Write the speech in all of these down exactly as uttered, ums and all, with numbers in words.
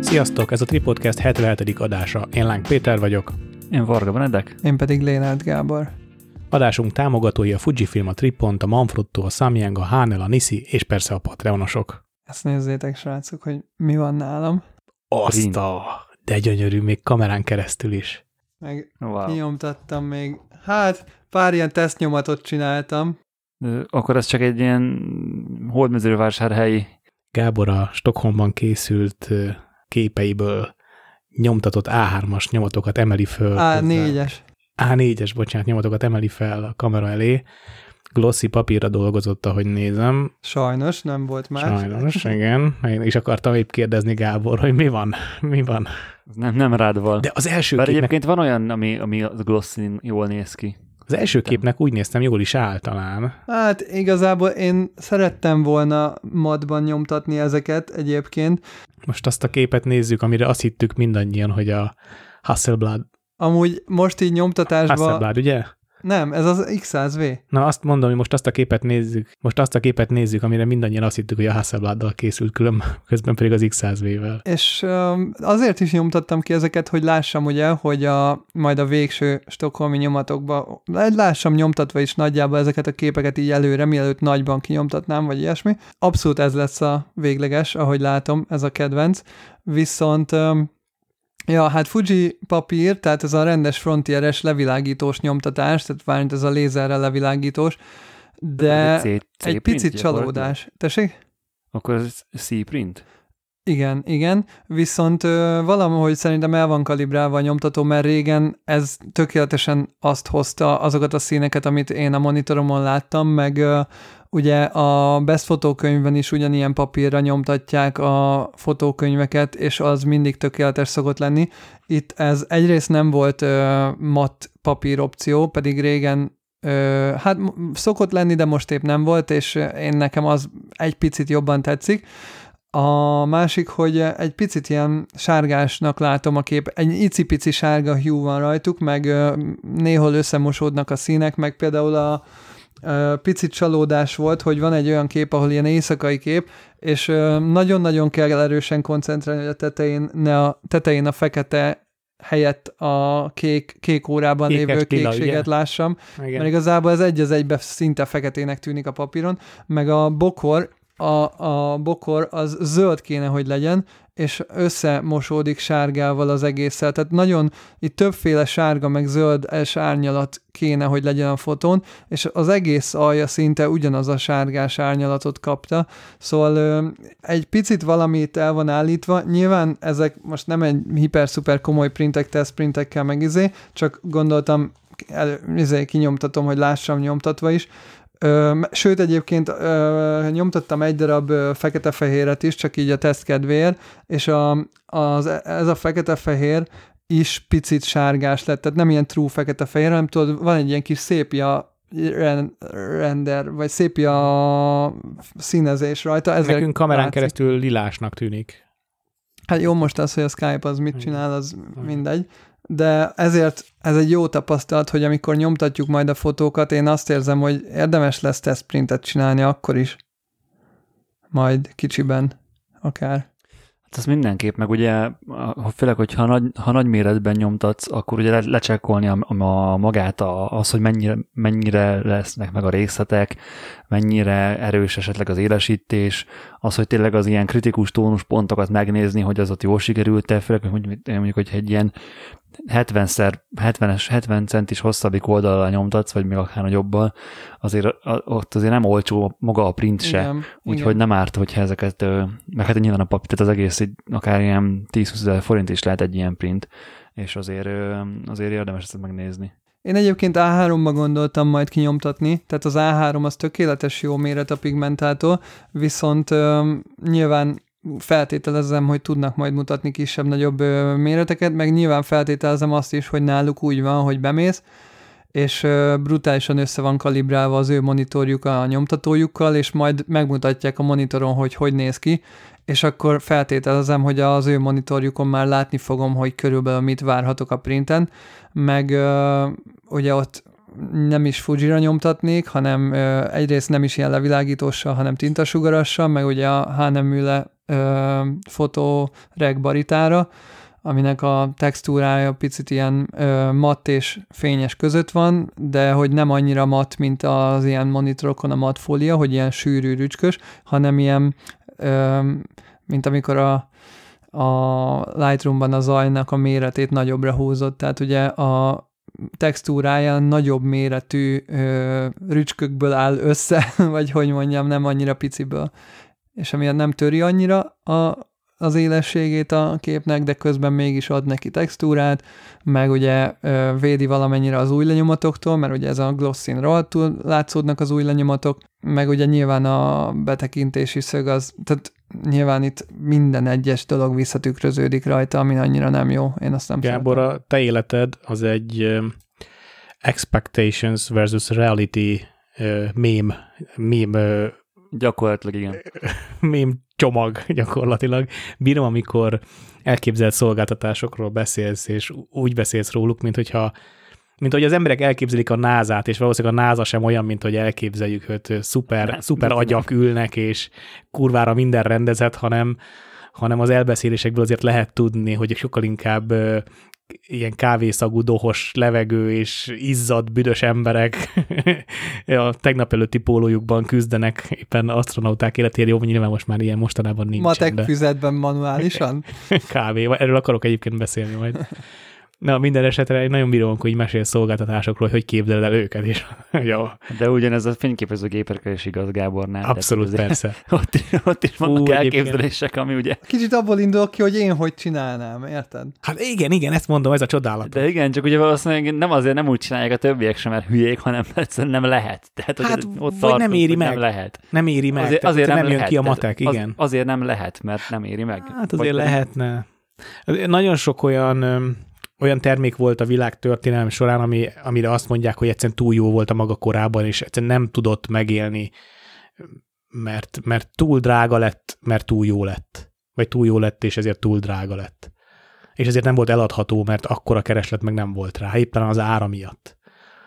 Sziasztok, ez a Tripodcast hetvenhetedik adása. Én Láng Péter vagyok. Én Varga Benedek. Én pedig Lénárt Gábor. Adásunk támogatói a Fujifilm, a Tripont, a Manfrotto, a Samyang, a Hánel, a Nissi és persze a Patreonosok. Ezt nézzétek, srácok, hogy mi van nálam. Azt a... de gyönyörű, még kamerán keresztül is. Meg wow. kinyomtattam még, hát pár ilyen tesztnyomatot csináltam. Akkor ez csak egy ilyen Hódmezővásárhelyi. Gábor a Stockholmban készült képeiből nyomtatott á hármas nyomatokat emeli föl. á négyes. á négyes, bocsánat, nyomatokat emeli fel a kamera elé. Glossy papírra dolgozott, ahogy nézem. Sajnos, nem volt más. Sajnos, igen. Én is akartam épp kérdezni Gábor, hogy mi van, mi van. Nem, nem rád van. De az első Bár képnek... egyébként van olyan, ami, ami a Glossy jól néz ki. Az első képnek úgy néztem, jól is áll talán. Hát igazából én szerettem volna matban nyomtatni ezeket egyébként. Most azt a képet nézzük, amire azt hittük mindannyian, hogy a Hasselblad. Amúgy most így nyomtatásban... Hasselblad, ugye? Nem, ez az iksz száz vé. Na azt mondom, hogy most azt a képet nézzük, most azt a képet nézzük, amire mindannyian azt hittük, hogy a Hasselbladdal készült, külön, közben pedig az iksz száz vével. És um, azért is nyomtattam ki ezeket, hogy lássam ugye, hogy a, majd a végső stockholmi nyomatokban, lássam nyomtatva is nagyjából ezeket a képeket így előre, mielőtt nagyban kinyomtatnám, vagy ilyesmi. Abszolút ez lesz a végleges, ahogy látom, ez a kedvenc. Viszont... Um, Ja, hát Fuji papír, tehát ez a rendes frontieres levilágítós nyomtatás, tehát várjunk, ez a lézerrel levilágítós, de C- C- egy picit csalódás. Tessék? Akkor ez C-print? Igen, igen, viszont ö, valahogy szerintem el van kalibrálva a nyomtató, mert régen ez tökéletesen azt hozta, azokat a színeket, amit én a monitoromon láttam, meg ö, ugye a Best fotókönyvben is ugyanilyen papírra nyomtatják a fotókönyveket, és az mindig tökéletes szokott lenni. Itt ez egyrészt nem volt ö, matt papír opció, pedig régen ö, hát szokott lenni, de most épp nem volt, és én nekem az egy picit jobban tetszik. A másik, hogy egy picit ilyen sárgásnak látom a kép, egy icipici sárga hue van rajtuk, meg néhol összemosódnak a színek, meg például a picit csalódás volt, hogy van egy olyan kép, ahol ilyen éjszakai kép, és nagyon-nagyon kell erősen koncentrálni, hogy a tetején, ne a, tetején a fekete helyett a kék, kék órában Kékes, lévő lila, kékséget ugye? lássam, Igen. mert igazából ez egy az egybe szinte feketének tűnik a papíron, meg a bokor, A, a bokor az zöld kéne, hogy legyen, és összemosódik sárgával az egésszel. Tehát nagyon, itt többféle sárga, meg zöld árnyalat kéne, hogy legyen a fotón, és az egész alja szinte ugyanaz a sárgás árnyalatot kapta. Szóval egy picit valamit el van állítva. Nyilván ezek most nem egy hiper-szuper komoly printek, tesztprintekkel meg izé, csak gondoltam, el, izé kinyomtatom, hogy lássam nyomtatva is. Ö, sőt, egyébként ö, nyomtattam egy darab ö, fekete-fehéret is, csak így a teszt kedvéért, és a, az, ez a fekete-fehér is picit sárgás lett, tehát nem ilyen true fekete-fehér, hanem tudod, van egy ilyen kis szépia render, vagy szépia színezés rajta. Ezért Nekünk kamerán látszik. keresztül lilásnak tűnik. Hát jó, most az, hogy a Skype az mit csinál, az mindegy. De ezért ez egy jó tapasztalat, hogy amikor nyomtatjuk majd a fotókat, én azt érzem, hogy érdemes lesz tesztprintet csinálni akkor is. Majd kicsiben akár. Hát az mindenképp, meg ugye, főleg, hogyha nagy, ha nagy méretben nyomtatsz, akkor ugye le, lecsekkolni a, a magát, a, az, hogy mennyire, mennyire lesznek meg a részletek, mennyire erős esetleg az élesítés, az, hogy tényleg az ilyen kritikus tónuspontokat megnézni, hogy az ott jól sikerült-e, főleg, hogy mondjuk, hogy egy ilyen hetvenszer, hetvenes, hetven centis hosszabbik oldalra nyomtatsz, vagy még akár nagyobbal, azért ott azért nem olcsó maga a print se, úgyhogy nem árt, hogyha ezeket, meg hát nyilván a papír, tehát az egész akár ilyen tíz-húsz ezer forint is lehet egy ilyen print, és azért, azért érdemes ezt megnézni. Én egyébként á háromba gondoltam majd kinyomtatni, tehát az á három az tökéletes jó méret a pigmentától, viszont uh, nyilván feltételezem, hogy tudnak majd mutatni kisebb-nagyobb uh, méreteket, meg nyilván feltételezem azt is, hogy náluk úgy van, hogy bemész, és uh, brutálisan össze van kalibrálva az ő monitorjuk a nyomtatójukkal, és majd megmutatják a monitoron, hogy hogy néz ki, és akkor feltételezem, hogy az ő monitorjukon már látni fogom, hogy körülbelül mit várhatok a printen, meg uh, ugye ott nem is Fujira nyomtatnék, hanem uh, egyrészt nem is ilyen levilágítóssal, hanem tintasugarassal, meg ugye a Hahnemühle ö, fotoreg baritára, aminek a textúrája picit ilyen ö, matt és fényes között van, de hogy nem annyira matt, mint az ilyen monitorokon a matt fólia, hogy ilyen sűrű, rücskös, hanem ilyen, ö, mint amikor a, a Lightroom-ban a zajnak a méretét nagyobbra húzott, tehát ugye a textúrája nagyobb méretű ö, rücskökből áll össze, vagy hogy mondjam, nem annyira piciből. És amiatt nem töri annyira a, az élességét a képnek, de közben mégis ad neki textúrát, meg ugye ö, védi valamennyire az új lenyomatoktól, mert ugye ez a glossin rohadtul látszódnak az új lenyomatok, meg ugye nyilván a betekintési szög az, tehát nyilván itt minden egyes dolog visszatükröződik rajta, ami annyira nem jó. Én azt nem Gábor, szeretem. A te életed az egy um, expectations versus reality uh, meme, meme uh, gyakorlatilag igen. Meme csomag gyakorlatilag. Bírom, amikor elképzelt szolgáltatásokról beszélsz, és úgy beszélsz róluk, mint hogyha mint hogy az emberek elképzelik a názát, és valószínűleg a náza sem olyan, mint hogy elképzeljük, hogy szuper, nem, szuper nem, agyak nem. ülnek, és kurvára minden rendezett, hanem, hanem az elbeszélésekből azért lehet tudni, hogy sokkal inkább uh, ilyen kávészagú, dohos levegő és izzadt, büdös emberek a tegnap előtti pólójukban küzdenek éppen asztronauták életére. Jó, nyilván most már ilyen mostanában nincsen. Matek de... füzetben manuálisan? Kávé, erről akarok egyébként beszélni majd. Na, minden esetre én nagyon bírom, hogy mesélsz szolgáltatásokról, hogy képzeled el őket is. Jó. De ugyanez a fényképezőgépekre is igaz, Gábornál. Abszolút, persze. Ott, ott is vannak Hú, elképzelések, ami ugye... Kicsit abból indulok ki, hogy én hogy csinálnám, érted? Hát igen, igen, ezt mondom, ez a csodálat. De igen, csak ugye valószínűleg nem azért nem úgy csinálják a többiek sem, mert hülyék, hanem egyszerűen nem lehet. Tehát, hát ott vagy tartunk, nem éri meg. Nem lehet. Nem éri meg. Azért, azért nem, nem jön lehet, ki a matek, igen. Az, azért nem lehet, mert nem éri meg. Hát azért vagy lehetne. Nagyon sok olyan... olyan termék volt a világ történelem során, ami, amire azt mondják, hogy egyszerűen túl jó volt a maga korában, és egyszerűen nem tudott megélni, mert, mert túl drága lett, mert túl jó lett. Vagy túl jó lett, és ezért túl drága lett. És ezért nem volt eladható, mert akkora kereslet meg nem volt rá, éppen az ára miatt.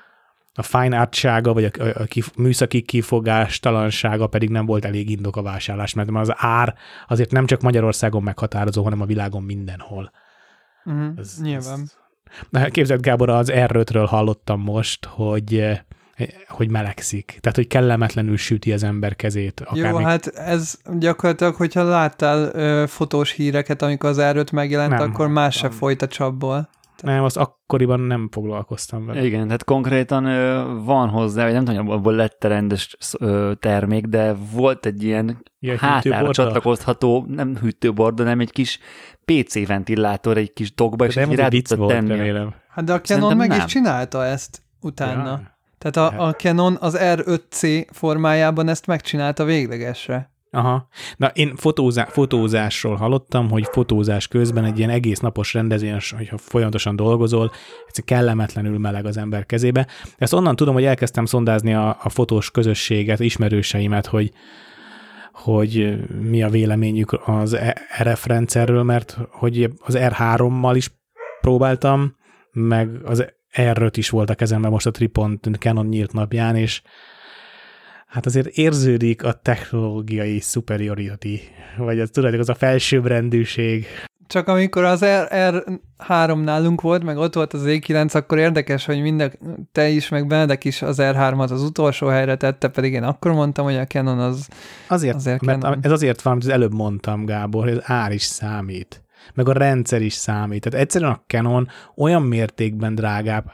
A fine artsága, vagy a, a, a kif, műszaki kifogástalansága pedig nem volt elég indok a vásárlás, mert az ár azért nem csak Magyarországon meghatározó, hanem a világon mindenhol. Uh-huh, ez, nyilván. Ez... Képzeld, Gábor, az er ötről hallottam most, hogy, hogy melegszik. Tehát, hogy kellemetlenül süti az ember kezét. Jó, még... hát ez gyakorlatilag, hogyha láttál ö, fotós híreket, amikor az er öt megjelent, nem, akkor más se folyt a csapból. Nem, azt akkoriban nem foglalkoztam vele. Igen, tehát konkrétan ö, van hozzá, vagy nem tudom, hogy abból lett rendes ö, termék, de volt egy ilyen ja, hátára csatlakozható, nem hűtőborda, nem egy kis pé cé ventilátor, egy kis dokba, és egy rá tudtad tenni. Remélem. Hát de a Canon meg nem. is csinálta ezt utána. Ja. Tehát a, a Canon az er öt cé formájában ezt megcsinálta véglegesre. Aha. Na, én fotózá- fotózásról hallottam, hogy fotózás közben egy ilyen egész napos rendezvényen, hogyha folyamatosan dolgozol, ez kellemetlenül meleg az ember kezébe. Ezt onnan tudom, hogy elkezdtem szondázni a, a fotós közösséget, ismerőseimet, hogy, hogy mi a véleményük az er ef rendszerről, mert hogy az er hárommal is próbáltam, meg az er öt is volt a kezemben most a Tripont Canon nyílt napján, és hát azért érződik a technológiai superiority, vagy az tudod, az a felsőbbrendűség. Csak amikor az er három nálunk volt, meg ott volt az é kilenc, akkor érdekes, hogy minden, te is, meg Benedek is az er hármat az utolsó helyre tette, pedig én akkor mondtam, hogy a Canon az azért, azért mert Canon. Ez azért van, amit az előbb mondtam, Gábor, hogy az ár is számít, meg a rendszer is számít. Tehát egyszerűen a Canon olyan mértékben drágább.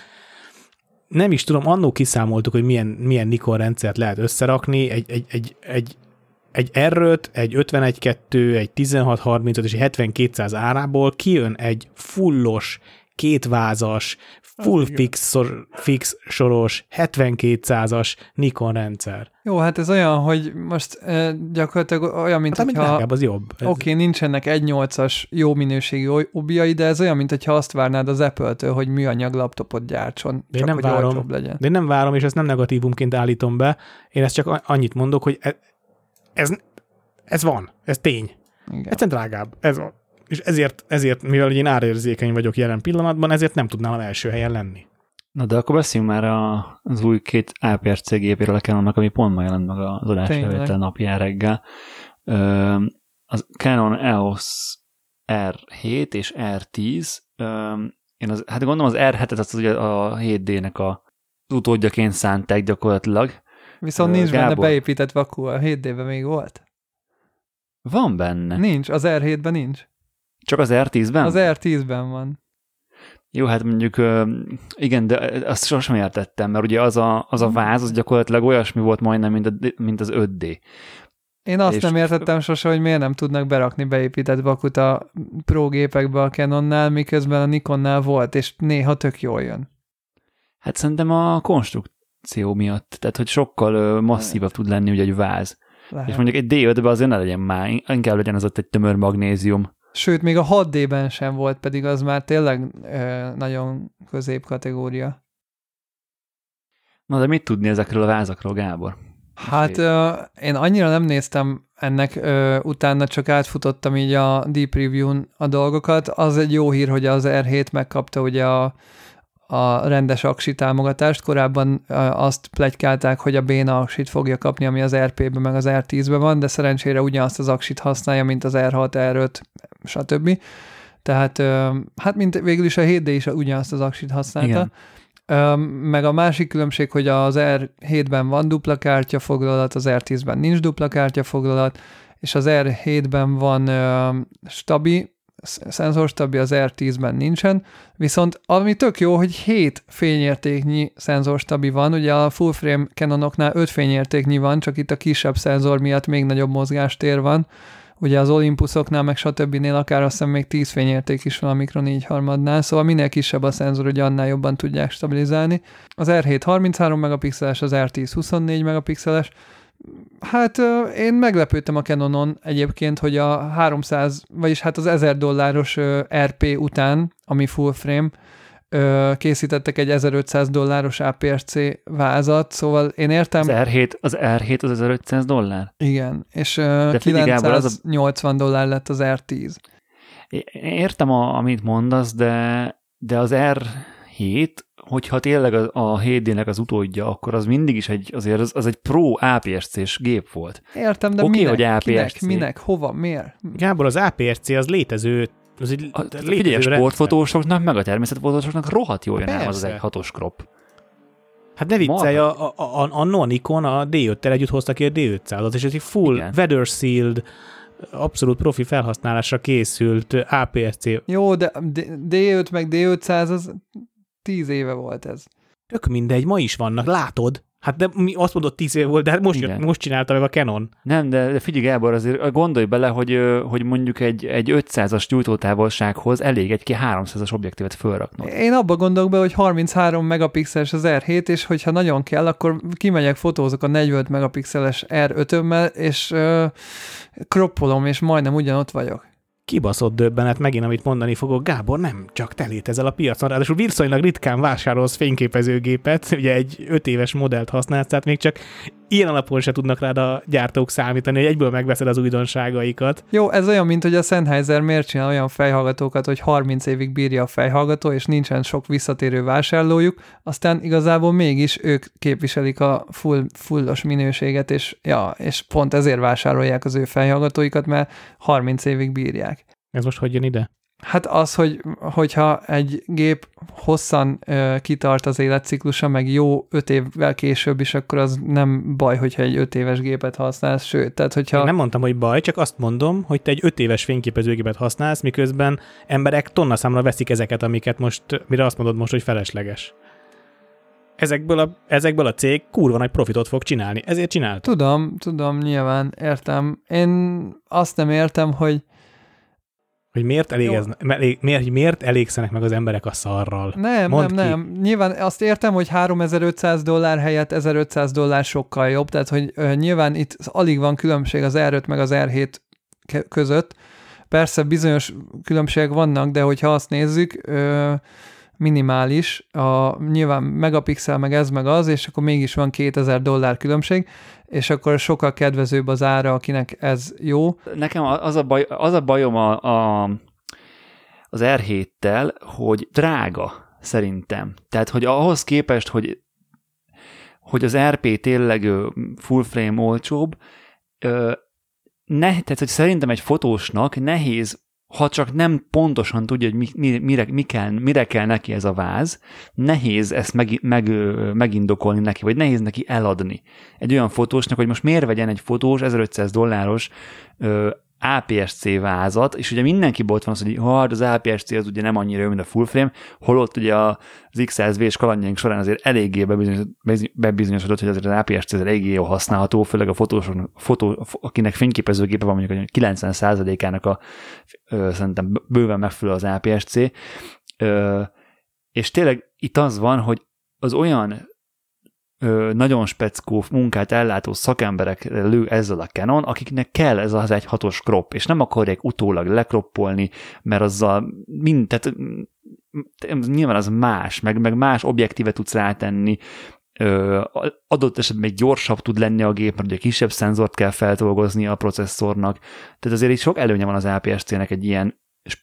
Nem is tudom, annó kiszámoltuk, hogy milyen, milyen Nikon rendszert lehet összerakni, egy, egy, egy, egy, egy er öt, egy ötvenegy kettő, egy tizenhat harmincöt és egy hetven kétszáz árából kijön egy fullos, kétvázas, full fix, szor, fix soros, hetven kétszázas Nikon rendszer. Jó, hát ez olyan, hogy most eh, gyakorlatilag olyan, mint hát, hogyha... drágább, az jobb. Oké, okay, nincsenek egy nyolcas jó minőségű objai, de ez olyan, mint hogyha azt várnád az Apple-től, hogy műanyag laptopot gyártson, de csak nem hogy várom, olcsóbb legyen. De én nem várom, és ezt nem negatívumként állítom be. Én ezt csak annyit mondok, hogy ez, ez, ez van, ez tény. Igen. Egyszerűen drágább, ez van. És ezért, ezért, mivel én árérzékeny vagyok jelen pillanatban, ezért nem tudnám a első helyen lenni. Na de akkor beszéljünk már a, az új két á pé er cé gépéről a Canonnak, ami pont ma jelent meg az adáslevétel napján reggel. Ö, az Canon E O S R hét és R tíz, én az, hát gondolom az R hetet az ugye a hét dé-nek a utódjaként szánták gyakorlatilag. Viszont nincs Gábor. Benne beépített vakú, a hét dé-ben még volt? Van benne. Nincs, az R hétben nincs. Csak az R tízben? Az R tízben van. Jó, hát mondjuk igen, de azt sosem értettem, mert ugye az a, az a váz, az gyakorlatilag olyasmi volt majdnem, mint, a, mint az öt dé. Én azt és nem értettem sose, hogy miért nem tudnak berakni beépített vakut a Pro gépekbe a Canonnál, miközben a Nikonnál volt, és néha tök jól jön. Hát szerintem a konstrukció miatt, tehát hogy sokkal masszívabb tud lenni ugye egy váz. Lehet. És mondjuk egy dé ötben azért ne legyen már, inkább legyen az ott egy tömör magnézium. Sőt, még a hat dé-ben sem volt, pedig az már tényleg ö, nagyon középkategória. Na de mit tudni ezekről a vázakról, Gábor? Hát ö, én annyira nem néztem ennek, ö, utána csak átfutottam így a Deep Review-n a dolgokat. Az egy jó hír, hogy az R hét megkapta ugye a, a rendes aksi támogatást. Korábban ö, azt pletykálták, hogy a béna aksit fogja kapni, ami az er pé-ben meg az R tízben van, de szerencsére ugyanazt az aksit használja, mint az R hat, R öt, stb. Tehát ö, hát mint végül is a hét dé is ugyanazt az aksit használta. Igen. Meg a másik különbség, hogy az R hétben van dupla kártyafoglalat, az R tízben nincs dupla kártyafoglalat, és az R hétben van ö, stabi, szenzorstabi, az R tízben nincsen, viszont ami tök jó, hogy hét fényértéknyi szenzorstabi van, ugye a full frame Canonoknál öt fényértéknyi van, csak itt a kisebb szenzor miatt még nagyobb mozgástér van, ugye az Olympusoknál, meg stb. Akár azt hiszem még tíz fényérték is van a Micro négy harmadnál, szóval minél kisebb a szenzor, ugye annál jobban tudják stabilizálni. Az R hét harminchárom megapixeles, az R tíz huszonnégy megapixeles. Hát én meglepődtem a Canonon egyébként, hogy a háromszáz, vagyis hát az ezer dolláros er pé után, ami full frame, készítettek egy ezerötszáz dolláros á pé es cé vázat, szóval én értem... Az R hét az, R hét az ezerötszáz dollár? Igen, és kilencszáznyolcvan dollár lett az R tíz. Értem, a, amit mondasz, de, de az R hét, hogyha tényleg a, a hét dé-nek az utódja, akkor az mindig is egy, azért az, az egy pro á pé es cés gép volt. Értem, de okay, minek, hogy á pé es cé. kinek, minek, hova, miért? Gábor, az á pé es cé az létező Az egy a, figyelj, a sportfotósoknak, meg a természetfotósoknak rohadt jól jön az egy hatos crop. Hát ne viccelj, a, a, a, a Nikon a dé öttel együtt hozta ki a dé ötszázat, és ez egy full igen. weather sealed, abszolút profi felhasználásra készült á pé es cé. Jó, de dé öt meg dé ötszáz az tíz éve volt ez. Tök mindegy, ma is vannak, látod? Hát de mi azt mondod tíz év volt, de hát most, jött, most csinálta meg a Canon. Nem, de, de figyelj Gábor, azért gondolj bele, hogy, hogy mondjuk egy, egy ötszázas gyújtótávolsághoz elég egy háromszázas objektívet fölraknod. Én abba gondolok be, hogy harminchárom megapixeles az R hét, és hogyha nagyon kell, akkor kimegyek, fotózok a negyvenöt megapixeles R ötömmel, és uh, kroppolom, és majdnem ugyanott vagyok. Kibaszott döbbenet, megint amit mondani fogok, Gábor, nem csak te létezel a piacon, ráadásul viszonylag ritkán vásárolsz fényképezőgépet, ugye egy öt éves modellt használsz, tehát még csak ilyen alapon se tudnak rád a gyártók számítani, hogy egyből megveszed az újdonságaikat. Jó, ez olyan, mint hogy a Sennheiser miért csinál olyan fejhallgatókat, hogy harminc évig bírja a fejhallgató, és nincsen sok visszatérő vásárlójuk, aztán igazából mégis ők képviselik a full, fullos minőséget, és, ja, és pont ezért vásárolják az ő fejhallgatóikat, mert harminc évig bírják. Ez most hogy jön ide? Hát az, hogy, hogyha egy gép hosszan ö, kitart az életciklusa, meg jó öt évvel később is, akkor az nem baj, hogyha egy öt éves gépet használsz, sőt, tehát hogyha... Én nem mondtam, hogy baj, csak azt mondom, hogy te egy öt éves fényképezőgépet használsz, miközben emberek tonnaszámra veszik ezeket, amiket most, mire azt mondod most, hogy felesleges. Ezekből a, ezekből a cég kurva nagy profitot fog csinálni, ezért csinált. Tudom, tudom, nyilván, értem. Én azt nem értem, hogy Hogy miért, elégez, miért, miért elégszenek meg az emberek a szarral? Nem, Mondd nem, ki. nem. Nyilván azt értem, hogy háromezer-ötszáz dollár helyett ezerötszáz dollár sokkal jobb, tehát hogy uh, nyilván itt alig van különbség az R öt meg az R hét között. Persze bizonyos különbségek vannak, de hogyha azt nézzük, uh, minimális, a, nyilván megapixel meg ez meg az, és akkor mégis van kétezer dollár különbség, és akkor sokkal kedvezőbb az ára, akinek ez jó. Nekem az a, baj, az a bajom a, a, az R héttel, hogy drága szerintem. Tehát, hogy ahhoz képest, hogy, hogy az er pé tényleg full frame olcsóbb, ne, tehát, hogy szerintem egy fotósnak nehéz, ha csak nem pontosan tudja, hogy mi, mi, mire, mi kell, mire kell neki ez a váz, nehéz ezt meg, meg, megindokolni neki, vagy nehéz neki eladni egy olyan fotósnak, hogy most miért vegyen egy fotós ezerötszáz dolláros ö, á pé es cé vázat, és ugye mindenki volt van az, hogy hát az á pé es cé az ugye nem annyira jó, mint a full frame, holott ugye az iksz száz vé-s kalandjaink során azért eléggé bebizonyosodott, hogy azért az á pé es cé az eléggé jó használható, főleg a fotósok, fotó, akinek fényképezőgépe van, mondjuk a kilencven százalékának a ö, szerintem bőven megfelelő az á pé es cé, ö, és tényleg itt az van, hogy az olyan Ö, nagyon speckó munkát ellátó szakemberek lő ezzel a Canon, akiknek kell ez az egy hatos crop, és nem akarják utólag lekroppolni, mert azzal mind, tehát nyilván az más, meg, meg más objektívet tudsz rátenni, ö, adott esetben még gyorsabb tud lenni a gép, mert ugye kisebb szenzort kell feldolgozni a processzornak, tehát azért itt sok előnye van az á pé es cé-nek egy ilyen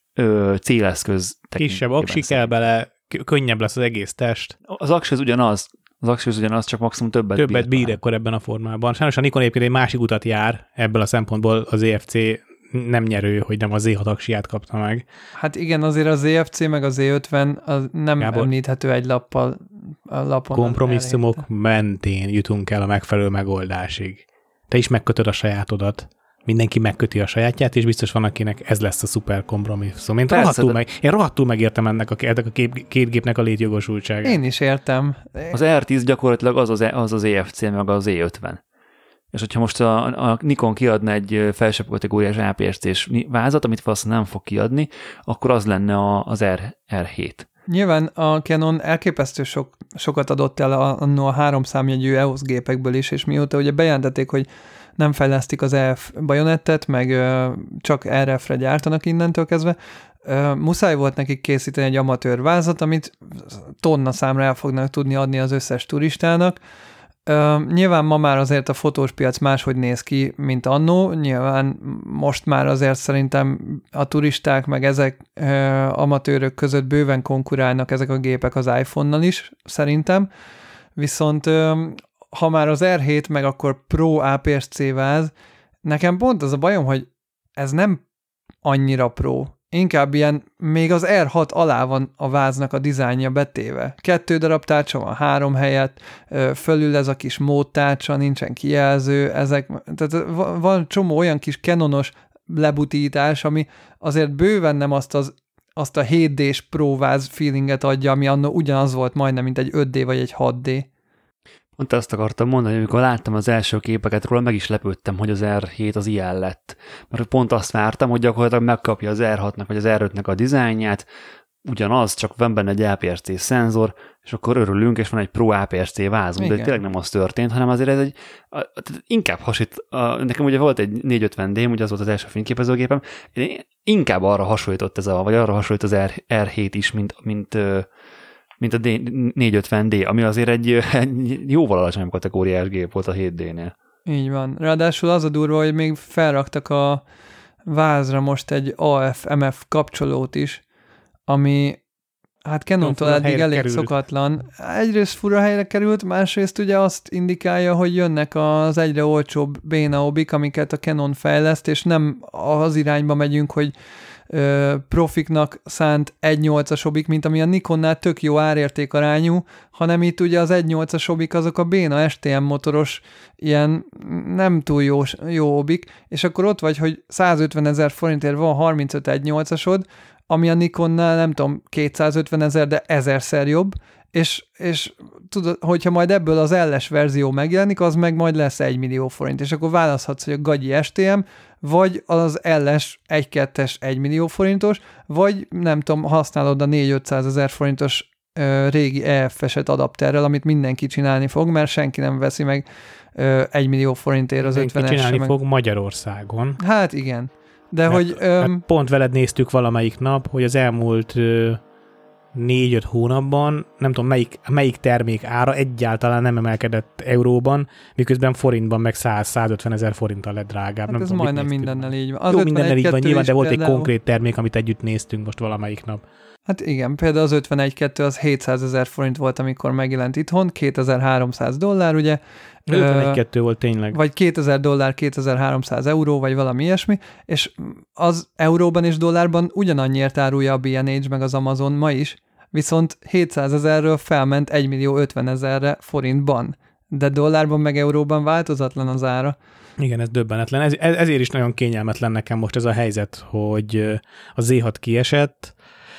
ö, céleszköz tekintetében. Kisebb aksi kell bele, könnyebb lesz az egész test. Az aksi az ugyanaz, Az aksi az ugyanaz, csak maximum többet, többet bír akkor ebben a formában. Sajnos a Nikon egyébként egy másik utat jár, ebből a szempontból az é ef cé nem nyerő, hogy nem a zé hat aksiját kapta meg. Hát igen, azért az zé ef cé meg az zé ötven az nem Gábor, említhető egy lappal a lapon. Kompromisszumok mentén jutunk el a megfelelő megoldásig. Te is megkötöd a sajátodat. Mindenki megköti a sajátját, és biztos van, akinek ez lesz a szuper kompromisszum. Én rohadtul, de... meg, én rohadtul megértem ennek a, ennek a kép, két gépnek a létjogosultságát. Én is értem. Az er tíz gyakorlatilag az az, az, az é ef cé, meg az zé ötven. És hogyha most a, a Nikon kiadna egy felsőbb kategóriás á pé es cés vázat, amit valószínűleg nem fog kiadni, akkor az lenne a, az er hét. Nyilván a Canon elképesztő sok, sokat adott el a, a három számjegyű e o es gépekből is, és mióta ugye bejelentették, hogy nem fejlesztik az e ef bajonettet, meg ö, csak er ef-re gyártanak innentől kezdve, ö, muszáj volt nekik készíteni egy amatőr vázat, amit tonna számra el fognak tudni adni az összes turistának. Ö, nyilván ma már azért a fotós piac máshogy néz ki, mint annó, nyilván most már azért szerintem a turisták meg ezek ö, amatőrök között bőven konkurálnak ezek a gépek az iPhone-nal is, szerintem, viszont ö, ha már az er hét meg akkor Pro á pé es cé váz, nekem pont az a bajom, hogy ez nem annyira pro. Inkább ilyen, még az er hat alá van a váznak a dizájnja betéve. Kettő darab tárcsa van három helyett, fölül ez a kis módtárcsa, nincsen kijelző, ezek, tehát van csomó olyan kis Canonos lebutítás, ami azért bőven nem azt, az, azt a hét dés Pro váz feelinget adja, ami annól ugyanaz volt majdnem, mint egy öt dé vagy egy hat dé. Pont azt akartam mondani, hogy amikor láttam az első képeket róla, meg is lepődtem, hogy az er hét az ilyen lett. Mert pont azt vártam, hogy gyakorlatilag megkapja az er hatnak vagy az er ötnek a dizájnját, ugyanaz, csak van benne egy á pé es cé szenzor, és akkor örülünk, és van egy Pro á pé es cé vázunk, de tényleg nem az történt, hanem azért ez egy, a, inkább hasít, a, nekem ugye volt egy négyszázötven dém, ugye az volt az első fényképezőgépem, inkább arra hasonlított ez a, vagy arra hasonlít az er hét is, mint, mint mint a négyszázötven dé, ami azért egy, egy jóval alacsonyabb kategóriás gép volt a hét dé-nél. Így van. Ráadásul az a durva, hogy még felraktak a vázra most egy á ef em ef kapcsolót is, ami hát Canontól eddig elég került. Szokatlan. Egyrészt fura helyre került, másrészt ugye azt indikálja, hogy jönnek az egyre olcsóbb béna obik, amiket a Canon fejleszt, és nem az irányba megyünk, hogy profiknak szánt egy nyolcas obik, mint ami a Nikonnál tök jó árértékarányú, hanem itt ugye az egy nyolcas obik azok a béna es té em motoros ilyen nem túl jó, jó obik, és akkor ott vagy, hogy százötven ezer forintért van harmincöt egy nyolcasod, ami a Nikonnál nem tudom, kétszázötven ezer, de ezerszer jobb, és, és tudod, hogyha majd ebből az el-es verzió megjelenik, az meg majd lesz egy millió forint, és akkor választhatsz, hogy a gagyi es té em, vagy az el-es egy kettes egy millió forintos, vagy nem tudom, használod a négy-ötszáz ezer forintos ö, régi é ef-eset adapterrel, amit mindenki csinálni fog, mert senki nem veszi meg ö, egy millió forintért az ötvenes. Csinálni meg... fog Magyarországon. Hát igen. De mert, hogy... Ö... mert pont veled néztük valamelyik nap, hogy az elmúlt... Ö... négy-öt hónapban, nem tudom, melyik, melyik termék ára egyáltalán nem emelkedett euróban, miközben forintban meg száz-százötven ezer forinttal lett drágább. Hát nem ez tudom, majdnem mindennel így van. Az jó, mindennel így van nyilván, de volt például... egy konkrét termék, amit együtt néztünk most valamelyik nap. Hát igen, például az ötvenegy kettő az hétszáz ezer forint volt, amikor megjelent itthon, kétezer-háromszáz dollár, ugye, ötvenegy kettő volt tényleg. Vagy kétezer dollár, kétezer-háromszáz euró, vagy valami ilyesmi, és az euróban és dollárban ugyanannyiért árulja a bé és há meg az Amazon ma is, viszont hétszázezerről felment egymillió ötvenezerre forintban, de dollárban meg euróban változatlan az ára. Igen, ez döbbenetlen. Ez, ezért is nagyon kényelmetlen nekem most ez a helyzet, hogy a zé hat kiesett,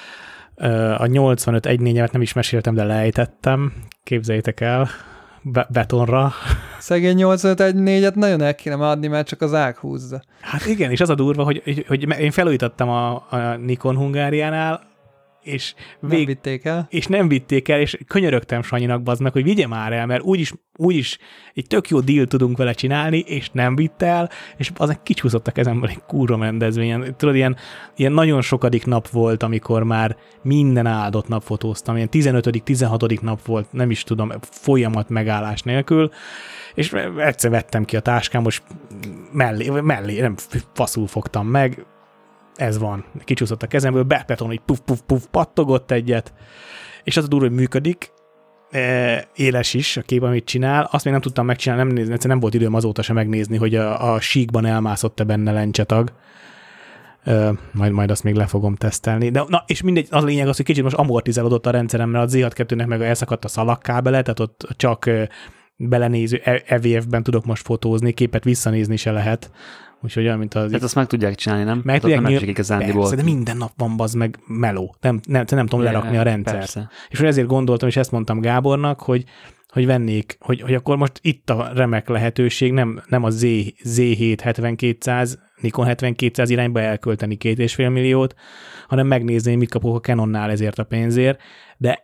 a nyolcvanöt egy négyet nem is meséltem, de lejtettem. Képzeljétek el, be- betonra. Szegény nyolcvanöt egy négyet nagyon el kéne adni, mert csak az ág húzza. Hát igen, és az a durva, hogy, hogy én felújítottam a, a Nikon Hungáriánál, és vég... nem vitték el. És nem vitték el, és könyörögtem Sanyinak, bazd meg, hogy vigye már el, mert úgyis, úgyis egy tök jó deal tudunk vele csinálni, és nem vitt el, és azon kicsúszott a kezemből egy kurva rendezvényen. Tudod, ilyen, ilyen nagyon sokadik nap volt, amikor már minden áldott nap fotóztam, ilyen tizenötödik, tizenhatodik nap volt, nem is tudom, folyamat megállás nélkül, és egyszer vettem ki a táskám, most mellé, mellé nem faszul fogtam meg, ez van. Kicsúszott a kezemből, bepeton, hogy puf, puf, puf, pattogott egyet, és az a durva, hogy működik, éles is a kép, amit csinál, azt még nem tudtam megcsinálni, nem, nézni, nem volt időm azóta sem megnézni, hogy a, a síkban elmászott-e benne lencsetag. Majd, majd azt még le fogom tesztelni. De, na, és mindegy, az a lényeg az, hogy kicsit most amortizálódott a rendszerem, mert a zé hat kettőnek meg elszakadt a szalagkábele, tehát ott csak belenéző e vé ef-ben tudok most fotózni, képet visszanézni se lehet. Úgyhogy olyan, mint az... Tehát azt meg tudják csinálni, nem? Meg tudják nyilván, persze, de minden nap van bazd meg meló. Nem, nem, nem tudom yeah, lerakni a rendszert. Persze. És ezért gondoltam, és ezt mondtam Gábornak, hogy, hogy vennék, hogy, hogy akkor most itt a remek lehetőség, nem, nem a Z, zé hét hetvenkétszáz, Nikon hetvenkétszáz irányba elkölteni két és fél milliót, hanem megnézni, mit kapok a Canonnál ezért a pénzért, de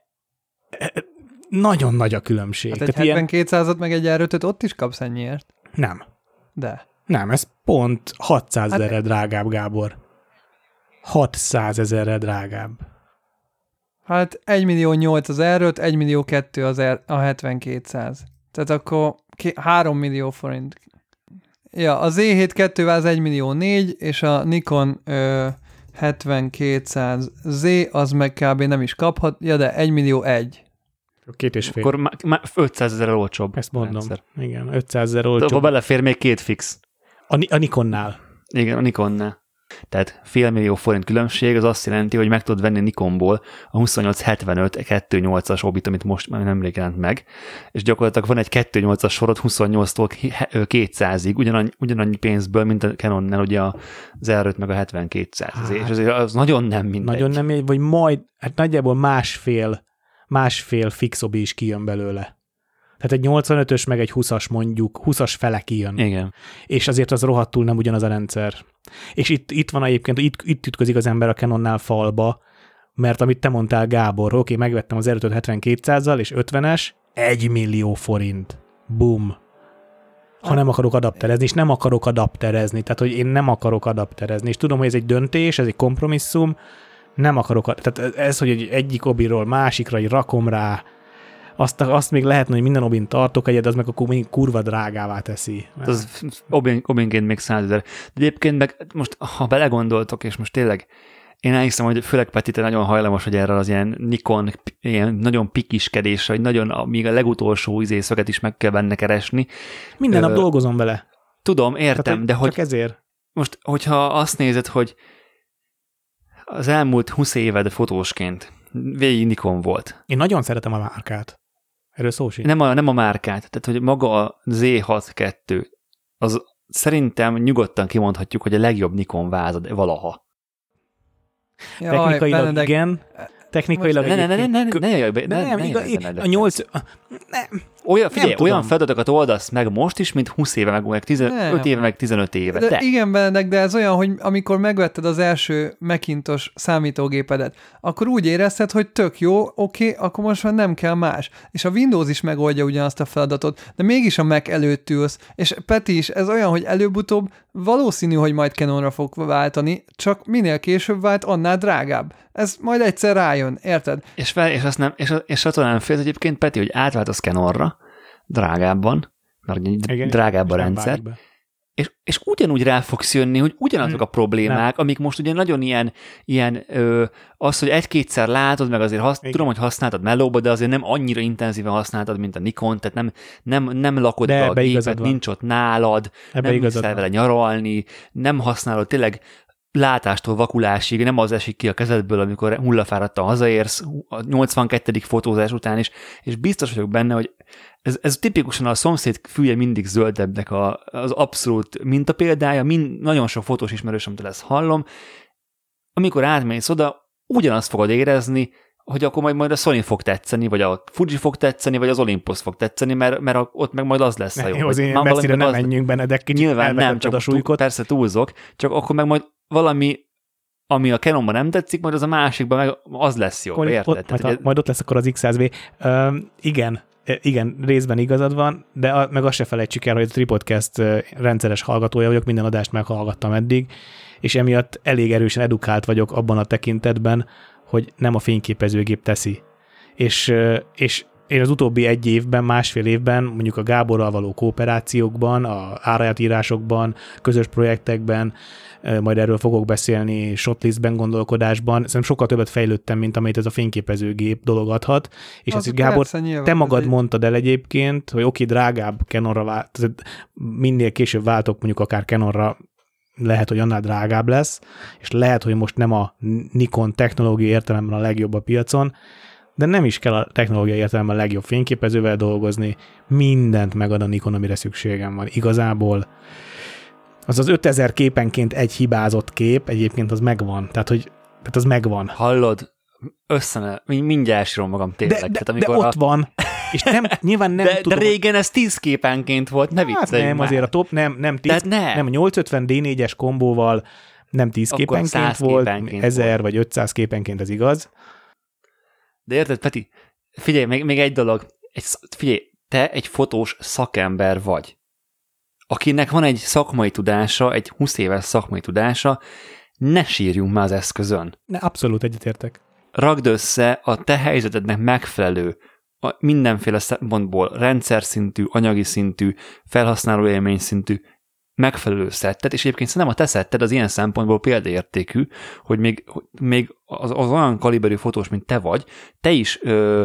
nagyon nagy a különbség. Hát egy hetvenkétszázat meg egy er ötöt ott is kapsz ennyiért? Nem. De. Nem, ez pont hatszázezerre hát, drágább, Gábor. hatszázezerre drágább. Hát egymillió nyolc az er öt, egymillió kettő az er, a hetvenkétszáz. Tehát akkor három millió forint. Ja, a zé hét kettővel az egymillió négy, és a Nikon ö, hetvenkétszáz Z az meg kb. Nem is kaphat, ja, de egymillió egy. Két és fél. Akkor már má ötszázezer olcsóbb. Ezt mondom. Rendszer. Igen, ötszázezer olcsóbb. Abba belefér még két fix. A, a Nikonnál. Igen, a Nikonnál. Tehát fél millió forint különbség, az azt jelenti, hogy meg tudod venni Nikonból a huszonnyolc hetvenöt kettő nyolcas obit, amit most már nem jelent meg, és gyakorlatilag van egy kettő nyolcas sorod huszonnyolctól kétszázig, ugyanannyi, ugyanannyi pénzből, mint a Canonnál, ugye az er öt meg a hetvenkétszáz. Hát, és azért az nagyon nem mindegy. Nagyon nem mindegy, vagy majd, hát nagyjából másfél, másfél fix obi is kijön belőle. Tehát egy nyolcvanötös meg egy húszas mondjuk, húszas fele kijön. Igen. És azért az rohadtul nem ugyanaz a rendszer. És itt, itt van egyébként, itt, itt ütközik az ember a Canonnál falba, mert amit te mondtál, Gábor, oké, okay, megvettem az er ötöt hetvenkétszázzal és ötvenes, egy millió forint. Bum. Ha nem akarok adapterezni, és nem akarok adapterezni, tehát hogy én nem akarok adapterezni, és tudom, hogy ez egy döntés, ez egy kompromisszum, nem akarok, tehát ez, hogy egy egyik obiról másikra így rakom rá, Azt, azt még lehetne, hogy minden obin tartok egyet, az meg akkor még kurva drágává teszi. Az obin, obinként még százezer. De egyébként meg most, ha belegondoltok, és most tényleg én elhiszem, hogy főleg Peti, te nagyon hajlamos, hogy erre az ilyen Nikon, ilyen nagyon pikiskedés, hogy nagyon, még a legutolsó izészöket is meg kell benne keresni. Minden nap Ö, dolgozom vele. Tudom, értem, Tehát, de hogy ezért. Most, hogyha azt nézed, hogy az elmúlt húsz éved fotósként végig Nikon volt. Én nagyon szeretem a márkát. Erről szó sincs. Nem a, nem a márkát, tehát hogy maga a zé hat kettő, az szerintem nyugodtan kimondhatjuk, hogy a legjobb Nikon vázad valaha. Jaj, Technikailag Benedek... igen, technikailag ne, ne, ne, ne, ne, ne, ne, ne, nem, igaz, a nyolc... Olyan, figyelj, olyan feladatokat oldasz meg most is, mint húsz éve, meg tizenöt éve, meg tizenöt éve. De igen, Benedek, de ez olyan, hogy amikor megvetted az első Macintosh számítógépedet, akkor úgy érezted, hogy tök jó, oké, akkor most már nem kell más. És a Windows is megoldja ugyanazt a feladatot, de mégis a Mac előtt ülsz. És Peti is, ez olyan, hogy előbb-utóbb valószínű, hogy majd Canonra fog váltani, csak minél később vált, annál drágább. Ez majd egyszer rájön, érted? És, fel, és azt nem, és, és attól nem félsz egyébként, Peti, hogy átváltasz Canonra, drágábban, mert igen, drágább a rendszer, és, és ugyanúgy rá fogsz jönni, hogy ugyanazok a problémák, nem. amik most ugye nagyon ilyen, ilyen ö, az, hogy egy-kétszer látod, meg azért hasz, tudom, hogy használtad melóba, de azért nem annyira intenzíven használtad, mint a Nikon, tehát nem, nem, nem lakod be a gépet, nincs ott nálad, ebbe nem viszel vele nyaralni, nem használod tényleg látástól vakulásig, nem az esik ki a kezedből, amikor hullafáradtan hazaérsz a nyolcvankettedik fotózás után is, és biztos vagyok benne, hogy ez, ez tipikusan a szomszéd fülye mindig zöldebbnek a, az abszolút mintapéldája, mind, nagyon sok fotós ismerősömtől ezt hallom, amikor átmész oda, ugyanazt fogod érezni, hogy akkor majd, majd a Sony fog tetszeni, vagy a Fuji fog tetszeni, vagy az Olympus fog tetszeni, mert, mert a, ott meg majd az lesz a jó. Jó, azért messzire nem menjünk benne, de kicsit nyilván nem, csak a súlykot. Persze túlzok, csak akkor meg majd valami, ami a Canonban nem tetszik, majd az a másikban meg az lesz jó, érted? Ott, majd, Tehát, majd ott lesz akkor az iksz száz vé. Uh, igen, igen, részben igazad van, de a, meg azt se felejtsük el, hogy a Tripodcast rendszeres hallgatója vagyok, minden adást meghallgattam eddig, és emiatt elég erősen edukált vagyok abban a tekintetben, hogy nem a fényképezőgép teszi. És, és én az utóbbi egy évben, másfél évben, mondjuk a Gáborral való kooperációkban, a árajátírásokban, közös projektekben, majd erről fogok beszélni, shotlistben, gondolkodásban, szerintem sokkal többet fejlődtem, mint amit ez a fényképezőgép dolog adhat, és az ezt is Gábor, te magad egy... mondtad el egyébként, hogy oké, drágább Canonra vált, minél később váltok mondjuk akár Canonra, lehet, hogy annál drágább lesz, és lehet, hogy most nem a Nikon technológiai értelemben a legjobb a piacon, de nem is kell a technológiai értelemben a legjobb fényképezővel dolgozni, mindent megad a Nikon, amire szükségem van. Igazából az az ötezer képenként egy hibázott kép, egyébként az megvan, tehát, hogy, tehát az megvan. Hallod? Összene, mindjárt sírom magam tényleg. De, de, tehát, amikor de ott a... van, és nem, nyilván nem de, tudom. De régen ez tíz képenként volt, ne hát nem, már. azért a top, nem, nem tíz, nem. nem a nyolcszázötven dé négyes kombóval nem tíz akkor képenként volt, képenként ezer volt. Vagy ötszáz képenként, ez igaz. De érted, Peti, figyelj, még, még egy dolog, egy, figyelj, te egy fotós szakember vagy, akinek van egy szakmai tudása, egy húsz éves szakmai tudása, ne sírjunk már az eszközön. Ne, abszolút egyetértek. Ragd össze a te helyzetednek megfelelő, a mindenféle szempontból rendszer szintű, anyagi szintű, felhasználó élmény szintű, megfelelő szettet, és egyébként szerintem a te szetted az ilyen szempontból példaértékű, hogy még, hogy még az, az olyan kaliberű fotós, mint te vagy, te is ö,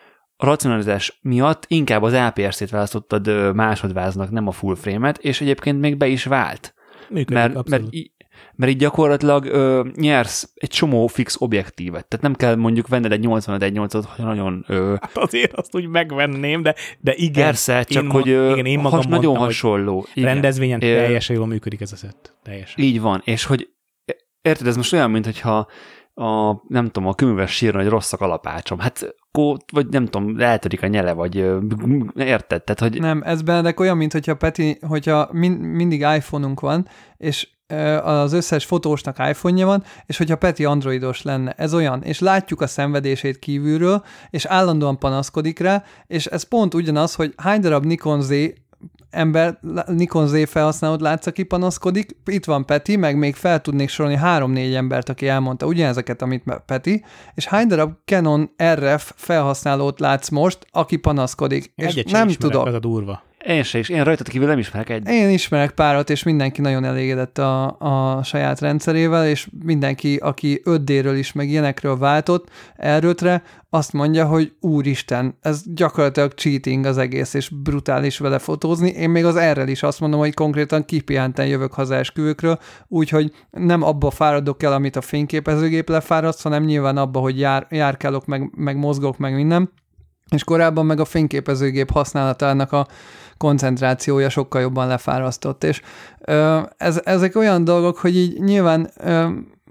a racionalizás miatt inkább az á pé er cét választottad ö, másodváznak, nem a full frame-et, és egyébként még be is vált. Működik, mert, mert, í- mert így gyakorlatilag ö, nyersz egy csomó fix objektívet. Tehát nem kell mondjuk venned egy nyolcvan egy nyolcvanat, hogy nagyon... Ö, hát azért azt úgy megvenném, de, de igen. Persze, csak én hogy ö, igen, én magam has, mondtam, nagyon hasonló. Igen. Rendezvényen é, teljesen jól működik ez a szett. Teljesen. Így van, és hogy érted, ez most olyan, mint hogyha a, nem tudom, a kőműves sírna, hogy rossz a kalapácsom. Hát akkor, vagy nem tudom, eltörik a nyele, vagy érted? Tehát, hogy... Nem, ez Benedek olyan, mint hogyha Peti, hogyha min- mindig iPhone-unk van, és az összes fotósnak iPhone-ja van, és hogyha Peti androidos lenne, ez olyan, és látjuk a szenvedését kívülről, és állandóan panaszkodik rá, és ez pont ugyanaz, hogy hány darab Nikon Z ember, Nikon Z felhasználót látsz, aki panaszkodik, itt van Peti, meg még fel tudnék sorolni három-négy embert, aki elmondta ugyanezeket, amit Peti, és hány darab Canon er ef felhasználót látsz most, aki panaszkodik, és egyet nem ismerek, tudok. Az a durva. Én se is, én rajtad kívül nem ismerek egy. Én ismerek párat, és mindenki nagyon elégedett a, a saját rendszerével, és mindenki, aki öt dé-ről is, meg ilyenekről váltott erőtre, azt mondja, hogy úristen, ez gyakorlatilag cheating az egész, és brutális vele fotózni. Én még az erről is azt mondom, hogy konkrétan kipihenten jövök haza esküvőkről, úgyhogy nem abba fáradok el, amit a fényképezőgép lefáraszt, hanem nyilván abba, hogy jár, járkálok, meg, meg mozgok, meg minden. És korábban meg a fényképezőgép használatának a koncentrációja sokkal jobban lefárasztott, és ö, ez, ezek olyan dolgok, hogy így nyilván ö,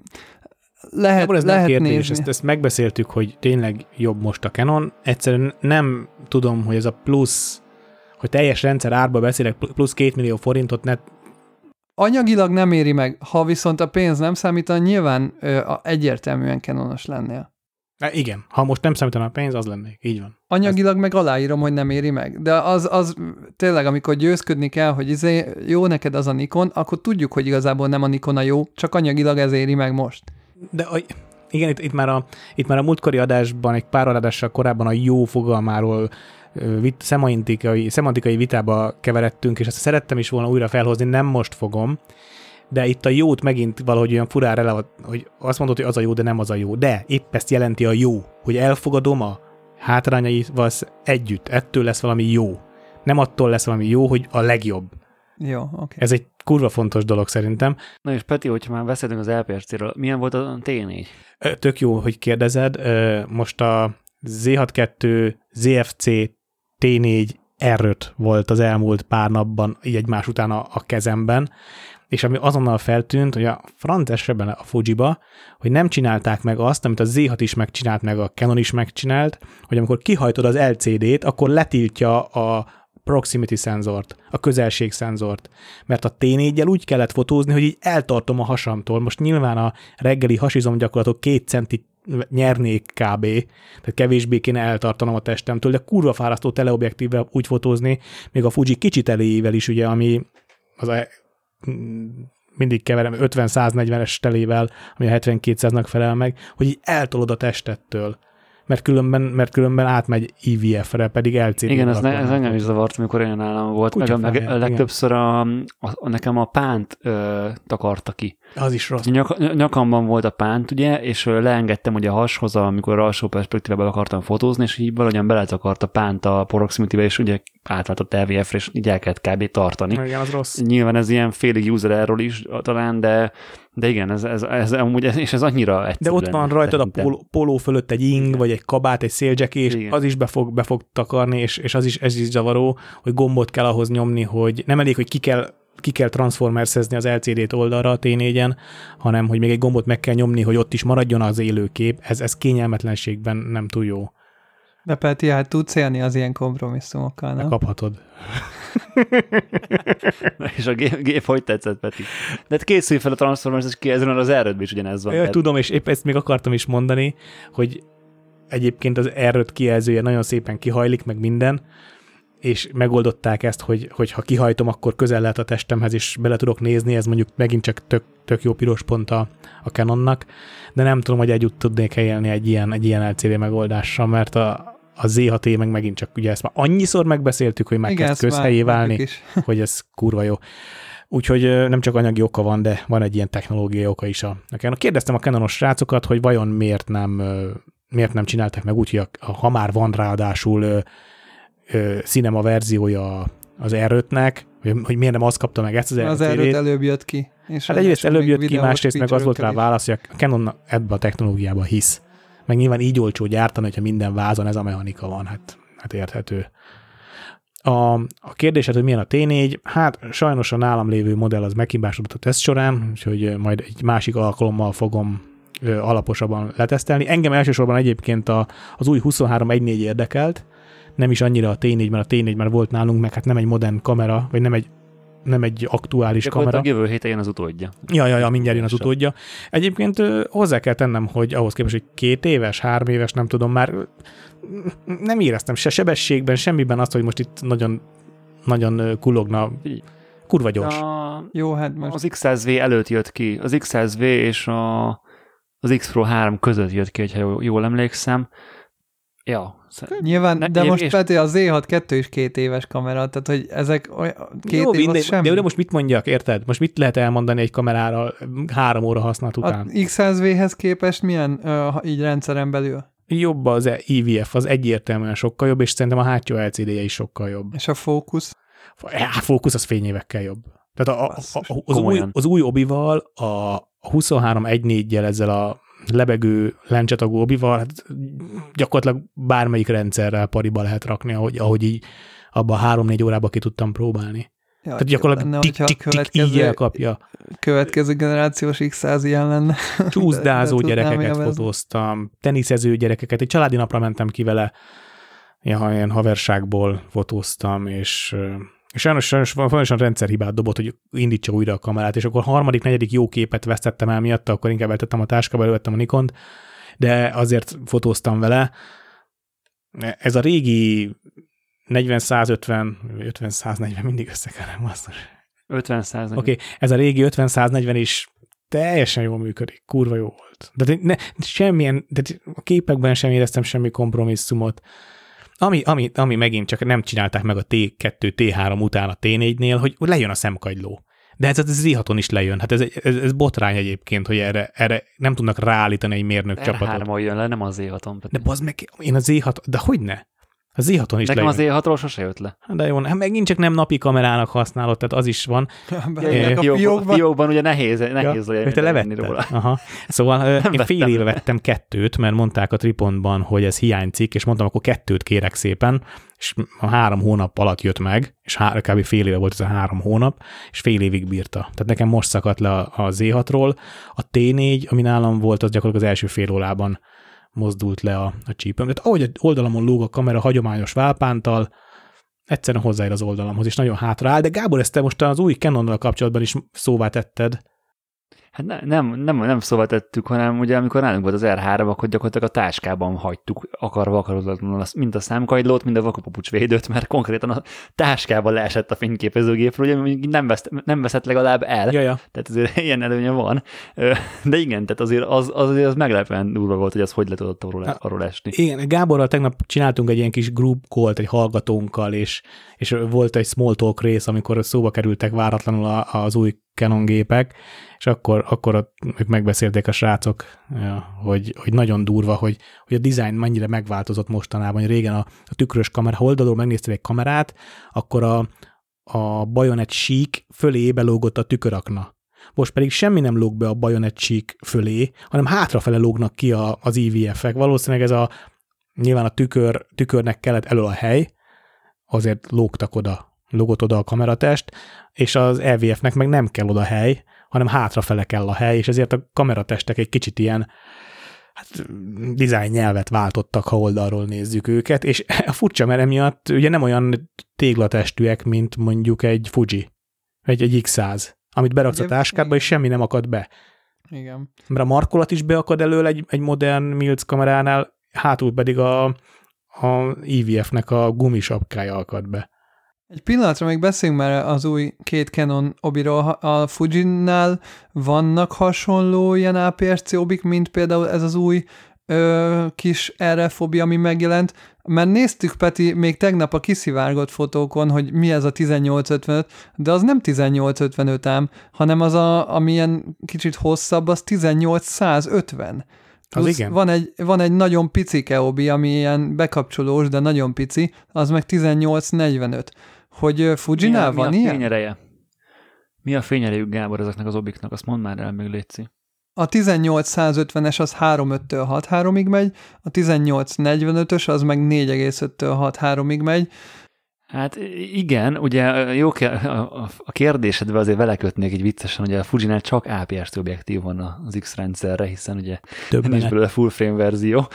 lehet, ez lehet kérdés, nézni. Ezt, ezt megbeszéltük, hogy tényleg jobb most a Canon. Egyszerűen nem tudom, hogy ez a plusz, hogy teljes rendszer árba beszélek, plusz két millió forintot ne... Anyagilag nem éri meg, ha viszont a pénz nem számítan, nyilván ö, a, egyértelműen Canonos lennél. Na, igen, ha most nem számítaná a pénz, az lennék, így van. Anyagilag meg aláírom, hogy nem éri meg. De az, az tényleg, amikor győzködni kell, hogy izé, jó neked az a Nikon, akkor tudjuk, hogy igazából nem a Nikon a jó, csak anyagilag ez éri meg most. De a, igen, itt, itt, már a, itt már a múltkori adásban, egy pár adással korábban a jó fogalmáról vit, szemantikai, szemantikai vitába keveredtünk, és ezt szerettem is volna újra felhozni, nem most fogom, de itt a jót megint valahogy olyan furán relevat, hogy azt mondod, hogy az a jó, de nem az a jó. De épp ezt jelenti a jó, hogy elfogadom a hátrányaival együtt, ettől lesz valami jó. Nem attól lesz valami jó, hogy a legjobb. Jó, oké. Okay. Ez egy kurva fontos dolog szerintem. Na és Peti, hogyha már beszéltünk az el pé es cé-ről, milyen volt a té négy? Tök jó, hogy kérdezed. Most a zé hatvankettő, zé ef cé, té négy, er öt volt az elmúlt pár napban így egymás után a, a kezemben, és ami azonnal feltűnt, hogy a franc esetben a Fujiba, hogy nem csinálták meg azt, amit a zé hat is megcsinált, meg a Canon is megcsinált, hogy amikor kihajtod az el cé dét, akkor letiltja a proximity szenzort, a közelség-szenzort. Mert a té néggyel úgy kellett fotózni, hogy így eltartom a hasamtól. Most nyilván a reggeli hasizom gyakorlatok két centi nyernék kb. Tehát kevésbé kéne eltartanom a testemtől, de kurva fárasztó teleobjektívvel úgy fotózni, még a Fuji kicsit eléjével is, ugye, ami az a, mindig keverem ötven-száznegyvenes telével, ami a hetven-kétszáznak felel meg, hogy így eltolod a testettől. Mert különben, mert különben átmegy i vé ef-re, pedig el cé dé. Igen, ez, ne, ez engem is zavart, amikor olyan nálam volt, meg, meg a legtöbbször a, a, a, nekem a pánt ö, takarta ki. Az is rossz. Nyak, nyakamban volt a pánt, ugye, és leengedtem ugye a hashoz, amikor alsó perspektívában akartam fotózni, és így valahogyan beletakart a pánt a proximity-be, és ugye átváltott el vé ef-re, és így el kellett kb. Tartani. Igen, az rossz. Nyilván ez ilyen félig user error is talán, de De igen, ez, ez, ez, amúgy, és ez annyira egyszerű. De ott van rajtad a póló, póló fölött egy ing, igen. vagy egy kabát, egy széldzseki, és igen. az is be fog, be fog takarni, és, és az is, ez is zavaró, hogy gombot kell ahhoz nyomni, hogy nem elég, hogy ki kell, ki kell transformersezni az el cé dét oldalra a té négyen, hanem hogy még egy gombot meg kell nyomni, hogy ott is maradjon az élő kép. Ez, ez kényelmetlenségben nem túl jó. De Peti, hát tudsz élni az ilyen kompromisszumokkal, nem? Kaphatod. És a gép, gép hogy tetszett, Peti? De hát készülj fel a Transformers, és ki ezen az er ötben is ugyanez van. Ja, tudom, és épp ezt még akartam is mondani, hogy egyébként az er öt kijelzője nagyon szépen kihajlik, meg minden, és megoldották ezt, hogy, hogy ha kihajtom, akkor közel lehet a testemhez, és bele tudok nézni, ez mondjuk megint csak tök, tök jó piros pont a, a Canonnak, de nem tudom, hogy együtt tudnék helyelni egy ilyen, egy ilyen el cé dé megoldással, mert a a zé hat é meg megint csak, ugye ezt már annyiszor megbeszéltük, hogy meg kezd közhelyé válni, hogy ez kurva jó. Úgyhogy nem csak anyagi oka van, de van egy ilyen technológiai oka is. A Canon. Kérdeztem a Canonos srácokat, hogy vajon miért nem, miért nem csinálták meg úgy, hogy a, a, ha már van ráadásul ö, ö, cinema verziója az er ötnek, hogy, hogy miért nem azt kapta meg ezt az el cé dét. Az er öt előbb jött ki. És hát egyrészt előbb jött ki, másrészt meg az volt rá válasz, hogy a Canon ebben a technológiában hisz. Meg nyilván így olcsó gyártani, hogyha minden vázon ez a mechanika van, hát, hát érthető. A, a kérdésed, hogy milyen a té négy, hát sajnos a nálam lévő modell az meghibásodott a teszt során, úgyhogy majd egy másik alkalommal fogom ö, alaposabban letesztelni. Engem elsősorban egyébként a, az új huszonhárom egy négy érdekelt, nem is annyira a té négy, mert a té négy már volt nálunk, meg hát nem egy modern kamera, vagy nem egy nem egy aktuális kamera. Jövő héten jön az utódja. Ja, ja, ja, mindjárt jön az utódja. Egyébként hozzá kell tennem, hogy ahhoz képest, hogy két éves, három éves, nem tudom, már nem éreztem se sebességben, semmiben azt, hogy most itt nagyon, nagyon kullogna. Kurva gyors. A, Jó, hát most... Az iksz száz vé előtt jött ki. Az iksz száz vé és a, az X Pro három között jött ki, hogyha jól, jól emlékszem. Ja. Nyilván, ne, de most és... Peti, a zé hatvankettő is két éves kamera, tehát hogy ezek olyan, két jó, év minden, semmi. de, de most mit mondjak, érted? Most mit lehet elmondani egy kamerára három óra használat után? A iksz száz véhez képest milyen uh, így rendszeren belül? Jobb az i vé ef, az egyértelműen sokkal jobb, és szerintem a hátsó el cé dé-je is sokkal jobb. És a fókusz? A fókusz az fényévekkel jobb. Tehát a, a, a, az, új, az új obival, a huszonhárom egy négyel ezzel a lebegő lencsetagú obival, hát gyakorlatilag bármelyik rendszerrel pariba lehet rakni, ahogy, ahogy így abban három-négy órában ki tudtam próbálni. Ja, tehát gyakorlatilag tik-tik-tik így elkapja. Következő generációs iksz száz ilyen lenne. Csúszdázó gyerekeket fotóztam, teniszező gyerekeket, egy családi napra mentem ki vele, ja, ilyen haverságból fotóztam, és... És sajnos, sajnos folyamatosan rendszerhibát dobott, hogy indítsa újra a kamerát, és akkor harmadik, negyedik jó képet vesztettem el miatta, akkor inkább eltettem a táskába, elővettem a Nikont, de azért fotóztam vele. Ez a régi negyven száz ötven, ötven száz negyven, mindig összekerem, basszus. ötven száz negyven. Oké, okay, ez a régi ötven száz negyven is teljesen jól működik, kurva jó volt. De ne, semmilyen, de a képekben sem éreztem semmi kompromisszumot. Ami, ami, ami megint csak nem csinálták meg a té kettő, té három után a té négynél, hogy lejön a szemkagyló. De ez az zé haton is lejön. Hát ez, ez, ez botrány egyébként, hogy erre, erre nem tudnak ráállítani egy mérnök csapatot. er háromon jön le, nem a zé haton. De bazd meg, én a zé hat, de hogy ne? A zé haton is Nekem lejön. a zé hatról sose jött le. De jó, hát megint csak nem napi kamerának használod, tehát az is van. Ja, a fiókban, fiókban ugye nehéz, nehéz ja, te levetted. Róla. Aha. Szóval nem én fél éve vettem kettőt, mert mondták a Tripontban, hogy ez hiányzik, és mondtam, akkor kettőt kérek szépen, és a három hónap alatt jött meg, és há- kb. Fél éve volt ez a három hónap, és fél évig bírta. Tehát nekem most szakadt le a, a zé hatról. A té négy, ami nálam volt, az gyakorlatilag az első fél órában mozdult le a, a csípem. Tehát ahogy oldalamon lóg a kamera hagyományos válpántal, egyszerűen hozzáér az oldalamhoz, és nagyon hátra áll, de Gábor, ezt te most az új Canonnal kapcsolatban is szóvá tetted. Hát ne, nem, nem, nem szóval tettük, hanem ugye amikor nálunk volt az er három, akkor gyakorlatilag a táskában hagytuk akarva akaratlanul, mind a számkagylót, mind a vakupapucs védőt, mert konkrétan a táskában leesett a fényképezőgépről, ugye nem, veszt, nem veszett legalább el, Jaja. Tehát azért ilyen előnye van. De igen, tehát azért az, az, azért az meglepően durva volt, hogy az hogy le tudott arról, arról esni. Igen, Gáborral tegnap csináltunk egy ilyen kis group call-t egy hallgatónkkal, és, és volt egy small talk rész, amikor szóba kerültek váratlanul az új Canon gépek, és akkor, akkor ott megbeszélték a srácok, hogy, hogy nagyon durva, hogy, hogy a design mennyire megváltozott mostanában, hogy régen a, a tükrös kamera, ha oldalról megnéztél egy kamerát, akkor a, a Bayonet sík fölé belógott a tükörakna. Most pedig semmi nem lóg be a Bayonet sík fölé, hanem hátrafele lógnak ki a, az i vé ef-ek. Valószínűleg ez a, nyilván a tükör, tükörnek kellett elő a hely, azért lógtak oda, lógott oda a kameratest, és az e vé ef-nek meg nem kell oda hely, hanem hátrafele kell a hely, és ezért a kameratestek egy kicsit ilyen hát, design nyelvet váltottak, ha oldalról nézzük őket, és a furcsa, mert emiatt ugye nem olyan téglatestűek, mint mondjuk egy Fuji, vagy egy iksz száz, amit beraksz a táskádba, és semmi nem akad be. Igen. Mert a markolat is beakad elől egy, egy modern Mills kameránál, hátul pedig a, a i vé ef-nek a gumisapkája akad be. Egy pillanatra még beszéljünk már az új két Canon obiról. A Fujinál vannak hasonló ilyen á pé es cé obik, mint például ez az új ö, kis er ef obi, ami megjelent. Mert néztük, Peti, még tegnap a kiszivárgott fotókon, hogy mi ez a tizennyolc ötvenöt, de az nem tizennyolc ötvenöt ám, hanem az, a, ami ilyen kicsit hosszabb, az tizennyolc százötven. Az igen. Van egy, van egy nagyon picike obi, ami ilyen bekapcsolós, de nagyon pici, az meg tizennyolc negyvenöt. Hogy Fujinál van mi a ilyen? Fényereje? Mi a fényerejük, Gábor, ezeknek az obiknak? Azt mondd már el még, létszi. A tizennyolc százötvenes az három egész öttől hat egész háromig megy, a tizennyolc negyvenötös az meg négy egész öttől hat egész háromig megy. Hát igen, ugye jó, a kérdésedben azért vele kötnék egy viccesen, ugye a Fujinál csak á pé es cé objektív van az X rendszerre, hiszen ugye Több nincs belőle full frame verzió.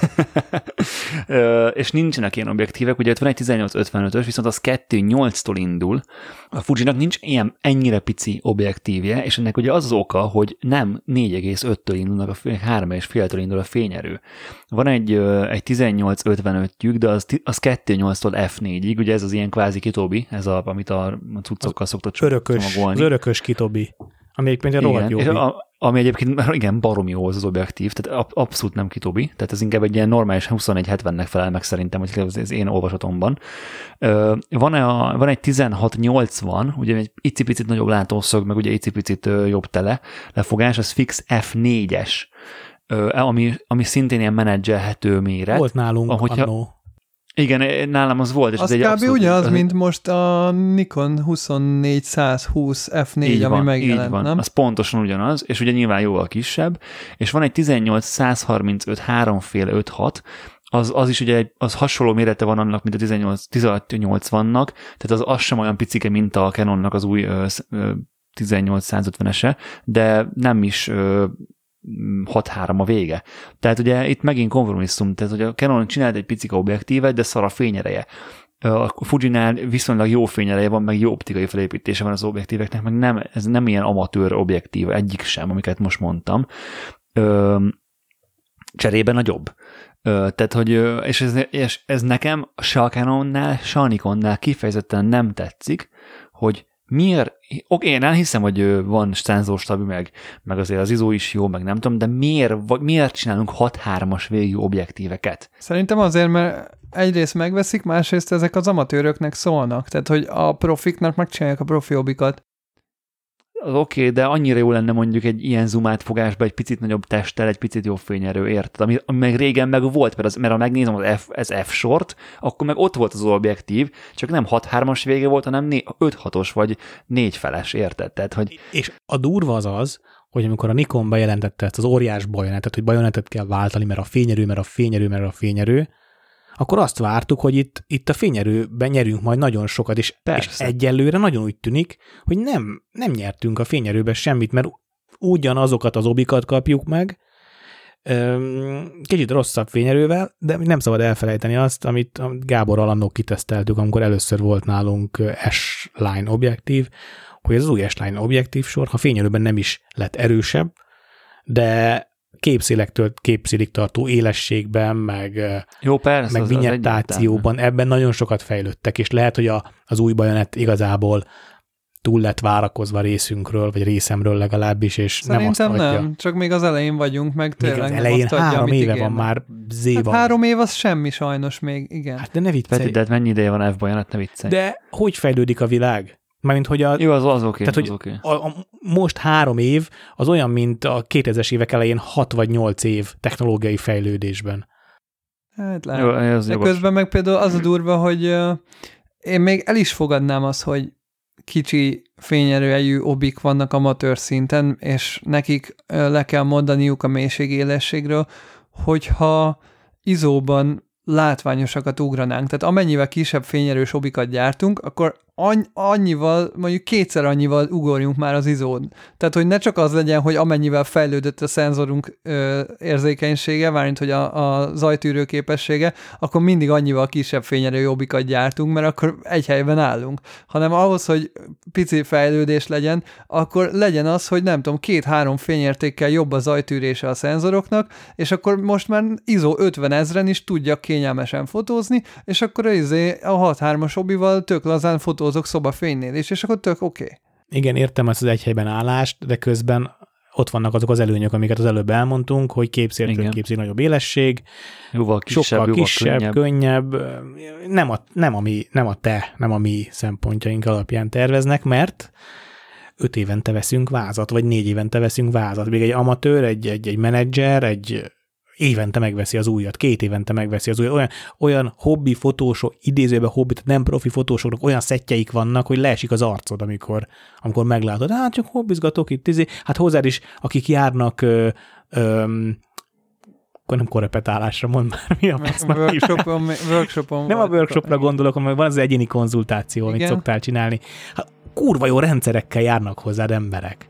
És nincsenek ilyen objektívek, ugye ott van egy tizennyolc ötvenötös, viszont az kettő nyolctól indul. A Fujinak nincs ilyen ennyire pici objektívje, és ennek ugye az az oka, hogy nem négy egész öttől indulnak, a három egész öttől indul a fényerő. Van egy, egy tizennyolc ötvenötjük, de az, az kettő nyolctól ef négyig, ugye ez az ilyen kvázi kitobi, ez a, amit a cuccokkal szoktott csomagolni. Az örökös kitobi, ami egyébként egy rohadt jó. És a, ami egyébként igen, baromi jó az az objektív, tehát abszolút nem kitobi, tehát ez inkább egy ilyen normális huszonegy hetvennek felel meg szerintem, hogy az én olvasatomban. Van, a, van egy tizenhat nyolcvan, ugye egy icipicit nagyobb látószög, meg ugye icipicit jobb tele lefogás, az fix ef négyes, ami, ami szintén ilyen menedzselhető méret. Volt nálunk ahogyha, annó. Igen, nálam az volt. És az egy kb. Abszolút, ugyanaz, mint most a Nikon huszonnégy százhúsz ef négy, így ami van, megjelent, így van. nem? Az pontosan ugyanaz, és ugye nyilván jóval kisebb, és van egy tizennyolc százharmincöt három fél öt hat, az, az is ugye egy, az hasonló mérete van annak, mint a tizennyolc tizenhat nyolcvannak, tehát az, az sem olyan picike, mint a Canonnak az új ö, ö, tizennyolc százötvenese, de nem is ö, hat három a vége. Tehát ugye itt megint kompromisszum, tehát hogy a Canon csinált egy picike objektívet, de szar a fényereje. A Fujinál viszonylag jó fényereje van, meg jó optikai felépítése van az objektíveknek, meg nem, ez nem ilyen amatőr objektív, egyik sem, amiket most mondtam. Ö, cserében nagyobb. Ö, tehát, hogy, és ez, és ez nekem se a Canonnál, se a Nikonnál kifejezetten nem tetszik, hogy miért, oké, én elhiszem, hogy van szenzorstabi, meg, meg azért az izó is jó, meg nem tudom, de miért, miért csinálunk hat hármas végű objektíveket? Szerintem azért, mert egyrészt megveszik, másrészt ezek az amatőröknek szólnak, tehát hogy a profiknak megcsinálják a profi obikat. Az oké, okay, de annyira jó lenne mondjuk egy ilyen zoomált fogásba egy picit nagyobb testtel, egy picit jobb fényerő, érted? Ami, ami meg régen meg volt, mert, az, mert ha megnézem az F, ez F-short, akkor meg ott volt az objektív, csak nem hat hármas vége volt, hanem öt hatos vagy négy feles, érted? Tehát, hogy... És a durva az az, hogy amikor a Nikon bejelentette ezt az óriás bajonetet, hogy bajonetet kell váltani, mert a fényerő, mert a fényerő, mert a fényerő, akkor azt vártuk, hogy itt, itt a fényerőben nyerünk majd nagyon sokat, és, és egyelőre nagyon úgy tűnik, hogy nem, nem nyertünk a fényerőben semmit, mert ugyanazokat az obikat kapjuk meg, kicsit rosszabb fényerővel, de nem szabad elfelejteni azt, amit Gáborral annól kiteszteltük, amikor először volt nálunk S-Line objektív, hogy az új S-Line objektív sor, ha fényerőben nem is lett erősebb, de képszélektől képszélig tartó élességben, meg, Jó, persze, meg vinyettációban, ebben nagyon sokat fejlődtek, és lehet, hogy a, az új bajonet igazából túl lett várakozva részünkről, vagy részemről legalábbis, és Szerintem nem azt adja. nem, csak még az elején vagyunk, meg tényleg még az elején azt adja, három éve igényel. van már zéva. Hát három év az semmi sajnos még, igen. Hát de ne viccelj. Peti, de hát mennyi ideje van F-bajonet, ne viccelj. De hogy fejlődik a világ? Mármint, hogy a... Jó, az, az oké. Tehát, hogy okay. a, a, most három év az olyan, mint a kétezres évek elején hat vagy nyolc év technológiai fejlődésben. Hát lehet. Jó, ez de jogos. közben meg például az a durva, hogy uh, én még el is fogadnám azt, hogy kicsi fényerőjű obik vannak amatőr szinten, és nekik uh, le kell mondaniuk a mélységélességről, hogyha izóban látványosakat ugranánk. Tehát amennyivel kisebb fényerős obikat gyártunk, akkor annyival, mondjuk kétszer annyival ugorjunk már az izón. Tehát, hogy ne csak az legyen, hogy amennyivel fejlődött a szenzorunk ö, érzékenysége, mármint, hogy a, a zajtűrő képessége, akkor mindig annyival kisebb fényerő obikat gyártunk, mert akkor egy helyben állunk. Hanem ahhoz, hogy pici fejlődés legyen, akkor legyen az, hogy nem tudom, két-három fényértékkel jobb a zajtűrése a szenzoroknak, és akkor most már izó ötvenezren is tudja kényelmesen fotózni, és akkor izé a hat hármas obival tök lazán fotózok szobafénynél is, és akkor tök oké. Okay. Igen, értem ezt az egy helyben állást, de közben ott vannak azok az előnyök, amiket az előbb elmondtunk, hogy képszéltől képzél nagyobb élesség, jóval kisebb, sokkal jóval kisebb, könnyebb, könnyebb nem, a, nem, a mi, nem a te, nem a mi szempontjaink alapján terveznek, mert öt évente veszünk vázat, vagy négy évente veszünk vázat. Még egy amatőr, egy, egy, egy menedzser, egy évente megveszi az újat, két évente megveszi az újat. Olyan, olyan hobbi fotósok, idézőben hobbi, nem profi fotósoknak olyan szettjeik vannak, hogy leesik az arcod, amikor, amikor meglátod. Hát csak hobbizgatok itt, izé. Hát hozzád is, akik járnak ö, ö, akkor nem korrepetálásra, mond már, mi a fasznak workshopon, workshopon nem a workshopra gondolok, hanem van az egyéni konzultáció, amit Igen. szoktál csinálni. Hát, kurva jó rendszerekkel járnak hozzád emberek.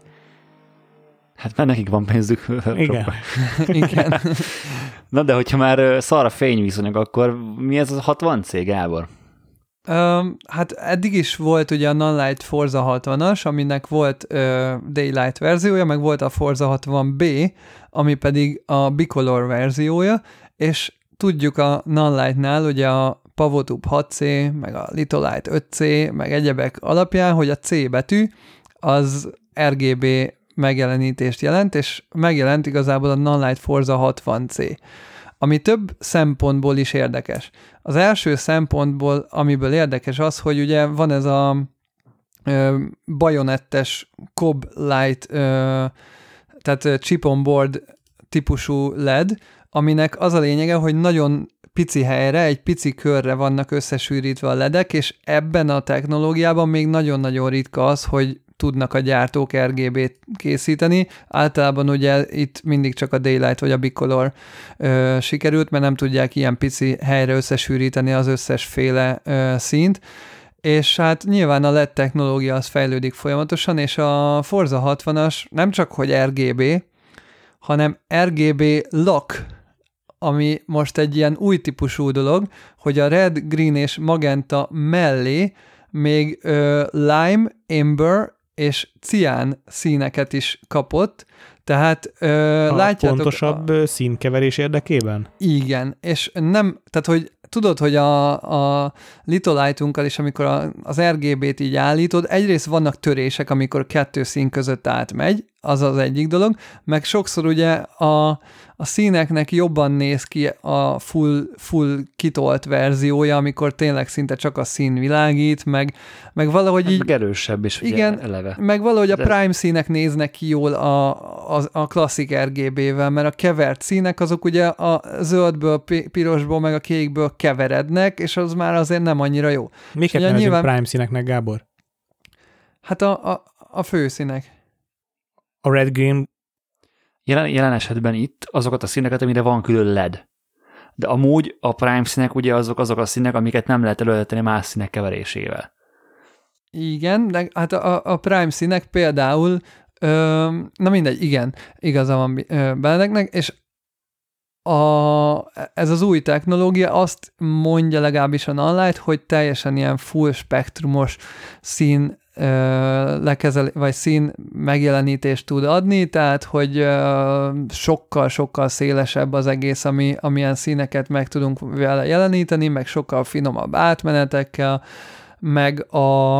Hát már nekik van pénzük. Igen. Igen. Na de hogyha már szar a fényviszonyok, akkor mi ez a hatvan cé, Gábor? Um, hát eddig is volt ugye a Nonlight Forza hatvanas, aminek volt uh, Daylight verziója, meg volt a Forza hatvan bé, ami pedig a Bicolor verziója, és tudjuk a Nonlightnál ugye a Pavotube hat cé, meg a Litolite öt cé, meg egyebek alapján, hogy a C betű az er gé bé megjelenítést jelent, és megjelent igazából a Nonlight Forza hatvan cé, ami több szempontból is érdekes. Az első szempontból, amiből érdekes az, hogy ugye van ez a ö, bajonettes Cobb Light, ö, tehát chip on board típusú el é dé, aminek az a lényege, hogy nagyon pici helyre, egy pici körre vannak összesűrítve a ledek, és ebben a technológiában még nagyon-nagyon ritka az, hogy tudnak a gyártók er gé bét készíteni. Általában ugye itt mindig csak a Daylight vagy a Bicolor ö, sikerült, mert nem tudják ilyen pici helyre összesűríteni az összes féle ö, színt. És hát nyilván a el é dé technológia az fejlődik folyamatosan, és a Forza hatvanas nem csak hogy er gé bé, hanem er gé bé lock, ami most egy ilyen új típusú dolog, hogy a red, green és magenta mellé még ö, lime, amber és cián színeket is kapott, Tehát ö, a látjátok... pontosabb a... színkeverés érdekében? Igen, és nem, tehát hogy tudod, hogy a, a Little Light-unkkal is, amikor a, az er gé bét így állítod, egyrészt vannak törések, amikor kettő szín között átmegy, az az egyik dolog, meg sokszor ugye a, a színeknek jobban néz ki a full, full kitolt verziója, amikor tényleg szinte csak a szín világít, meg, meg valahogy hát így... Meg erősebb is, ugye, igen, eleve. meg valahogy a De... prime színek néznek ki jól a, a, a klasszik er gé bével, mert a kevert színek azok ugye a zöldből, pirosból, meg a kékből keverednek, és az már azért nem annyira jó. Miket nevezünk nyilván... prime színeknek, Gábor? Hát a, a, a főszínek. A red, green... Jelen, jelen esetben itt azokat a színeket, amire van külön el é dé. De amúgy a prime színek ugye azok, azok a színek, amiket nem lehet előállítani más színek keverésével. Igen, de hát a, a prime színek például, ö, na mindegy, igen, igaza van Benedeknek, és a, ez az új technológia azt mondja legalábbis a Nonlight, hogy teljesen ilyen full spektrumos szín lekezel, vagy szín megjelenítést tud adni, tehát hogy sokkal-sokkal szélesebb az egész, ami, amilyen színeket meg tudunk vele jeleníteni, meg sokkal finomabb átmenetekkel, meg a,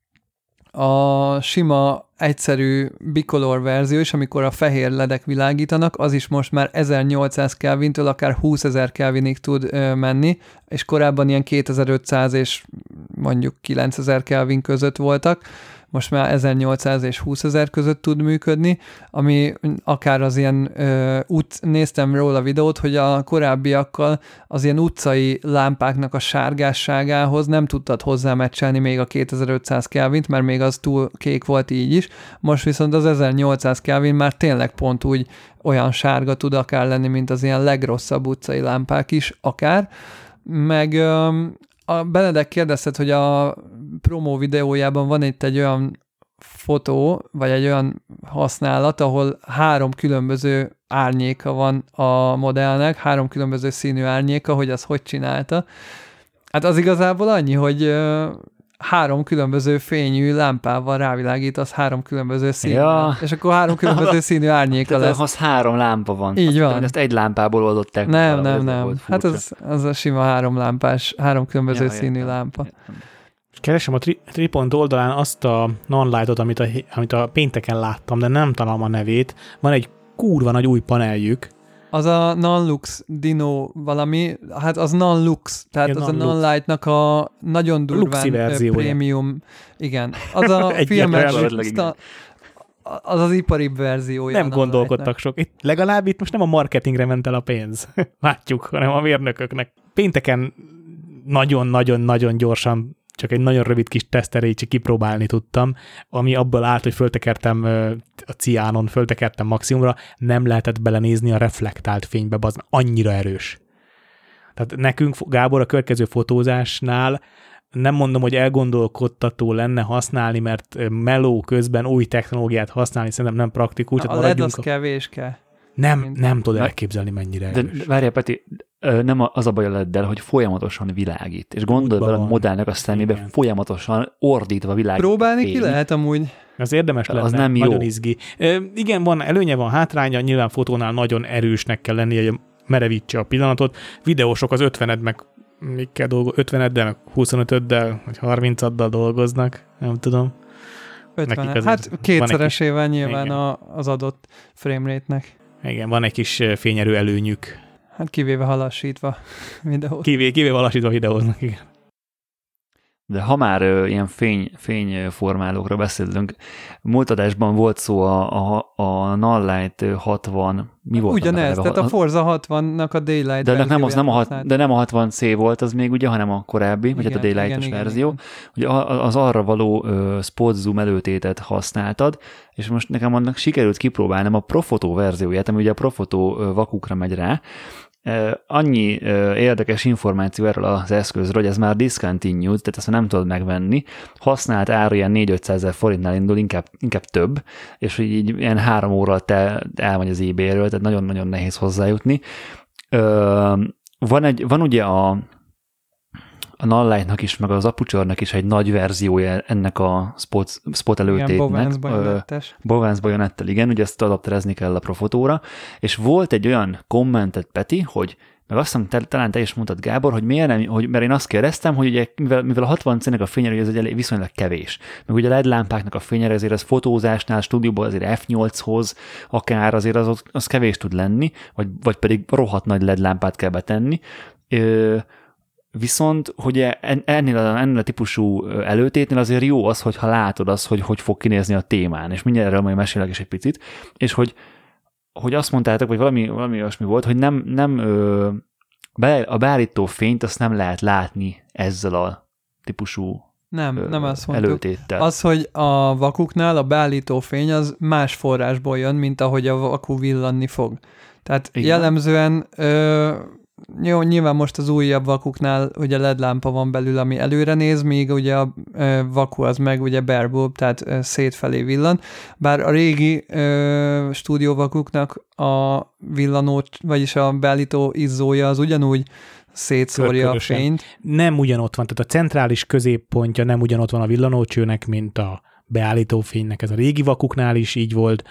a sima egyszerű bicolor verzió is, amikor a fehér ledek világítanak, az is most már ezernyolcszáz Kelvintől akár húszezer Kelvinig tud ö, menni, és korábban ilyen kétezer-ötszáz és mondjuk kilencezer Kelvin között voltak, most már ezernyolcszáz és húszezer között tud működni, ami akár az ilyen ö, út, néztem róla videót, hogy a korábbiakkal az ilyen utcai lámpáknak a sárgásságához nem tudtad hozzámeccselni még a kétezer-ötszáz Kelvint, mert még az túl kék volt így is, most viszont az ezernyolcszáz Kelvin már tényleg pont úgy olyan sárga tud akár lenni, mint az ilyen legrosszabb utcai lámpák is akár, meg ö, a Benedek kérdezted, hogy a promó videójában van itt egy olyan fotó, vagy egy olyan használat, ahol három különböző árnyéka van a modellnek, három különböző színű árnyéka, hogy az hogy csinálta. Hát az igazából annyi, hogy három különböző fényű lámpával rávilágít, az három különböző színű. Ja. És akkor három különböző színű árnyéka lesz. Tehát az három lámpa van. Így van. Azt, ezt egy lámpából oldották. Nem, nem, nem. Hát az, az a sima három lámpás, három különböző ja, színű értem. lámpa. Értem. Keresem a Tripont oldalán azt a Nonlightot, amit a, amit a pénteken láttam, de nem találom a nevét. Van egy kurva nagy új paneljük. Az a Nonlux Dino valami, hát az Nonlux, tehát igen, az non a Nonlightnak a nagyon durván prémium, igen. Az a filmes, az az iparibb verziója. Nem gondolkodtak sok. Itt, legalább itt most nem a marketingre ment el a pénz. Látjuk, hanem a mérnököknek. Pénteken nagyon-nagyon-nagyon gyorsan csak egy nagyon rövid kis teszteréig kipróbálni tudtam, ami abból állt, hogy föltekertem a ciánon, föltekertem maximumra, nem lehetett belenézni a reflektált fénybe, az annyira erős. Tehát nekünk, Gábor, a következő fotózásnál nem mondom, hogy elgondolkodtató lenne használni, mert meló közben új technológiát használni szerintem nem praktikus. A led az a... kevéske. Nem, Mind. nem tudod elképzelni, mennyire erős. De várjál, Peti, nem az a baj a leddel, hogy folyamatosan világít, és gondolj bele a modellnek a szemébe, igen. Folyamatosan ordítva világít. Próbálni ki lehet amúgy. Az érdemes lenne, az nem nagyon jó. izgi. E, igen, van előnye, van hátránya, nyilván fotónál nagyon erősnek kell lennie, hogy merevítse a pillanatot. Videósok az ötvened meg még kell dolgo, ötveneddel, meg huszonötöddel, vagy harmincaddal dolgoznak, nem tudom. ötven. Hát kétszeresével nyilván a, az adott framerate-nek. Igen, van egy kis fényerő előnyük. Hát kivéve halassítva videót. Kivéve, kivéve halassítva videóznak, igen. De ha már ö, ilyen fény, fényformálókra beszélünk, múlt adásban volt szó a, a, a Nonlight hatvan, mi volt? Ugyanez, tehát a Forza hatvannak a Daylight de nem, az nem a hat, de nem a hatvan cé volt az még ugye, hanem a korábbi, igen, vagy hát a Daylight-os igen, verzió. Igen. Ugye az arra való uh, spot zoom előtétet használtad, és most nekem annak sikerült kipróbálnom a Profoto verzióját, ami ugye a Profoto uh, vakukra megy rá. Uh, annyi uh, érdekes információ erről az eszközről, hogy ez már discontinued, tehát ezt nem tudod megvenni. Használt ára ilyen négy-ötszázezer forintnál indul, inkább, inkább több, és hogy így ilyen három óra te elmegy az eBay-ről, tehát nagyon-nagyon nehéz hozzájutni. Uh, van, egy, van ugye a, a Null-Lightnak is, meg az Aputure-nak is egy nagy verziója ennek a spot, spot előtétnek. Igen, Bovance bajonettes. Bovance bajonettel, igen, ugye ezt adapterezni kell a Profotóra, és volt egy olyan kommentet, Peti, hogy meg azt hiszem, te, talán te is mondtad, Gábor, hogy miért nem, hogy, mert én azt kérdeztem, hogy ugye, mivel, mivel a hatvan cének a fényerő, ez egy viszonylag kevés. Meg ugye a el é dé lámpáknak a fényerő, azért az fotózásnál, stúdióban azért ef nyolchoz, akár azért az, az kevés tud lenni, vagy, vagy pedig rohadt nagy el é dé lámpát kell betenni. Ö, viszont, hogy ennél a, ennél a típusú előtétnél azért jó az, hogyha látod azt, hogy hogy fog kinézni a témán, és mindjárt erről majd mesélek is egy picit, és hogy hogy azt mondtátok, vagy valami, valami olyasmi volt, hogy nem, nem ö, be, a beállító fényt azt nem lehet látni ezzel a típusú nem, ö, nem azt mondtuk. előtéttel. Az, hogy a vakuknál a beállító fény az más forrásból jön, mint ahogy a vaku villanni fog. Tehát igen. Jellemzően ö, jó, nyilván most az újabb vakuknál ugye el é dé lámpa van belül, ami előre néz, míg ugye a ö, vaku az meg ugye bare bulb, tehát ö, szétfelé villan. Bár a régi ö, stúdióvakuknak a villanó, vagyis a beállító izzója az ugyanúgy szétszórja Körkörösen. A fényt. Nem ugyanott van, tehát a centrális középpontja nem ugyanott van a villanócsőnek, mint a beállító fénynek. Ez a régi vakuknál is így volt,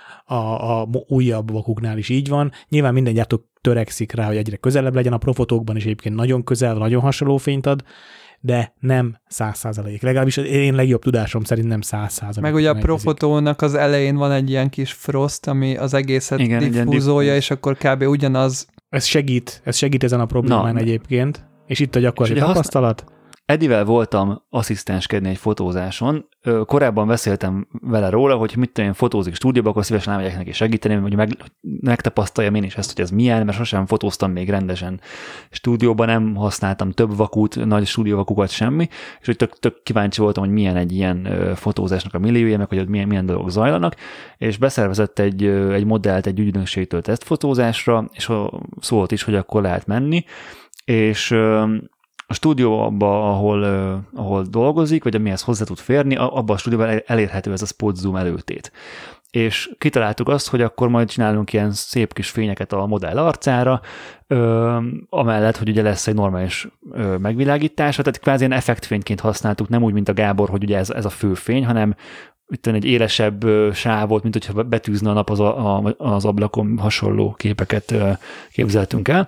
a, a újabb vakuknál is így van. Nyilván minden gyártó törekszik rá, hogy egyre közelebb legyen, a Profotókban is egyébként nagyon közel, nagyon hasonló fényt ad, de nem száz százalék. Legalábbis én legjobb tudásom szerint nem száz százalék. Meg ugye a Profotónak az elején van egy ilyen kis frost, ami az egészet igen, diffúzolja, és akkor kb. Ugyanaz. Ez segít, ez segít ezen a problémán Na, egyébként, és itt a gyakorlati tapasztalat. Használ... Edivel voltam asszisztenskedni egy fotózáson. Korábban beszéltem vele róla, hogy mit tudom én fotózik stúdióba, akkor szívesen elmegyek neki segíteni, hogy meg, megtapasztaljam én is ezt, hogy ez milyen, mert sosem fotóztam még rendesen stúdióban, nem használtam több vakút, nagy stúdióvakukat, semmi, és hogy tök, tök kíváncsi voltam, hogy milyen egy ilyen fotózásnak a milliója, meg hogy ott milyen, milyen dolgok zajlanak, és beszervezett egy, egy modellt egy ügynökségtől tesztfotózásra, és szólt is, hogy akkor lehet menni, és a stúdióban, ahol, ahol dolgozik, vagy amihez hozzá tud férni, abban a stúdióban elérhető ez a spot zoom előtét. És kitaláltuk azt, hogy akkor majd csinálunk ilyen szép kis fényeket a modell arcára, ö, amellett, hogy ugye lesz egy normális ö, megvilágítása, tehát kvázi ilyen effektfényként használtuk, nem úgy, mint a Gábor, hogy ugye ez, ez a fő fény, hanem itt egy élesebb sávot, mint hogyha betűzne a nap az, a, az ablakon, hasonló képeket ö, képzeltünk el.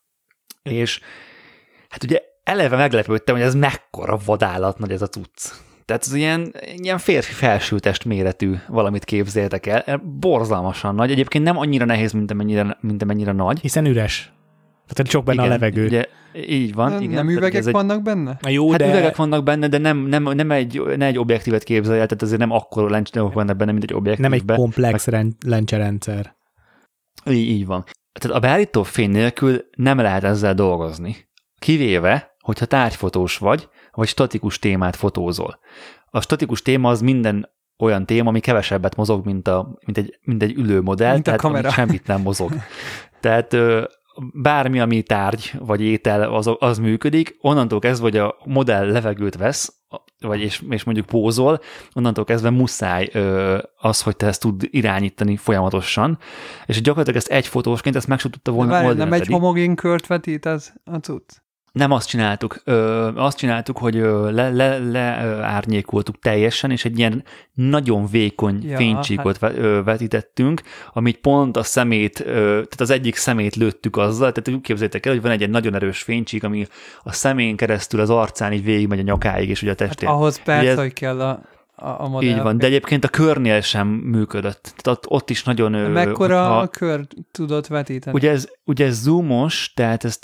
És hát ugye eleve meglepődtem, hogy ez mekkora vadállat nagy ez a cucc. Tehát ez ilyen, ilyen férfi felsőtest méretű valamit képzeltek el. Borzalmasan nagy. Egyébként nem annyira nehéz, mint amennyire, mint amennyire nagy. Hiszen üres. Tehát sok benne igen, a levegő. Ugye, így van. Nem, igen, nem üvegek egy, vannak benne? Na jó, hát de... üvegek vannak benne, de nem, nem, nem egy, ne egy objektívet képzelj el, tehát azért nem akkora lencsenek vannak benne, mint egy objektívben. Nem egy komplex meg... lencserendszer. Így, így van. Tehát a beállító fény nélkül nem lehet ezzel dolgozni. Kivéve, hogyha tárgyfotós vagy, vagy statikus témát fotózol. A statikus téma az minden olyan téma, ami kevesebbet mozog, mint, a, mint, egy, mint egy ülő modell, mint tehát ami semmit nem mozog. Tehát bármi, ami tárgy vagy étel, az, az működik, onnantól kezdve, hogy a modell levegőt vesz, vagy és, és mondjuk pózol, onnantól kezdve muszáj ö, az, hogy te ezt tud irányítani folyamatosan, és gyakorlatilag ezt egy fotósként ezt meg sem tudta volna oldani. Nem egy homogén kört vetít az a cucc? Nem azt csináltuk. Ö, azt csináltuk, hogy le, le, le ö, árnyékoltuk teljesen, és egy ilyen nagyon vékony ja, fénycsíkot hát... vetítettünk, amit pont a szemét, ö, tehát az egyik szemét lőttük azzal, tehát úgy képzeljétek el, hogy van egy, egy nagyon erős fénycsík, ami a szemén keresztül az arcán így végigmegy a nyakáig, és ugye a testén. Hát ahhoz persze, ez... hogy kell a... A, a így van, de egyébként a körnél sem működött. Tehát ott, ott is nagyon... Mekkora ha, a kör tudott vetíteni? Ugye ez, ugye ez zoomos, tehát ez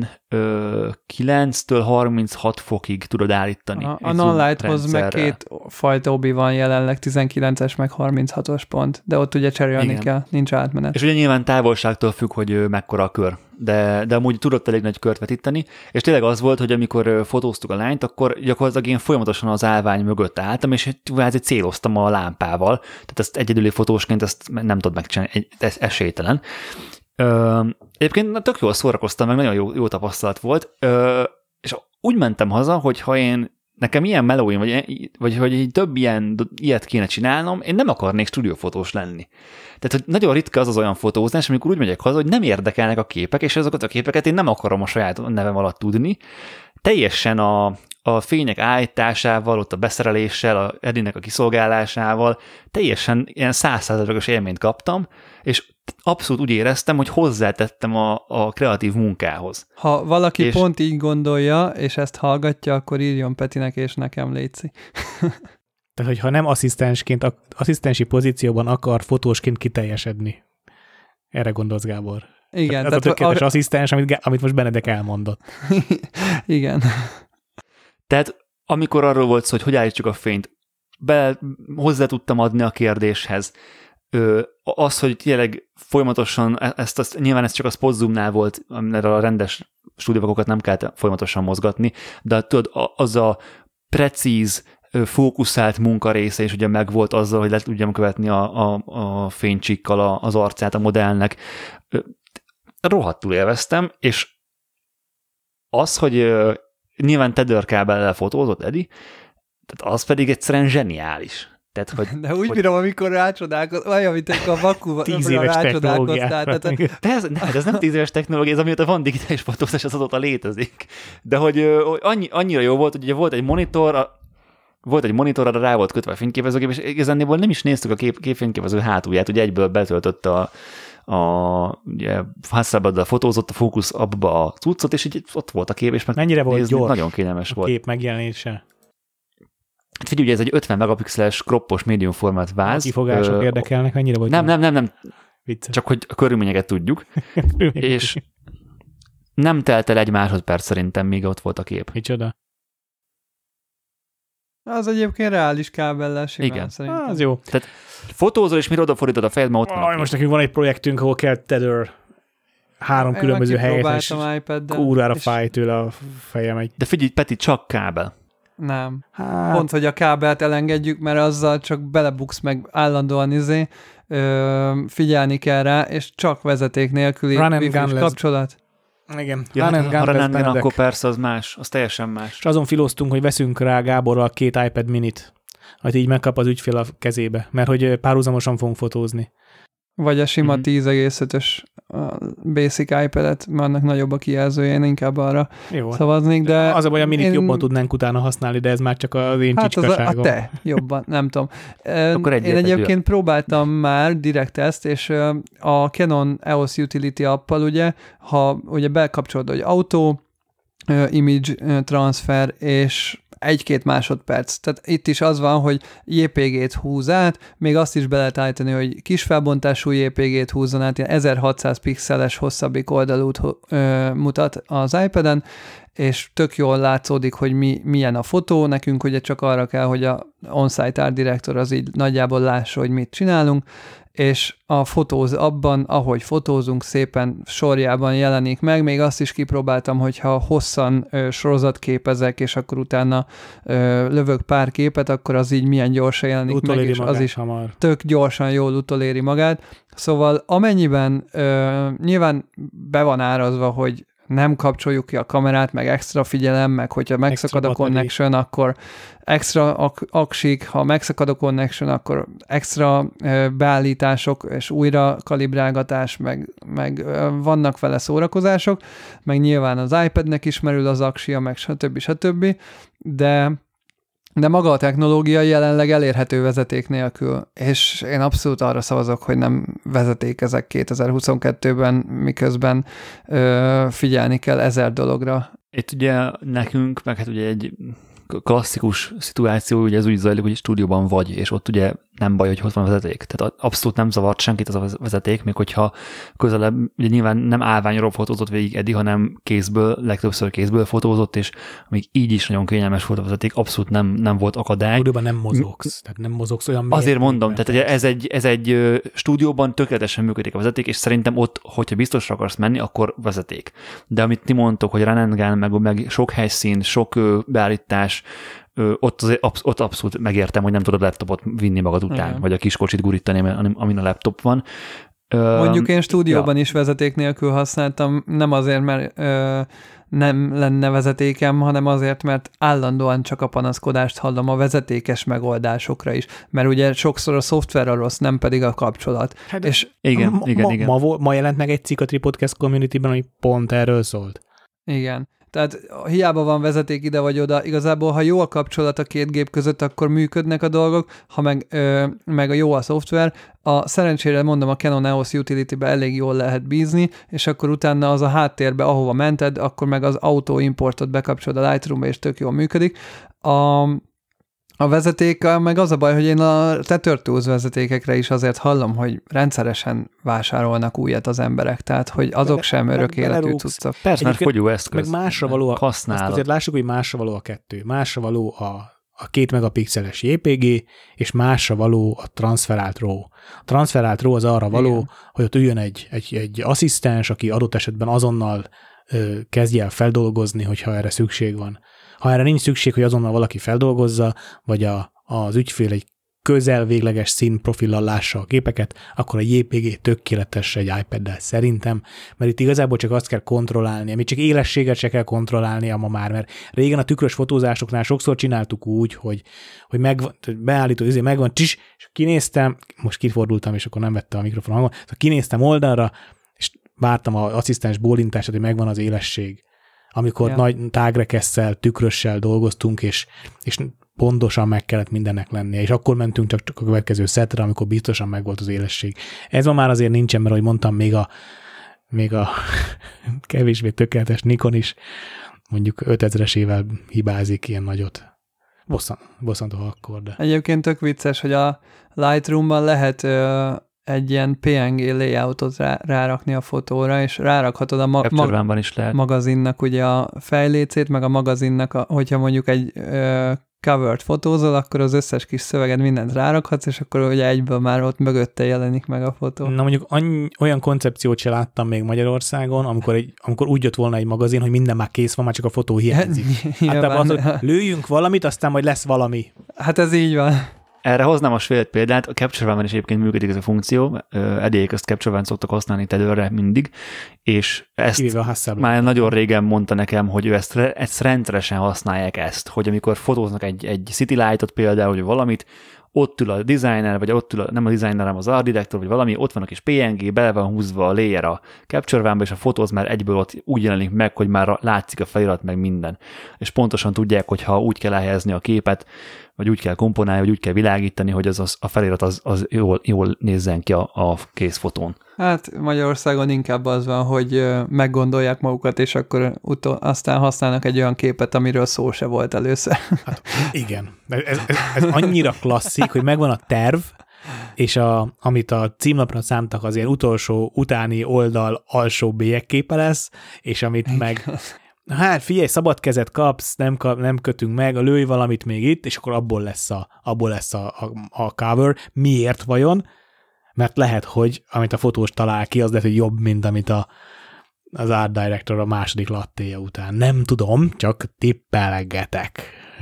tizenkilenctől harminchat fokig tudod állítani. A, a Null-Lighthoz meg két fajta obi van jelenleg, tizenkilences meg harminchatos pont, de ott ugye cserélni igen. kell, nincs átmenet. És ugye nyilván távolságtól függ, hogy mekkora a kör. De, de amúgy tudott elég nagy kört vetíteni, és tényleg az volt, hogy amikor fotóztuk a lányt, akkor gyakorlatilag én folyamatosan az állvány mögött álltam, és kvázi céloztam a lámpával, tehát ezt egyedüli fotósként ezt nem tudod megcsinálni, ez esélytelen. Ö, egyébként na, tök jól szórakoztam, meg nagyon jó, jó tapasztalat volt, Ö, és úgy mentem haza, hogy ha én nekem ilyen melóim, vagy, vagy hogy több ilyen, ilyet kéne csinálnom, én nem akarnék stúdiófotós lenni. Tehát, hogy nagyon ritka az az olyan fotózás, amikor úgy megyek haza, hogy nem érdekelnek a képek, és azokat a képeket én nem akarom a saját nevem alatt tudni. Teljesen a, a fények állításával, ott a beszereléssel, a Edinek a kiszolgálásával, teljesen ilyen százszázalékos élményt kaptam, és abszolút úgy éreztem, hogy hozzátettem a, a kreatív munkához. Ha valaki és... pont így gondolja, és ezt hallgatja, akkor írjon Petinek és nekem, létszi. Tehát, hogyha nem asszisztensként, asszisztensi pozícióban akar fotósként kiteljesedni. Erre gondolsz, Gábor. Igen. Tehát ez tehát a tökéletes a... asszisztens, amit, amit most Benedek elmondott. Igen. Tehát amikor arról volt szó, hogy hogy állítsuk a fényt, be, hozzá tudtam adni a kérdéshez. Ö, az, hogy tényleg folyamatosan, ezt, ezt, nyilván ez csak a Spotzoomnál volt, amire a rendes stúdióvakokat nem kellett folyamatosan mozgatni, de tudod, az a precíz, fókuszált munkarésze is ugye megvolt azzal, hogy le tudjam követni a, a, a fénycsikkal az arcát a modellnek. Rohadtul élveztem, és az, hogy nyilván tetherkábellel fotózott Edi, tehát az pedig egyszerűen zseniális. Tehát, hogy, de úgy hogy... bírom, amikor rácsodálkoztál, olyan, mint a vakúban rácsodálkoztál. Tehát... De ez, ne, ez nem tíz éves technológia, ez amióta van digitális fotózás, az azóta létezik. De hogy annyi, annyira jó volt, hogy ugye volt egy monitor, a, volt egy monitor, arra rá volt kötve a fényképezőgép, és igazából nem is néztük a kép, képfényképező hátulját, ugye egyből betöltött a, a Hasselbladdal fotózott, a fókusz abba a cuccot, és így ott volt a kép, és meg mennyire volt nézni, gyors nagyon kényelmes a volt. kép megjelenése? Hát figyelj, ugye ez egy ötven megapixeles kroppos médium formát váz. A kifogások Ö, érdekelnek, mennyire volt? Nem, nem, nem, nem. Vicces. Csak hogy a körülményeket tudjuk. És nem telt el egy másodperc szerintem, míg ott volt a kép. Micsoda? Az egyébként reális kábellel simán. Igen. Szerintem. Az jó. Tehát fotózol, és mire odafordítod a fejed, ma ott van Aj, most nekünk van egy projektünk, ahol kell tether három Én különböző helyet, és kúrára és... fáj tőle a fejem egy. De figyelj, Peti, csak kábel. Nem. Hát... Pont, hogy a kábelt elengedjük, mert azzal csak belebuksz meg állandóan izé, ö, figyelni kell rá, és csak vezeték nélküli wifi-s kapcsolat. Igen. Ja, Run and ha gun run and gun, lesz, akkor persze az más, az teljesen más. És azon filoztunk, hogy veszünk rá Gáborral két iPad minit, hogy így megkap az ügyfél a kezébe, mert hogy párhuzamosan fogunk fotózni. Vagy a sima Mm-hmm. tíz egész ötös basic iPad-et, mert annak nagyobb a kijelzője, én inkább arra Jó. szavaznék, de... Az a baj, a minit én... jobban tudnánk utána használni, de ez már csak az én hát csicskaságom. Hát az a, a te, jobban, nem tudom. Akkor én egyébként próbáltam már direkt ezt, és a Canon e o es Utility appal ugye, ha ugye bekapcsolod, hogy auto, image transfer, és egy-két másodperc. Tehát itt is az van, hogy jé pé gét húz át, még azt is be lehet állítani, hogy kis felbontású jé pé gét húzzon át, ilyen ezerhatszáz pixeles hosszabbik oldalút ö, mutat az iPad-en, és tök jól látszódik, hogy mi, milyen a fotó. Nekünk ugye csak arra kell, hogy a on-site art director az így nagyjából lássa, hogy mit csinálunk, és a fotóz abban, ahogy fotózunk, szépen sorjában jelenik meg. Még azt is kipróbáltam, hogyha hosszan ö, sorozatképezek, és akkor utána ö, lövök pár képet, akkor az így milyen gyorsan jelenik utoléri meg, és az is hamar. Tök gyorsan jól utoléri magát. Szóval amennyiben ö, nyilván be van árazva, hogy nem kapcsoljuk ki a kamerát, meg extra figyelem, meg hogyha megszakad extra a connection, battery. Akkor extra ak- aksik, ha megszakad a connection, akkor extra ö, beállítások és újra kalibrálgatás, meg, meg ö, vannak vele szórakozások, meg nyilván az iPadnek is merül az aksia, meg stb. stb. De de maga a technológia jelenleg elérhető vezeték nélkül, és én abszolút arra szavazok, hogy nem vezetékezek kétezer-huszonkettőben, miközben ö, figyelni kell ezer dologra. Itt ugye nekünk, meg hát ugye egy klasszikus szituáció, ugye ez úgy zajlik, hogy stúdióban vagy, és ott ugye nem baj, hogy ott van vezeték. Tehát abszolút nem zavart senkit az a vezeték, még hogyha közelebb, ugye nyilván nem állványról fotózott végig Edi, hanem kézből, legtöbbször kézből fotózott, és még így is nagyon kényelmes volt a vezeték, abszolút nem, nem volt akadály. Stúdióban nem mozogsz, tehát nem mozogsz olyan mértékben. Azért mondom, tehát ugye ez egy, ez egy stúdióban tökéletesen működik a vezeték, és szerintem ott, hogyha biztosra akarsz menni, akkor vezeték. De amit ti mondtok, hogy run and gun, meg, meg sok helyszín, sok beállítás, ott, azért, ott abszolút megértem, hogy nem tudod laptopot vinni magad után, igen. vagy a kis kocsit gurítani, amin a laptop van. Mondjuk én stúdióban ja. is vezeték nélkül használtam, nem azért, mert ö, nem lenne vezetékem, hanem azért, mert állandóan csak a panaszkodást hallom a vezetékes megoldásokra is, mert ugye sokszor a szoftver a rossz, nem pedig a kapcsolat. Hát és igen, ma, igen, ma, igen. Ma, ma jelent meg egy cikk a Tripodcast community-ben, ami pont erről szólt. Igen. Tehát hiába van vezeték ide vagy oda, igazából ha jó a kapcsolat a két gép között, akkor működnek a dolgok, ha meg, ö, meg a jó a szoftver, a szerencsére mondom, a Canon E O S Utility-be elég jól lehet bízni, és akkor utána az a háttérbe, ahova mented, akkor meg az auto importot bekapcsolod a Lightroom-ba, és tök jól működik. A A vezetékkel meg az a baj, hogy én a Tether vezetékekre is azért hallom, hogy rendszeresen vásárolnak újat az emberek, tehát hogy azok Bele, sem örök életű cuccok. Persze, mert fogyó eszköz. Meg másra való, a, azt azért lássuk, hogy másra való a kettő. Másra való a, a két megapixeles jé pé gé, és másra való a transferált RAW. A transferált RAW az arra való, igen, hogy ott üljön egy, egy, egy asszisztens, aki adott esetben azonnal ö, kezdje el feldolgozni, hogyha erre szükség van. Ha erre nincs szükség, hogy azonnal valaki feldolgozza, vagy a, az ügyfél egy közel végleges színprofillal lássa a képeket, akkor a jé pé gé tökéletes egy iPaddel szerintem, mert itt igazából csak azt kell kontrollálni, amit csak élességet se kell kontrollálnia ma már, mert régen a tükrös fotózásoknál sokszor csináltuk úgy, hogy, hogy megvan, beállító, ezért megvan, csis, és kinéztem, most kifordultam, és akkor nem vette a mikrofon hangon, szóval kinéztem oldalra, és vártam az asszisztens bólintását, hogy megvan az élesség. Amikor ja. nagy tágrekesszel, tükrössel dolgoztunk, és, és pontosan meg kellett mindennek lennie, és akkor mentünk csak, csak a következő szetre, amikor biztosan megvolt az élesség. Ez ma már azért nincsen, mert ahogy mondtam, még a, még a kevésbé tökéletes Nikon is mondjuk ötezresével hibázik ilyen nagyot. Bosszant, bosszantó akkor, de... Egyébként tök vicces, hogy a Lightroom-ban lehet ö, egy ilyen pé en gé layoutot rá, rárakni a fotóra, és rárakhatod a ma- mag- is lehet. magazinnak ugye a fejlécét, meg a magazinnak, a, hogyha mondjuk egy ö, covert fotózol, akkor az összes kis szöveged mindent rárakhatsz, és akkor ugye egyből már ott mögötte jelenik meg a fotó. Na mondjuk annyi, olyan koncepciót se láttam még Magyarországon, amikor, egy, amikor úgy jött volna egy magazin, hogy minden már kész van, már csak a fotó hiányzik. Hát az, hogy lőjünk valamit, aztán majd lesz valami. Hát ez így van. Erre hoznám a svéd példát, a Capture One-ban is egyébként működik ez a funkció, eddig ezt Capture One szoktak használni Tetherre mindig, és ezt már nagyon régen mondta nekem, hogy ő ezt, ezt rendszeresen használják ezt, hogy amikor fotóznak egy, egy City Light-ot például, vagy valamit, ott ül a designer, vagy ott ül a, nem a designer, hanem az art director, vagy valami, ott van a kis pé en gé, bele van húzva a layer a Capture One-ba, és a fotóz már egyből ott úgy jelenik meg, hogy már látszik a felirat, meg minden. És pontosan tudják, hogy ha úgy kell elhelyezni a képet, vagy úgy kell komponálni, vagy úgy kell világítani, hogy az, az, a felirat az, az jól, jól nézzen ki a, a kész fotón. Hát Magyarországon inkább az van, hogy meggondolják magukat, és akkor utol, aztán használnak egy olyan képet, amiről szó se volt először. Hát igen. Ez, ez, ez annyira klasszik, hogy megvan a terv, és a, amit a címlapra szántak, az ilyen utolsó, utáni oldal alsó bélyegképe lesz, és amit meg... Hát figyelj, szabad kezet kapsz, nem, kap, nem kötünk meg, lőj valamit még itt, és akkor abból lesz a, abból lesz a, a, a cover. Miért vajon? Mert lehet, hogy amit a fotós talál ki, az lehet, hogy jobb, mint amit a, az art director a második lattéja után. Nem tudom, csak tippelgetek.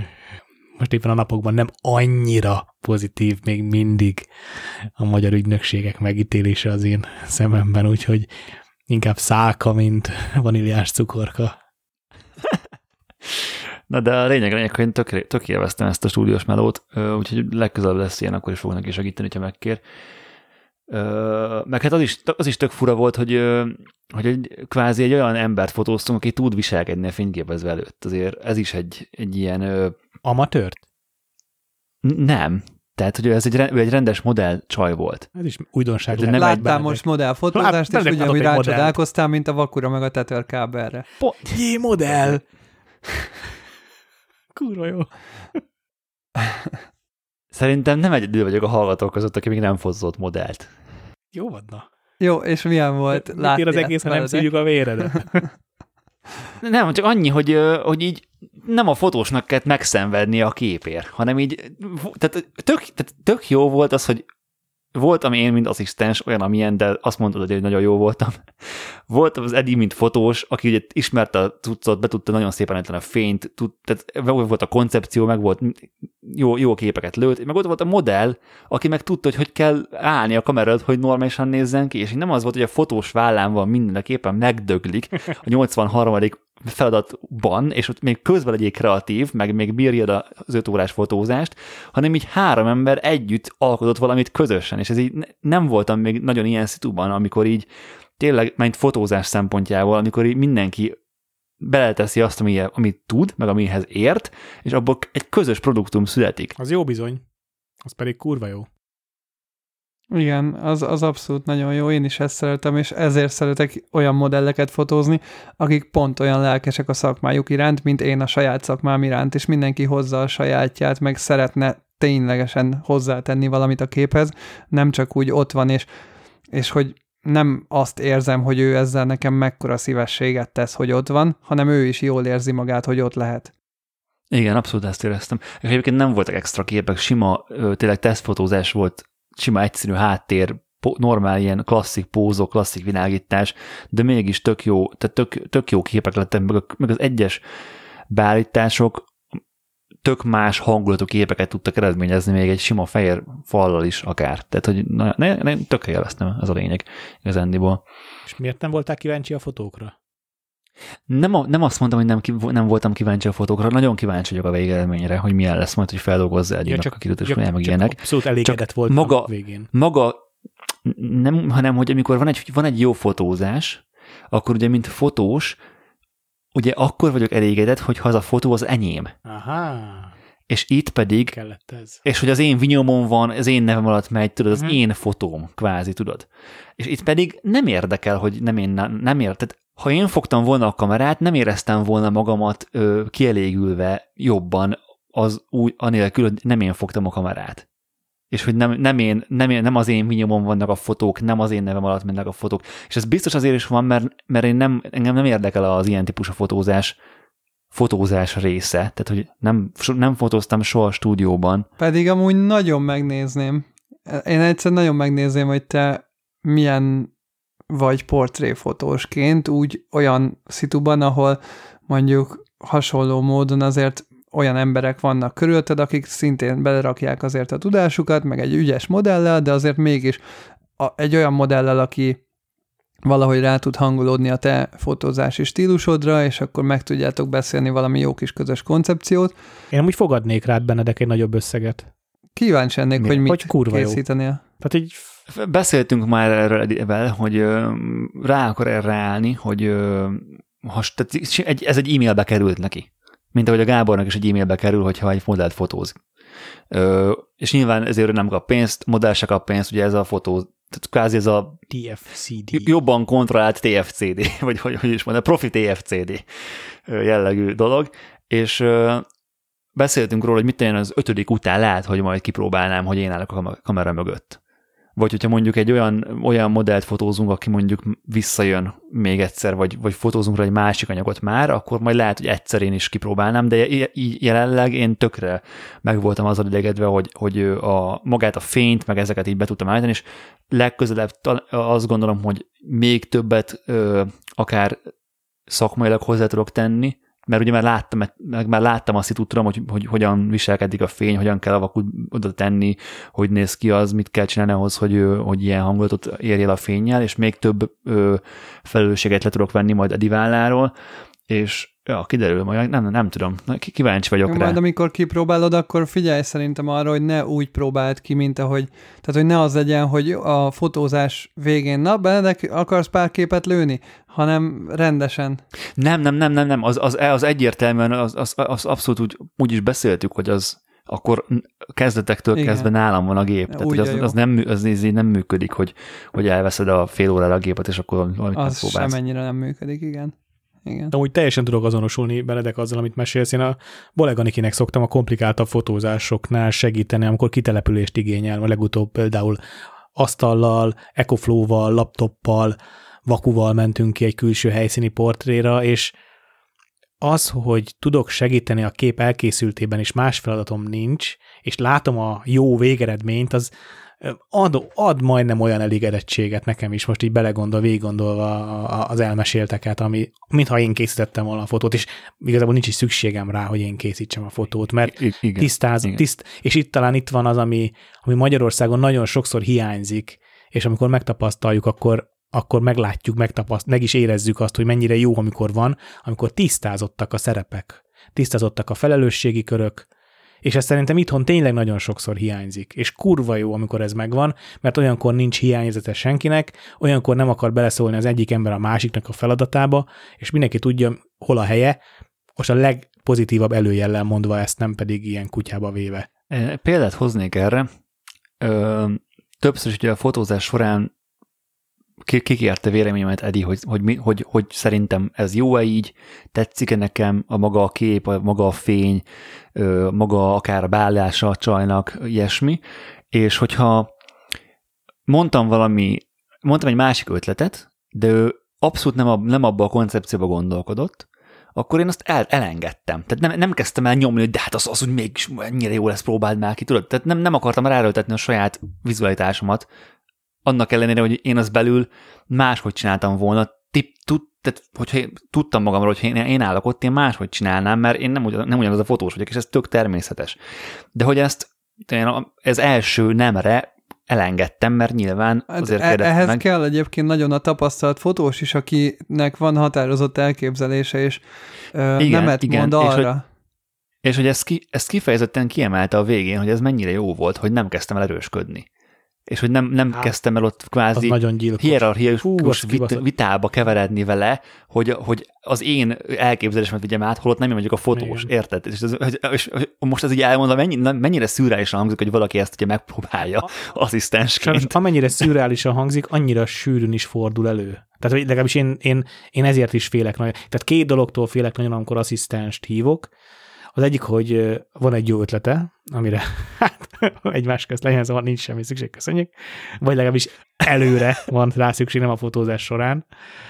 Most éppen a napokban nem annyira pozitív még mindig a magyar ügynökségek megítélése az én szememben, úgyhogy inkább szálka, mint vaníliás cukorka. Na de a lényeg, lényeg, hogy én tök, tök élveztem ezt a stúdiós melót, úgyhogy legközelebb lesz ilyen, akkor is fognak neki segíteni, ha megkér. Meg hát az is, az is tök fura volt, hogy, hogy egy, kvázi egy olyan embert fotóztunk, aki tud viselkedni a fényképezve előtt. Azért ez is egy, egy ilyen... Amatőrt? Nem. Tehát, hogy ez egy, ő egy rendes modell csaj volt. Ez is újdonság. Nem láttál most modellfotózást, és ugyanúgy rácsodálkoztál, mint a vakura meg a Tether kábelre. Jé, modell! Kurva jó. Szerintem nem egyedül vagyok a hallgatók között, aki még nem fotózott modellt. Jó van, na. Jó, és milyen volt? Mit ír az egész, ha nem szívjuk a véredet? Nem, csak annyi, hogy, hogy így nem a fotósnak kellett megszenvedni a képért, hanem így, tehát tök, tehát tök jó volt az, hogy voltam én, mint asszisztens, olyan, amilyen, de azt mondod, hogy nagyon jó voltam. Voltam az Edi, mint fotós, aki ugye ismerte a cuccot, be tudta nagyon szépen a fényt, tud, tehát volt a koncepció, meg volt jó, jó képeket lőtt, meg ott volt a modell, aki meg tudta, hogy hogy kell állni a kamerát, hogy normálisan nézzen ki, és nem az volt, hogy a fotós vállán van mindenképpen megdöglik a nyolcvanharmadik feladatban, és ott még közben legyél kreatív, meg még bírjad az öt órás fotózást, hanem így három ember együtt alkotott valamit közösen, és ez így nem voltam még nagyon ilyen szituban, amikor így tényleg, mint fotózás szempontjából, amikor így mindenki beleteszi azt, ami, amit tud, meg amihez ért, és abból egy közös produktum születik. Az jó bizony. Az pedig kurva jó. Igen, az, az abszolút nagyon jó, én is ezt szeretem, és ezért szeretek olyan modelleket fotózni, akik pont olyan lelkesek a szakmájuk iránt, mint én a saját szakmám iránt, és mindenki hozza a sajátját, meg szeretne ténylegesen hozzátenni valamit a képhez, nem csak úgy ott van, és, és hogy nem azt érzem, hogy ő ezzel nekem mekkora szívességet tesz, hogy ott van, hanem ő is jól érzi magát, hogy ott lehet. Igen, abszolút ezt éreztem. És egyébként nem voltak extra képek, sima, tényleg tesztfotózás volt, sima egyszerű háttér, normál ilyen klasszik pózok, klasszik világítás, de mégis tök jó, tehát tök, tök jó képek lettek, meg, meg az egyes beállítások tök más hangulatú képeket tudtak eredményezni még egy sima fehér fallal is akár. Tehát, hogy na, ne, ne, tök élveztem, ez a lényeg igazándiból. És miért nem voltál kíváncsi a fotókra? Nem, a, nem azt mondtam, hogy nem, nem voltam kíváncsi a fotókra, nagyon kíváncsi vagyok a végeredményre, hogy milyen lesz majd, hogy feldolgozza egyébként ja, a kirútás, meg ilyenek. Abszolút elégedett volt maga, a végén. Maga, nem, hanem, hogy amikor van egy, van egy jó fotózás, akkor ugye, mint fotós, ugye akkor vagyok elégedett, hogy ha az a fotó az enyém. Aha. És itt pedig, kellett ez. És hogy az én vinyomon van, az én nevem alatt megy, tudod, az hmm. én fotóm, kvázi, tudod. És itt pedig nem érdekel, hogy nem én, nem érted. Ha én fogtam volna a kamerát, nem éreztem volna magamat ö, kielégülve jobban az úgy, anélkül, hogy nem én fogtam a kamerát. És hogy nem, nem, én, nem, én, nem az én vinyomon vannak a fotók, nem az én nevem alatt mennek a fotók. És ez biztos azért is van, mert, mert én nem, engem nem érdekel az ilyen típusú fotózás, fotózás része. Tehát, hogy nem, nem fotóztam soha a stúdióban. Pedig amúgy nagyon megnézném. Én egyszer nagyon megnézném, hogy te milyen vagy portréfotósként, úgy olyan szituban, ahol mondjuk hasonló módon azért olyan emberek vannak körülötted, akik szintén belerakják azért a tudásukat, meg egy ügyes modellel, de azért mégis a, egy olyan modellel, aki valahogy rá tud hangolódni a te fotózási stílusodra, és akkor meg tudjátok beszélni valami jó kis közös koncepciót. Én amúgy fogadnék rád, Benedek, egy nagyobb összeget. Kíváncsi ennék, Mi? hogy mit hogy kurva készítenél. Tehát így... Beszéltünk már erről, hogy rá akar erre állni, hogy has, tehát ez egy e-mailbe került neki. Mint ahogy a Gábornak is egy e-mailbe kerül, hogyha egy modellt fotóz. És nyilván ezért nem kap pénzt, modell se kap pénzt, ugye ez a fotó, tehát kvázi ez a té ef cé dé. Jobban kontrollált té ef cé dé, vagy hogy, hogy is mondja, profi té ef cé dé jellegű dolog, és beszéltünk róla, hogy mit tenni az ötödik után lehet, hogy majd kipróbálnám, hogy én állok a kamera mögött. Vagy hogyha mondjuk egy olyan, olyan modellt fotózunk, aki mondjuk visszajön még egyszer, vagy, vagy fotózunk rá egy másik anyagot már, akkor majd lehet, hogy egyszer én is kipróbálnám, de így jelenleg én tökre meg voltam azzal idegedve, hogy, hogy a, magát a fényt, meg ezeket így be tudtam állítani, és legközelebb azt gondolom, hogy még többet ö, akár szakmailag hozzá tudok tenni, mert ugye már láttam, meg már láttam azt, hogy tudom, hogy, hogy hogyan viselkedik a fény, hogyan kell avakut oda tenni, hogy néz ki az, mit kell csinálni ahhoz, hogy, hogy ilyen hangulatot érjél a fénnyel, és még több ö, felelősséget le tudok venni majd a diválláról, és ja, kiderül, majd nem, nem tudom, kíváncsi vagyok majd rá. Majd amikor kipróbálod, akkor figyelj szerintem arra, hogy ne úgy próbáld ki, mint ahogy, tehát hogy ne az legyen, hogy a fotózás végén, na, Benedek, akarsz pár képet lőni? Hanem rendesen. Nem, nem, nem, nem, nem, az, az, az egyértelműen, az, az, az abszolút úgy, úgy is beszéltük, hogy az akkor kezdetektől Igen. kezdve nálam van a gép. Tehát, hogy az, az, nem, az így nem működik, hogy, hogy elveszed a fél órára a gépet, és akkor valamit megpróbálsz. Az semennyire nem működik, igen. Igen. De úgy teljesen tudok azonosulni, Benedek, azzal, amit mesélsz. Én a Boleganikinek szoktam a komplikáltabb fotózásoknál segíteni, amikor kitelepülést igényel, a legutóbb például asztallal, EcoFlow-val, laptoppal, vakuval mentünk ki egy külső helyszíni portréra, és az, hogy tudok segíteni a kép elkészültében, és más feladatom nincs, és látom a jó végeredményt, az ad, ad majdnem olyan elégedettséget nekem is, most így belegondol, végiggondolva az elmesélteket, ami, mintha én készítettem volna a fotót, és igazából nincs is szükségem rá, hogy én készítsem a fotót, mert I- igen, tisztáz, igen. Tiszt, és itt talán itt van az, ami, ami Magyarországon nagyon sokszor hiányzik, és amikor megtapasztaljuk, akkor akkor meglátjuk, megtapaszt, meg is érezzük azt, hogy mennyire jó, amikor van, amikor tisztázottak a szerepek, tisztázottak a felelősségi körök, és ez szerintem itthon tényleg nagyon sokszor hiányzik, és kurva jó, amikor ez megvan, mert olyankor nincs hiányzete senkinek, olyankor nem akar beleszólni az egyik ember a másiknak a feladatába, és mindenki tudja, hol a helye, most a legpozitívabb előjellel mondva ezt, nem pedig ilyen kutyába véve. Példát hoznék erre. Ö, többször is ugye a fotózás során kikérte véleményemet Edi, hogy, hogy, hogy, hogy szerintem ez jó-e így, tetszik-e nekem a maga a kép, a maga a fény, maga akár a beállása a csajnak, ilyesmi, és hogyha mondtam valami, mondtam egy másik ötletet, de ő abszolút nem, a, nem abba a koncepcióba gondolkodott, akkor én azt el, elengedtem. Tehát nem, nem kezdtem el nyomni, hogy de hát az, az úgy mégis ennyire jó lesz, próbáld már ki, tudod? Tehát nem, nem akartam ráerőltetni a saját vizualitásomat, annak ellenére, hogy én azt belül máshogy csináltam volna, tip, tud, tehát hogyha én, tudtam magamról, hogy én, én állok ott, én máshogy csinálnám, mert én nem, ugyan, nem ugyanaz a fotós vagyok, és ez tök természetes. De hogy ezt ez első nemre elengedtem, mert nyilván azért hát kérdeztem ehhez meg. kell egyébként nagyon a tapasztalt fotós is, akinek van határozott elképzelése, és uh, igen, nemet igen, mond arra. És hogy, és hogy ezt, ki, ezt kifejezetten kiemelte a végén, hogy ez mennyire jó volt, hogy nem kezdtem el erősködni. És hogy nem, nem hát, kezdtem el ott kvázi hierarchikus vit, vitába keveredni vele, hogy, hogy az én elképzelésemet vigyem át, holott nem én vagyok a fotós, igen. Érted? És, ez, és, és most ez így elmondva, mennyi, mennyire szürreálisan hangzik, hogy valaki ezt ugye megpróbálja a, asszisztensként. Sajnos, amennyire szürreálisan hangzik, annyira sűrűn is fordul elő. Tehát legalábbis én, én, én ezért is félek nagyon. Tehát két dologtól félek nagyon, amikor asszisztenst hívok. Az egyik, hogy van egy jó ötlete, amire hát egymás közt legyen, szóval nincs semmi szükség, köszönjük. Vagy legalábbis előre van rá szükség, nem a fotózás során.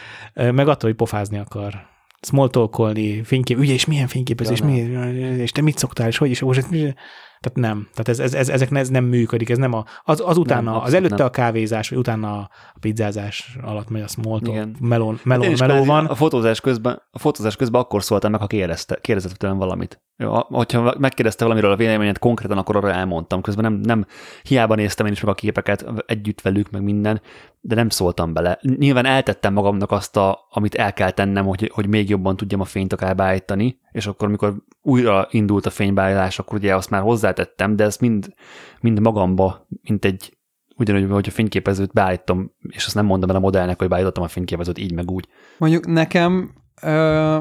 Meg attól, hogy pofázni akar. Small talkolni, fénykép, ugye, és milyen fényképezés, ja, milyen, és te mit szoktál, és hogy is, most, tehát nem. Tehát ez, ez, ez, ezek ez nem működik, ez nem a, az, az utána, nem, az előtte nem. A kávézás, vagy utána a pizzázás alatt megy a small talk, melón, melón, meló van. A fotózás közben, a fotózás közben akkor szóltam meg, ha kérdezte, kérdezett tőlem valamit. Jó, hogyha megkérdezte valamiről a véleményet konkrétan, akkor arra elmondtam. Közben nem, nem hiába néztem én is meg a képeket együtt velük, meg minden, de nem szóltam bele. Nyilván eltettem magamnak azt, a, amit el kell tennem, hogy, hogy még jobban tudjam a fényt akár beállítani, és akkor, amikor újra indult a fénybeállítás, akkor ugye azt már hozzátettem, de ezt mind, mind magamba, mint egy, ugyanúgy, hogy a fényképezőt beállítom, és azt nem mondom el a modellnek, hogy beállítottam a fényképezőt így, meg úgy. Mondjuk nekem ö,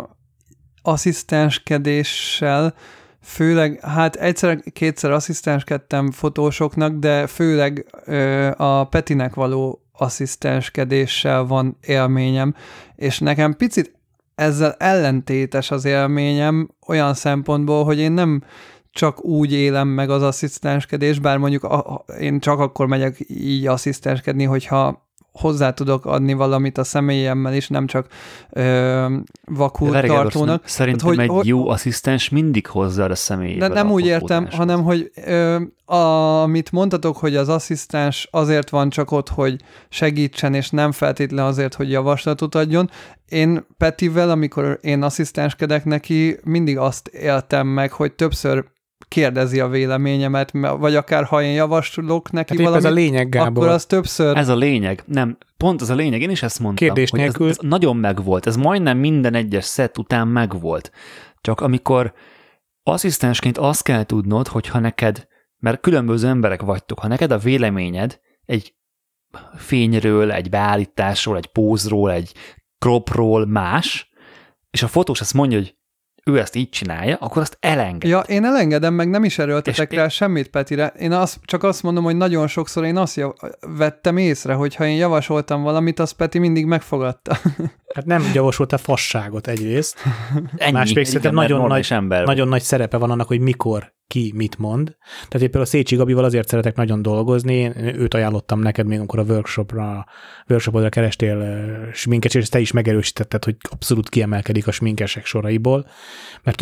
asszisztenskedéssel főleg, hát egyszer-kétszer asszisztenskedtem fotósoknak, de főleg ö, a Petinek való asszisztenskedéssel van élményem, és nekem picit ezzel ellentétes az élményem olyan szempontból, hogy én nem csak úgy élem meg az asszisztenskedést, bár mondjuk a, a, én csak akkor megyek így asszisztenskedni, hogyha hozzá tudok adni valamit a személyemmel is, nem csak ö, vakul tartónak. Szerintem hogy, egy hogy, jó asszisztens mindig hozzá a személyével. De nem úgy értem, hanem hogy ö, amit mondtatok, hogy az asszisztens azért van csak ott, hogy segítsen, és nem feltétlenül azért, hogy javaslatot adjon. Én Petivel, amikor én asszisztenskedek neki, mindig azt éltem meg, hogy többször kérdezi a véleményemet, vagy akár ha én javaslok neki hát valamit, ez a lényeg, Gábor. Akkor az többször... Ez a lényeg. Nem, pont az a lényeg. Én is ezt mondtam. Kérdés hogy nélkül. Ez, ez nagyon megvolt. Ez majdnem minden egyes szett után megvolt. Csak amikor asszisztensként azt kell tudnod, hogy ha neked, mert különböző emberek vagytok, ha neked a véleményed egy fényről, egy beállításról, egy pózról, egy cropról más, és a fotós azt mondja, hogy ő ezt így csinálja, akkor azt elenged. Ja, én elengedem, meg nem is erőltetek rá én... semmit Petire. Én azt, csak azt mondom, hogy nagyon sokszor én azt jav- vettem észre, hogy ha én javasoltam valamit, azt Peti mindig megfogadta. Hát nem javasolta fasságot egyrészt. Ennyi, másrészt szerintem nagyon nagy, nagyon nagy szerepe van annak, hogy mikor ki mit mond. Tehát én például Szécsi Gabival azért szeretek nagyon dolgozni, én őt ajánlottam neked még, amikor a workshopra, workshopodra kerestél sminkes, és te is megerősítetted, hogy abszolút kiemelkedik a sminkesek soraiból, mert ő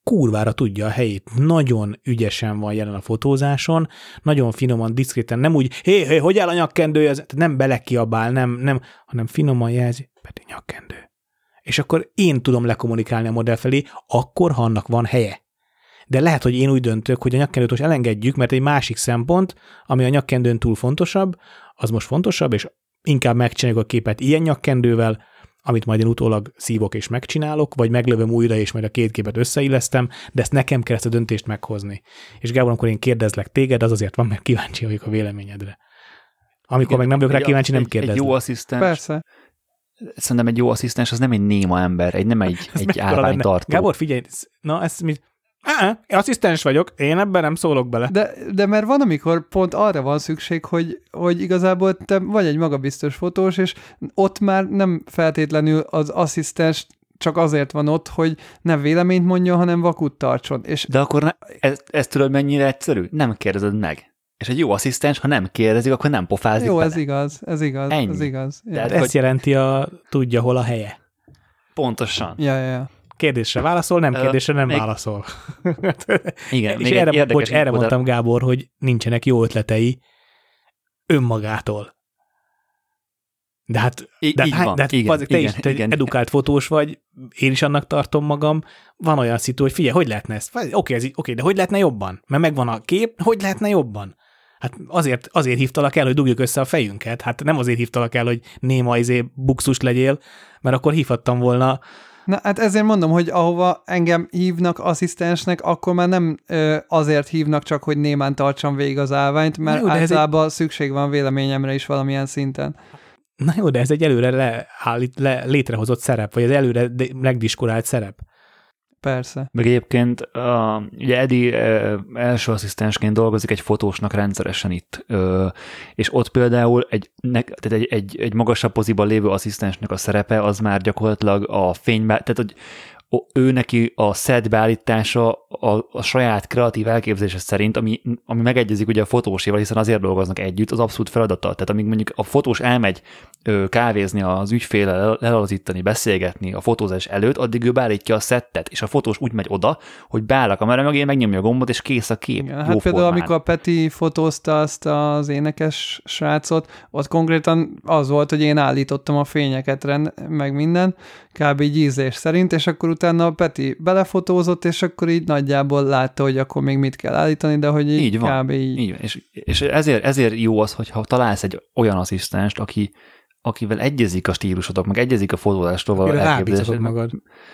kurvára tudja a helyét. Nagyon ügyesen van jelen a fotózáson, nagyon finoman, diszkréten, nem úgy, hé, hé, hogy áll a nyakkendője, nem belekiabál, nem, nem, hanem finoman jelzi, Peti nyakkendő. És akkor én tudom lekommunikálni a modell felé, akkor, ha annak van helye. De lehet, hogy én úgy döntök, hogy a nyakkendőt most elengedjük, mert egy másik szempont, ami a nyakkendőn túl fontosabb, az most fontosabb, és inkább megcsináljuk a képet ilyen nyakkendővel, amit majd én utólag szívok és megcsinálok, vagy meglövöm újra, és majd a két képet összeillesztem, de ezt nekem kell ezt a döntést meghozni. És Gábor, amikor én kérdezlek téged, az azért van, mert kíváncsi vagyok a véleményedre. Amikor igen, meg nem vagyok rá kíváncsi, nem kérdezlek. Egy jó asszisztens. Persze. Szerintem egy jó asszisztens az nem egy néma ember, egy nem egy, egy állványtartó. Gábor, figyelj, na ezt mit... Á, asszisztens vagyok, én ebben nem szólok bele. De, de mert van, amikor pont arra van szükség, hogy, hogy igazából te vagy egy magabiztos fotós, és ott már nem feltétlenül az asszisztens csak azért van ott, hogy nem véleményt mondjon, hanem vakut tartson. És de akkor ne, ez, ez tudod mennyire egyszerű? Nem kérdezed meg. És egy jó asszisztens, ha nem kérdezik, akkor nem pofázik jó, bele. ez igaz, ez igaz, Ennyi. ez igaz. Ja. Tehát ezt hogy... jelenti a tudja, hol a helye. Pontosan. Ja, ja, ja. Kérdésre válaszol, nem kérdésre nem még... válaszol. Igen, és erre, bocs, erre mondtam, Gábor, hogy nincsenek jó ötletei önmagától. De hát, I- de, így hát, van, de hát igen, te igen, is te igen. edukált fotós vagy, én is annak tartom magam, van olyan szitu, hogy figyelj, hogy lehetne ezt? Oké, okay, ez, okay, de hogy lehetne jobban? Mert megvan a kép, hogy lehetne jobban? Hát azért, azért hívtalak el, hogy dugjuk össze a fejünket. Hát nem azért hívtalak el, hogy néma izé buxus legyél, mert akkor hívhattam volna. Na, hát ezért mondom, hogy ahova engem hívnak asszisztensnek, akkor már nem ö, azért hívnak csak, hogy némán tartsam végig az állványt, mert jó, általában egy... szükség van véleményemre is valamilyen szinten. Na jó, de ez egy előre leállít, le, létrehozott szerep, vagy az előre megdiskorált szerep. Persze. Meg egyébként uh, ugye Edi uh, első asszisztensként dolgozik egy fotósnak rendszeresen itt, uh, és ott például egy, ne, tehát egy, egy, egy magasabb poziban lévő asszisztensnek a szerepe az már gyakorlatilag a fénybe, tehát hogy ő neki a set beállítása a, a saját kreatív elképzelése szerint, ami, ami megegyezik ugye a fotóséval, hiszen azért dolgoznak együtt, az abszolút feladata. Tehát amíg mondjuk a fotós elmegy ö, kávézni az ügyféllel, lelazítani, beszélgetni a fotózás előtt, addig ő beállítja a szettet, és a fotós úgy megy oda, hogy beáll a kamera mögé, megnyomja a gombot, és kész a kép. Igen, hát például amikor Peti fotózta azt az énekes srácot, ott konkrétan az volt, hogy én állítottam a fényeket, rend, meg minden, kb. Így ízlés szerint, és akkor utána a Peti belefotózott, és akkor így nagyjából látta, hogy akkor még mit kell állítani, de hogy így, így van, kb. Így. így van. És, és ezért, ezért jó az, hogyha találsz egy olyan asszisztenst, aki, akivel egyezik a stílusodok, meg egyezik a fotózástól való elképzelésed. magad.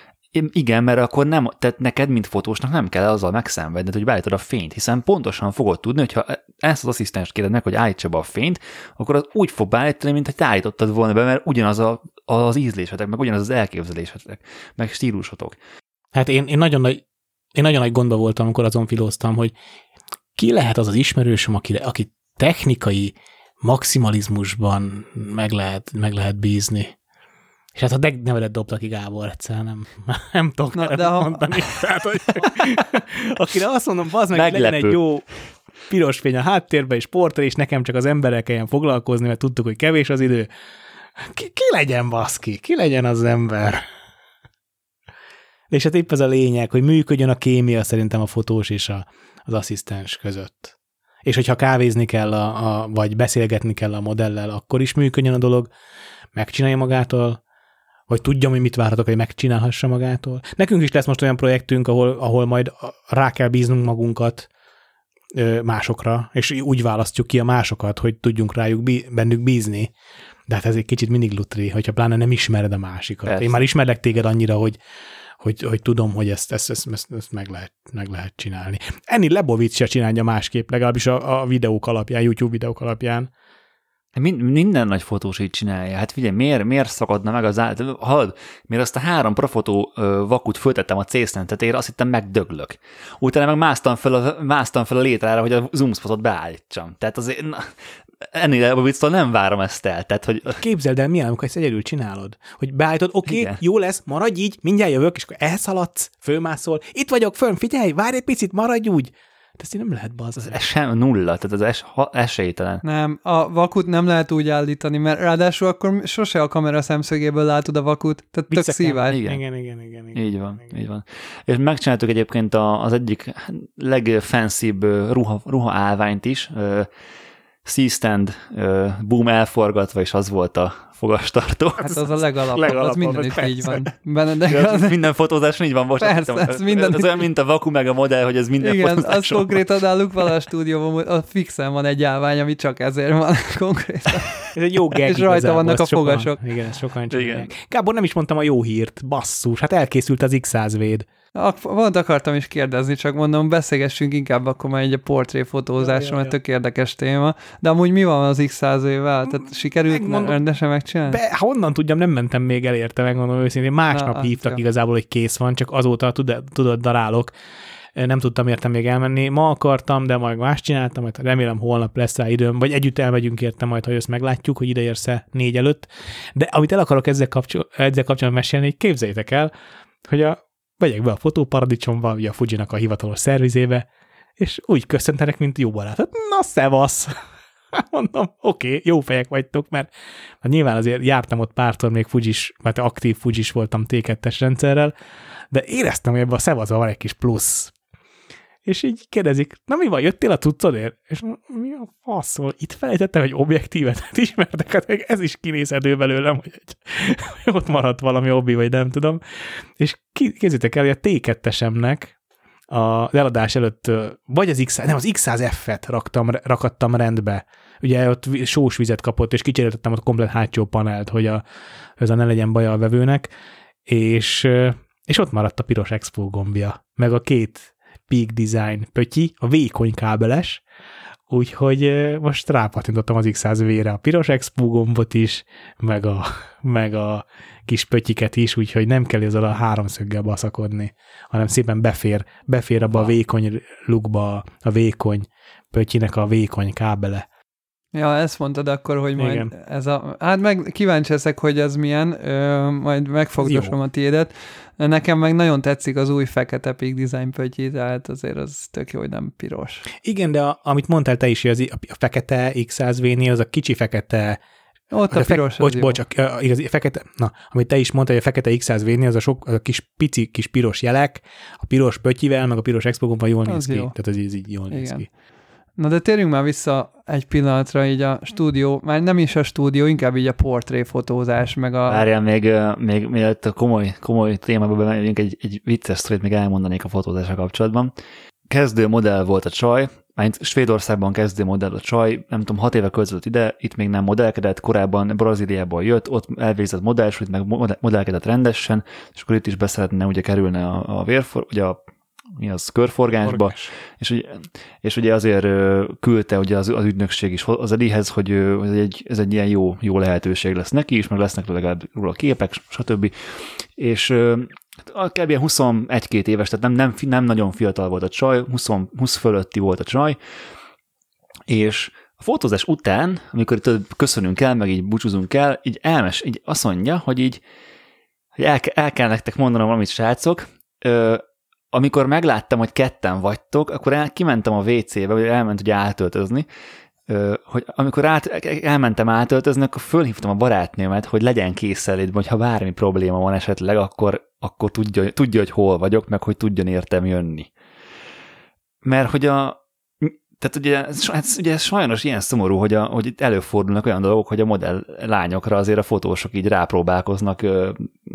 Igen, mert akkor nem, tehát neked, mint fotósnak nem kell azzal megszenvedned, hogy beállítod a fényt, hiszen pontosan fogod tudni, hogyha ezt az asszisztenst kéred meg, hogy állítsa be a fényt, akkor az úgy fog beállítani, mint hogy te állítottad volna be, mert ugyanaz a, az ízlésetek, meg ugyanaz az elképzelésetek, meg stílusotok. Hát én, én, nagyon nagy, én nagyon nagy gondba voltam, amikor azon filóztam, hogy ki lehet az az ismerősöm, aki, aki technikai maximalizmusban meg lehet, meg lehet bízni. És hát a nevedet dobta ki Gábor egyszer, nem, nem tudok Na, de mondani. Ha... Tehát, hogy akire azt mondom, bazd meg, legyen egy jó piros fény a háttérben, és portré, és nekem csak az emberrel kelljen foglalkozni, mert tudtuk, hogy kevés az idő. Ki, ki legyen, baszki? Ki legyen az ember? És hát épp ez a lényeg, hogy működjön a kémia szerintem a fotós és a, az asszisztens között. És hogyha kávézni kell, a, a, vagy beszélgetni kell a modellel, akkor is működjön a dolog, megcsinálja magától, vagy tudjam, hogy mit várhatok, hogy megcsinálhassa magától. Nekünk is lesz most olyan projektünk, ahol, ahol majd rá kell bíznunk magunkat ö, másokra, és úgy választjuk ki a másokat, hogy tudjunk rájuk bí- bennük bízni. De hát ez egy kicsit mindig lutri, hogyha pláne nem ismered a másikat. Persze. Én már ismerlek téged annyira, hogy, hogy, hogy tudom, hogy ezt, ezt, ezt, ezt, ezt meg, lehet, meg lehet csinálni. Enni Lebovic se csinálja másképp, legalábbis a, a videók alapján, YouTube videók alapján. Minden nagy fotós így csinálja. Hát figyelj, miért, miért szakadna meg az állat? Hallod, miért azt a három profotó vakut föltettem a cészlen tetejére, azt hittem megdöglök. Utána meg másztam fel a, másztam fel a létrára, hogy a zoom spotot beállítsam. Tehát azért na, ennél Lebovictól nem várom ezt el. Tehát, hogy... Képzeld el, milyen, amikor ezt egyedül csinálod. Hogy beállítod, oké, okay, jó lesz, maradj így, mindjárt jövök, és akkor elszaladsz, fölmászol. Itt vagyok, fönn, figyelj, várj egy picit, maradj úgy. ezt így nem lehet bazni. Ez sem nulla, tehát az es, ha, esélytelen. Nem, a vakut nem lehet úgy állítani, mert ráadásul akkor sose a kamera szemszögéből látod a vakut, tehát tök szívány. Igen. Igen, igen, igen, igen. Így van, igen. így van. És megcsináltuk egyébként az egyik legfancybb ruha, ruha állványt is, C-stand, boom elforgatva, és az volt a fogastartó. Hát az a legalapabb, legalapabb az mindenütt persze. így van. Benne, de Ja, az... Minden fotózáson így van most. Persze, ez, ez minden... ez olyan, mint a vaku meg a modell, hogy ez minden igen, fotózáson az konkrétan náluk vala a stúdióban, a fixen van egy állvány, ami csak ezért van konkrétan. Ez egy jó gag. És rajta vannak a sokan, fogasok. Igen, ezt sokan csinálják. Gábor, nem is mondtam a jó hírt, basszus, hát elkészült az X száz véd. Volt akartam is kérdezni, csak mondom, beszélgessünk inkább akkor már egy a portréfotózásról, mert tök érdekes téma. De amúgy mi van az X száz vével? Tehát sikerült Megmondom, rendesen megcsinálni? Be, honnan tudjam, nem mentem még el érte, megmondom őszintén. Másnap Na, hívtak jó. igazából, hogy kész van, csak azóta tudod, tudod darálok. Nem tudtam értem még elmenni. Ma akartam, de majd más csináltam, majd remélem holnap lesz rá időm, vagy együtt elmegyünk érte majd, ha ezt meglátjuk, hogy ide érsz-e négy előtt. De amit el akarok ezzel, kapcsol- ezzel kapcsolatban mesélni, hogy képzeljétek el, hogy a vegyek be a fotóparadicsomba, ugye a Fujinak a hivatalos szervizébe, és úgy köszöntenek, mint jó barát. Hát, na, szevasz! Mondom, oké, okay, jó fejek vagytok, mert hát nyilván azért jártam ott pártól, még Fujis, mert aktív Fujis voltam té kettes rendszerrel, de éreztem, hogy ebben a szevazban van egy kis plusz. És így kérdezik, na mi van, jöttél a cuccodért? És mi a faszol? Itt felejtettem egy objektívet, hát ismertek, hát ez is kinézhető belőlem, hogy, hogy ott maradt valami hobbi, vagy nem tudom. És képzeljétek el, hogy a té kettesemnek az eladás előtt, vagy az X, nem, az X száz F-et raktam, rakattam rendbe. Ugye ott sós vizet kapott, és kicseréltettem ott a komplet hátsó panelt, hogy a, ez a ne legyen baja a vevőnek, és, és ott maradt a piros Expo gombja, meg a két Peak Design pötyi, a vékony kábeles, úgyhogy most rápatintottam az X száz V-re a piros Expo gombot is, meg a, meg a kis pötyiket is, úgyhogy nem kell ezzel a háromszöggel baszakodni, hanem szépen befér, befér abba a vékony lukba, a vékony pötyinek a vékony kábele. Ja, ezt mondtad akkor, hogy majd igen. ez a... Hát meg kíváncsi leszek, hogy ez milyen, ö, majd megfogdosom a tiédet. Nekem meg nagyon tetszik az új fekete Peak Design pötyi, tehát azért az tök jó, hogy nem piros. Igen, de a, amit mondtál te is, hogy az, a fekete X száz V-nél az a kicsi fekete... Ott a, a piros fe, bocs, bocs, a, a, igazi, fekete, na, amit te is mondtál, hogy a fekete X száz V-nél az a, sok, az a kis pici kis piros jelek, a piros pötyivel, meg a piros Expo gomban jól néz ki. Jó. Tehát az így, így jól néz ki. Na de térjünk már vissza egy pillanatra így a stúdió, már nem is a stúdió, inkább így a portréfotózás, meg a... Várjál, még, még mielőtt a komoly, komoly témába bemegyünk, egy, egy vicces sztorit még elmondanék a fotózással kapcsolatban. Kezdő modell volt a csaj, már Svédországban kezdő modell a csaj, nem tudom, hat éve költözött ide, itt még nem modellkedett, korábban Brazíliából jött, ott elvégzett modellsúlyt, meg modellkedett rendesen, és akkor itt is beszeretne ugye kerülne a, a vérfor, ugye a mi az, körforgásba, és ugye, és ugye azért küldte ugye az, az ügynökség is az Edihez, hogy ez egy, ez egy ilyen jó, jó lehetőség lesz neki is, meg lesznek legalább róla képek, stb. És kb. huszonegy-két éves, tehát nem, nem, nem nagyon fiatal volt a csaj, húsz, húsz fölötti volt a csaj, és a fotózás után, amikor itt köszönünk el, meg így búcsúzunk el, így elmes, így azt mondja, hogy így hogy el, el kell nektek mondanom valamit, srácok, amikor megláttam, hogy ketten vagytok, akkor el, kimentem a vé cébe, vagy elment ugye átöltözni, hogy amikor át, elmentem átöltözni, akkor fölhívtam a barátnőmet, hogy legyen készenlétben, hogy ha bármi probléma van esetleg, akkor, akkor tudja, tudja, hogy hol vagyok, meg hogy tudjon értem jönni. Mert hogy a tehát ugye, hát ugye sajnos ilyen szomorú, hogy, a, hogy itt előfordulnak olyan dolgok, hogy a modell lányokra azért a fotósok így rápróbálkoznak ö,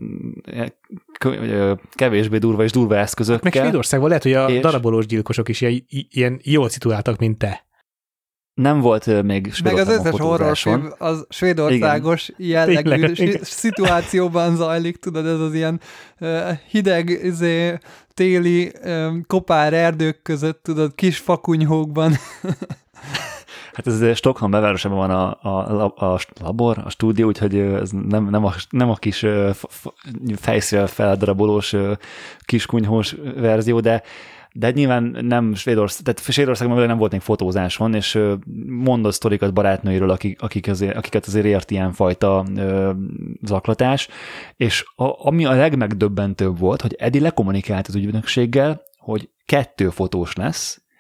ö, kevésbé durva és durva eszközökkel. Meg Svédországban lehet, hogy a és... darabolós gyilkosok is ilyen, ilyen jól szituáltak, mint te. Nem volt még Svédországban meg az összes horrorfilm az svédországos igen. jellegű igen. szituációban zajlik, tudod, ez az ilyen uh, hideg, izé, téli um, kopár erdők között, tudod, kis fakunyhókban. Hát ez Stockholm belvárosában van a, a, a labor, a stúdió, úgyhogy ez nem, nem, a, nem a kis fejszél feldarabolós kiskunyhós verzió, de De nyilván nem Svédország, tehát Svédországban nem volt még fotózáson, és mondott sztorikat barátnőiről, akik, akik azért, akiket azért ért ilyenfajta ö, zaklatás, és a, ami a legmegdöbbentőbb volt, hogy Edi lekommunikált az ügynökséggel, hogy kettő fotós lesz,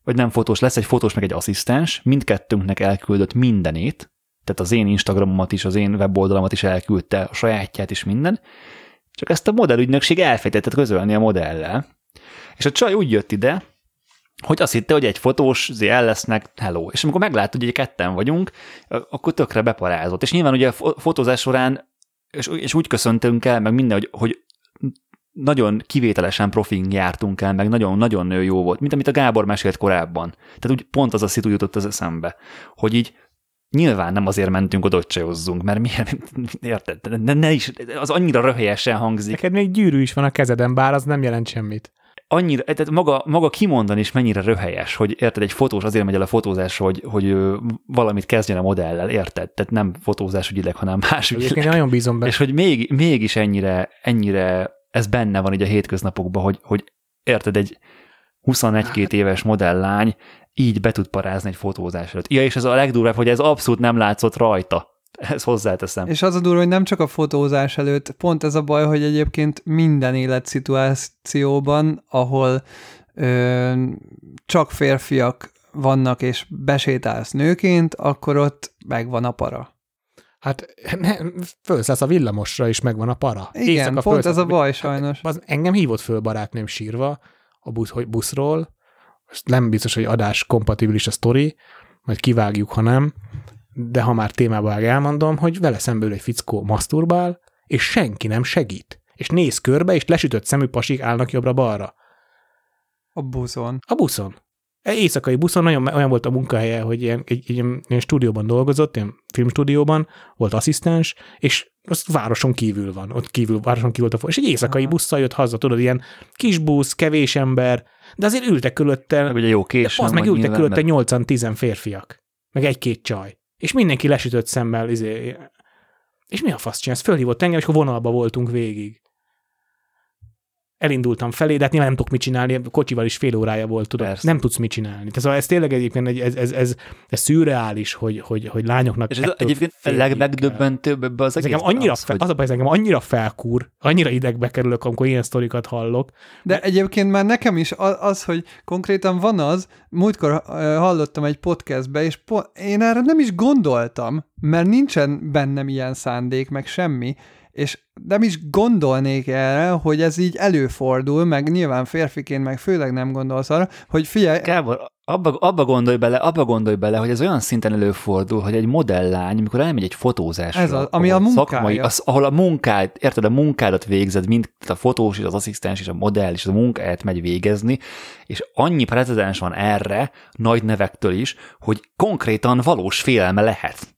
vagy nem fotós, lesz egy fotós, meg egy asszisztens, mindkettőnknek elküldött mindenét, tehát az én Instagramomat is, az én weboldalamat is elküldte, a sajátját is minden, csak ezt a modellügynökség elfejtett közölni a modellel. És a csaj úgy jött ide, hogy azt hitte, hogy egy fotós el lesznek, hello. És amikor meglátta, hogy egy ketten vagyunk, akkor tökre beparázott. És nyilván ugye a fotózás során, és, és úgy köszöntünk el, meg minden, hogy, hogy nagyon kivételesen profin jártunk el, meg nagyon-nagyon jó volt, mint amit a Gábor mesélt korábban. Tehát úgy pont az a szitu jutott az eszembe, hogy így nyilván nem azért mentünk oda, hogy csajozzunk, mert miért, érted? Ne, ne is, az annyira röhelyesen hangzik. Neked még gyűrű is van a kezeden, bár az nem jelent semmit. Annyira, tehát maga, maga kimondani is mennyire röhelyes, hogy érted, egy fotós azért megy el a fotózásra, hogy, hogy valamit kezdjen a modellel, érted? Tehát nem fotózás ügyileg, hanem más ügyileg. Én nagyon bízom benne. És hogy még, mégis ennyire, ennyire ez benne van így a hétköznapokban, hogy, hogy érted, egy huszonegy-két éves modelllány így be tud parázni egy fotózás előtt. Ja, és ez a legdurvább, hogy ez abszolút nem látszott rajta. Ezt hozzáteszem. És az a durva, hogy nem csak a fotózás előtt, pont ez a baj, hogy egyébként minden életszituációban, ahol ö, csak férfiak vannak, és besétálsz nőként, akkor ott megvan a para. Hát fölszállsz a villamosra, és megvan a para. Igen, Éjszaka pont ez a baj sajnos. Az engem hívott föl barátnőm sírva a busz, hogy buszról, nem biztos, hogy adás kompatibilis a sztori, majd kivágjuk, ha nem, de ha már témába vág, elmondom, hogy vele szemben egy fickó maszturbál, és senki nem segít. És néz körbe, és lesütött szemű pasik állnak jobbra-balra. A buszon. A buszon. Éjszakai buszon nagyon olyan volt a munkahelye, hogy ilyen, egy, egy, ilyen stúdióban dolgozott, ilyen filmstúdióban, volt asszisztens, és az városon kívül van, ott kívül, városon kívül volt a és egy éjszakai Aha. busszal jött haza, tudod, ilyen kis busz, kevés ember, de azért ültek körülötte, meg ugye jó későn, az meg ültek körülötte nyolcan-tízen férfiak, meg egy-két csaj. És mindenki lesütött szemmel, izé, és mi a fasz csinálsz? Fölhívott engem, és akkor vonalba voltunk végig. Elindultam felé, de hát nyilván nem tudok mit csinálni, kocsival is fél órája volt, tudod, Persze. nem tudsz mit csinálni. Tehát ez tényleg egyébként ez, ez, ez, ez szürreális, hogy, hogy, hogy lányoknak... És ez egyébként a legmegdöbbentőbb ebbe az egész. Annyira az, fel, hogy... az a baj, ez engem annyira felkúr, annyira idegbe kerülök, amikor ilyen sztorikat hallok. De, de egyébként már nekem is az, hogy konkrétan van az, múltkor hallottam egy podcastbe, és po- én erre nem is gondoltam, mert nincsen bennem ilyen szándék, meg semmi, és nem is gondolnék erre, hogy ez így előfordul, meg nyilván férfiként, meg főleg nem gondolsz arra, hogy figyelj... Gábor, abba, abba gondolj bele, abba gondolj bele, hogy ez olyan szinten előfordul, hogy egy modelllány, amikor elmegy egy fotózásra, ez az, ami a munkája. Szakmai, az, ahol a munkád, érted, a munkádat végzed, mint a fotós, és az asszisztens, és a modell, és a munkáját megy végezni, és annyi precedens van erre, nagy nevektől is, hogy konkrétan valós félelme lehet.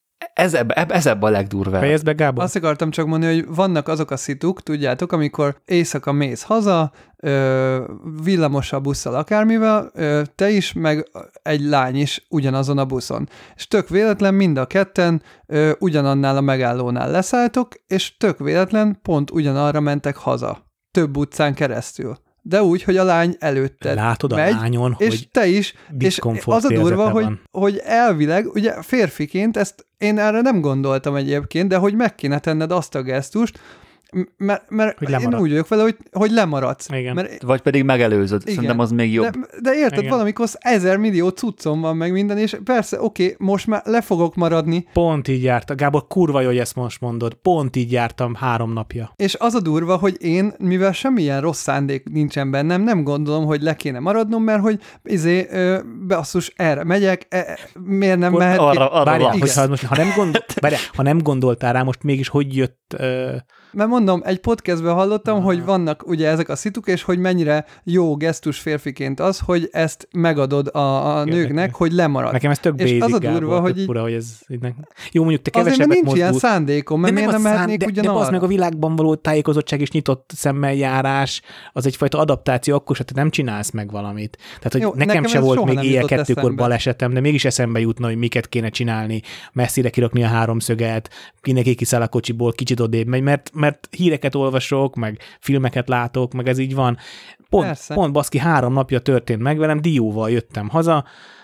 Ez ebbe, ez ebbe a legdurvább. Fejezd be, Gábor. Azt akartam csak mondani, hogy vannak azok a szituk, tudjátok, amikor éjszaka mész haza, ö, villamossal, busszal, akármivel, ö, te is, meg egy lány is ugyanazon a buszon. És tök véletlen mind a ketten ö, ugyanannál a megállónál leszálltok, és tök véletlen pont ugyanarra mentek haza. Több utcán keresztül. De úgy, hogy a lány előtted Látod megy, a lányon, és hogy te is, és az a durva, hogy, hogy elvileg, ugye férfiként, ezt én erre nem gondoltam egyébként, de hogy meg kéne tenned azt a gesztust, mert, mert én úgy vagyok vele, hogy, hogy lemaradsz. Mert, vagy pedig megelőzöd, igen. Szerintem az még jobb. De, de érted, igen. Valamikor ezer millió cuccom van meg minden, és persze, oké, most már le fogok maradni. Pont így jártam. Gábor, kurva jó, hogy ezt most mondod. Pont így jártam három napja. És az a durva, hogy én, mivel semmilyen rossz szándék nincsen bennem, nem gondolom, hogy le kéne maradnom, mert hogy izé, ö, basszus, erre megyek, e, miért nem mehet? Arra, arra Bárjál, hogyha most, ha, nem gondol, bárjál, ha nem gondoltál rá, most mégis hogy jött... Ö... Mert mondom, egy podcastben hallottam, Aha. hogy vannak ugye ezek a szituk, és hogy mennyire jó gesztus férfiként az, hogy ezt megadod a, a nőknek, nekem, hogy lemarad. Nekem ez tök basic, és az a durva, Gábor, hogy így... fura, hogy ez így jó, mondjuk te kevesebbet azért, mert nincs mozdul. ilyen szándékom, mert miért nem mehetnék ugyanarra? De az meg a világban való tájékozottság és nyitott szemmel járás, az egyfajta adaptáció, akkor se te nem csinálsz meg valamit. Tehát, hogy jó, nekem, nekem se volt még éjjel kettőkor balesetem, de mégis eszembe jutna, hogy miket kéne csinálni, messzire kirakni a háromszöget, mindenki kiszáll a kocsiból, kicsit odébb megy, mert, mert híreket olvasok, meg filmeket látok, meg ez így van. Pont, pont baszki, három napja történt meg velem, dióval jöttem haza,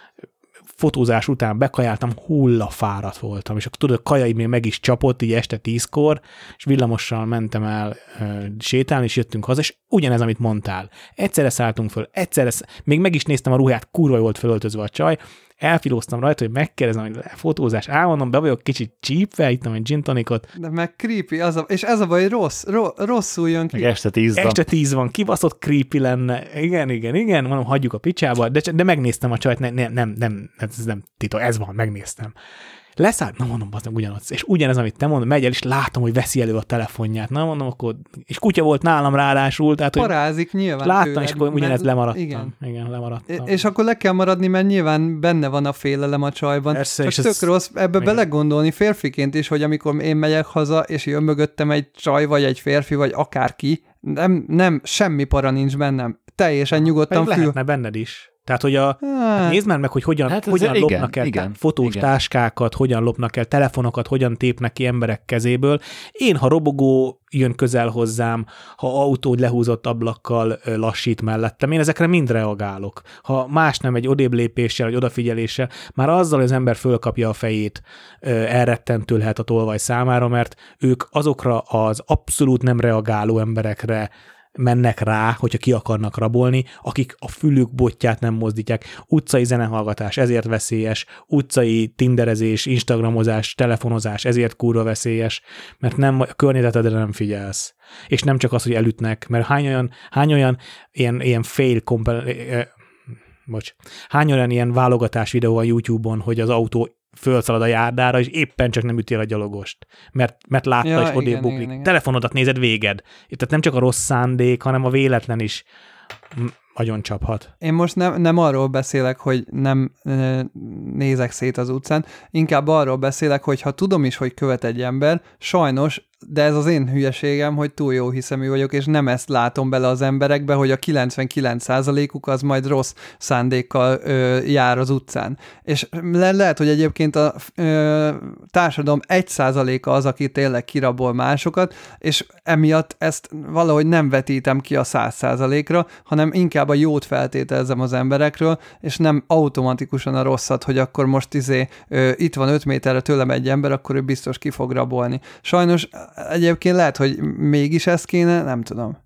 fotózás után bekajáltam, hullafáradt voltam, és akkor tudod, a kajaim még meg is csapott, így este tízkor, és villamossal mentem el ö, sétálni, és jöttünk haza, és ugyanez, amit mondtál. Egyszerre szálltunk föl, egyszerre, sz... még meg is néztem a ruhát, kurva volt fölöltözve a csaj, elfilóztam rajta, hogy megkérdezem, hogy fotózás, álmondom, be vagyok kicsit csípve, ittam egy gin tonicot. De meg creepy, az a, és ez a baj, hogy rossz, ro, rosszul jön ki. Meg este tíz van. Este tíz van, kibaszott creepy lenne. Igen, igen, igen, mondom, hagyjuk a picsába, de, de megnéztem a csajt, ne, ne, nem, nem, ez nem titok, ez van, megnéztem. Leszállt, na mondom, az meg ugyanaz. És ugyanez, amit te mondod, megy el, és látom, hogy veszi elő a telefonját. Na mondom, akkor, és kutya volt nálam ráadásul. Tehát, parázik nyilván láttam, tőled, és akkor ugyanez lemaradtam. Igen. igen, lemaradtam. És akkor le kell maradni, mert nyilván benne van a félelem a csajban. Persze, Csak és tök ez... rossz ebbe igen. belegondolni férfiként is, hogy amikor én megyek haza, és jön mögöttem egy csaj, vagy egy férfi, vagy akárki, nem, nem semmi para nincs bennem. Teljesen nyugodtan fül. Lehetne benned is. Tehát, hogy a, hát, nézd már meg, hogy hogyan, hát hogyan igen, lopnak el igen, fotós igen. táskákat, hogyan lopnak el telefonokat, hogyan tépnek ki emberek kezéből. Én, ha robogó jön közel hozzám, ha autó lehúzott ablakkal lassít mellettem, én ezekre mind reagálok. Ha más nem, egy odébb lépéssel, vagy odafigyeléssel, már azzal az ember fölkapja a fejét, elrettentő lehet a tolvaj számára, mert ők azokra az abszolút nem reagáló emberekre mennek rá, hogyha ki akarnak rabolni, akik a fülük botját nem mozdítják. Utcai zenehallgatás, ezért veszélyes, utcai tinderezés, instagramozás, telefonozás, ezért kurva veszélyes, mert nem, a környezetedre nem figyelsz. És nem csak az, hogy elütnek, mert hány olyan, hány olyan ilyen, ilyen fail compel, eh, bocs, hány olyan ilyen válogatás videó a YouTube-on, hogy az autó fölszalad a járdára, és éppen csak nem ütél a gyalogost. Mert, mert látta, ja, és odébb buklik. Telefonodat nézed, véged. Tehát nem csak a rossz szándék, hanem a véletlen is nagyon csaphat. Én most nem, nem arról beszélek, hogy nem nézek szét az utcán, inkább arról beszélek, hogy ha tudom is, hogy követ egy ember, sajnos, de ez az én hülyeségem, hogy túl jó hiszemű vagyok, és nem ezt látom bele az emberekbe, hogy a kilencvenkilenc százalékuk az majd rossz szándékkal ö, jár az utcán. És le- lehet, hogy egyébként a ö, társadalom egy százaléka az, aki tényleg kirabol másokat, és emiatt ezt valahogy nem vetítem ki a száz százalékra, hanem inkább a jót feltételezem az emberekről, és nem automatikusan a rosszat, hogy akkor most izé, ö, itt van öt méterre tőlem egy ember, akkor ő biztos ki fog rabolni. Sajnos egyébként lehet, hogy mégis ez kéne, nem tudom.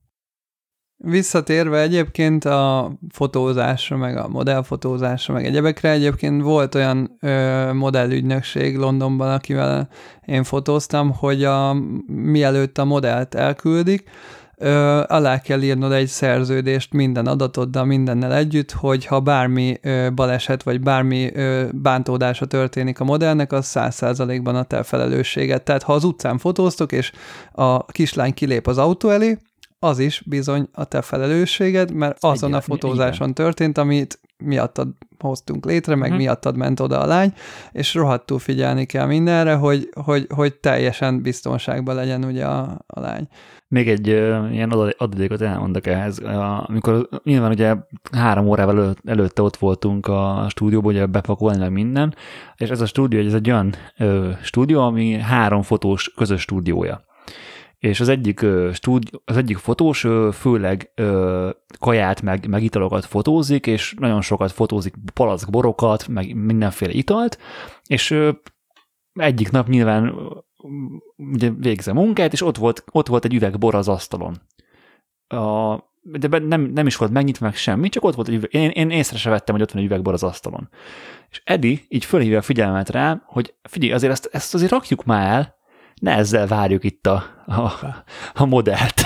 Visszatérve egyébként a fotózásra, meg a modellfotózásra, meg egyebekre, egyébként volt olyan ö, modellügynökség Londonban, akivel én fotóztam, hogy a, mielőtt a modellt elküldik, Ö, alá kell írnod egy szerződést minden adatoddal, mindennel együtt, hogy ha bármi ö, baleset, vagy bármi ö, bántódása történik a modellnek, az száz százalékban a te felelősséged. Tehát ha az utcán fotóztok, és a kislány kilép az autó elé, az is bizony a te felelősséged, mert azon a fotózáson történt, amit miattad hoztunk létre, meg uh-huh. miattad ment oda a lány, és rohadtul figyelni kell mindenre, hogy, hogy, hogy teljesen biztonságban legyen ugye a, a lány. Még egy uh, ilyen adalékot elmondok ehhez. Uh, amikor nyilván ugye három órával elő, előtte ott voltunk a stúdióban, ugye bepakolni meg minden, és ez a stúdió, ez egy olyan uh, stúdió, ami három fotós közös stúdiója. És az egyik, uh, stúdió, az egyik fotós uh, főleg uh, kaját, meg, meg italokat fotózik, és nagyon sokat fotózik palack borokat, meg mindenféle italt, és uh, egyik nap nyilván ugye végzi a munkát, és ott volt, ott volt egy üveg bor az asztalon. A, de nem, nem is volt megnyitva meg semmi, csak ott volt egy üveg. Én, én észre se vettem, hogy ott van egy üvegbor az asztalon. És Eddie így fölhívja a figyelmet rá, hogy figyelj, azért ezt, ezt azért rakjuk már el, ne ezzel várjuk itt a, a, a modellt.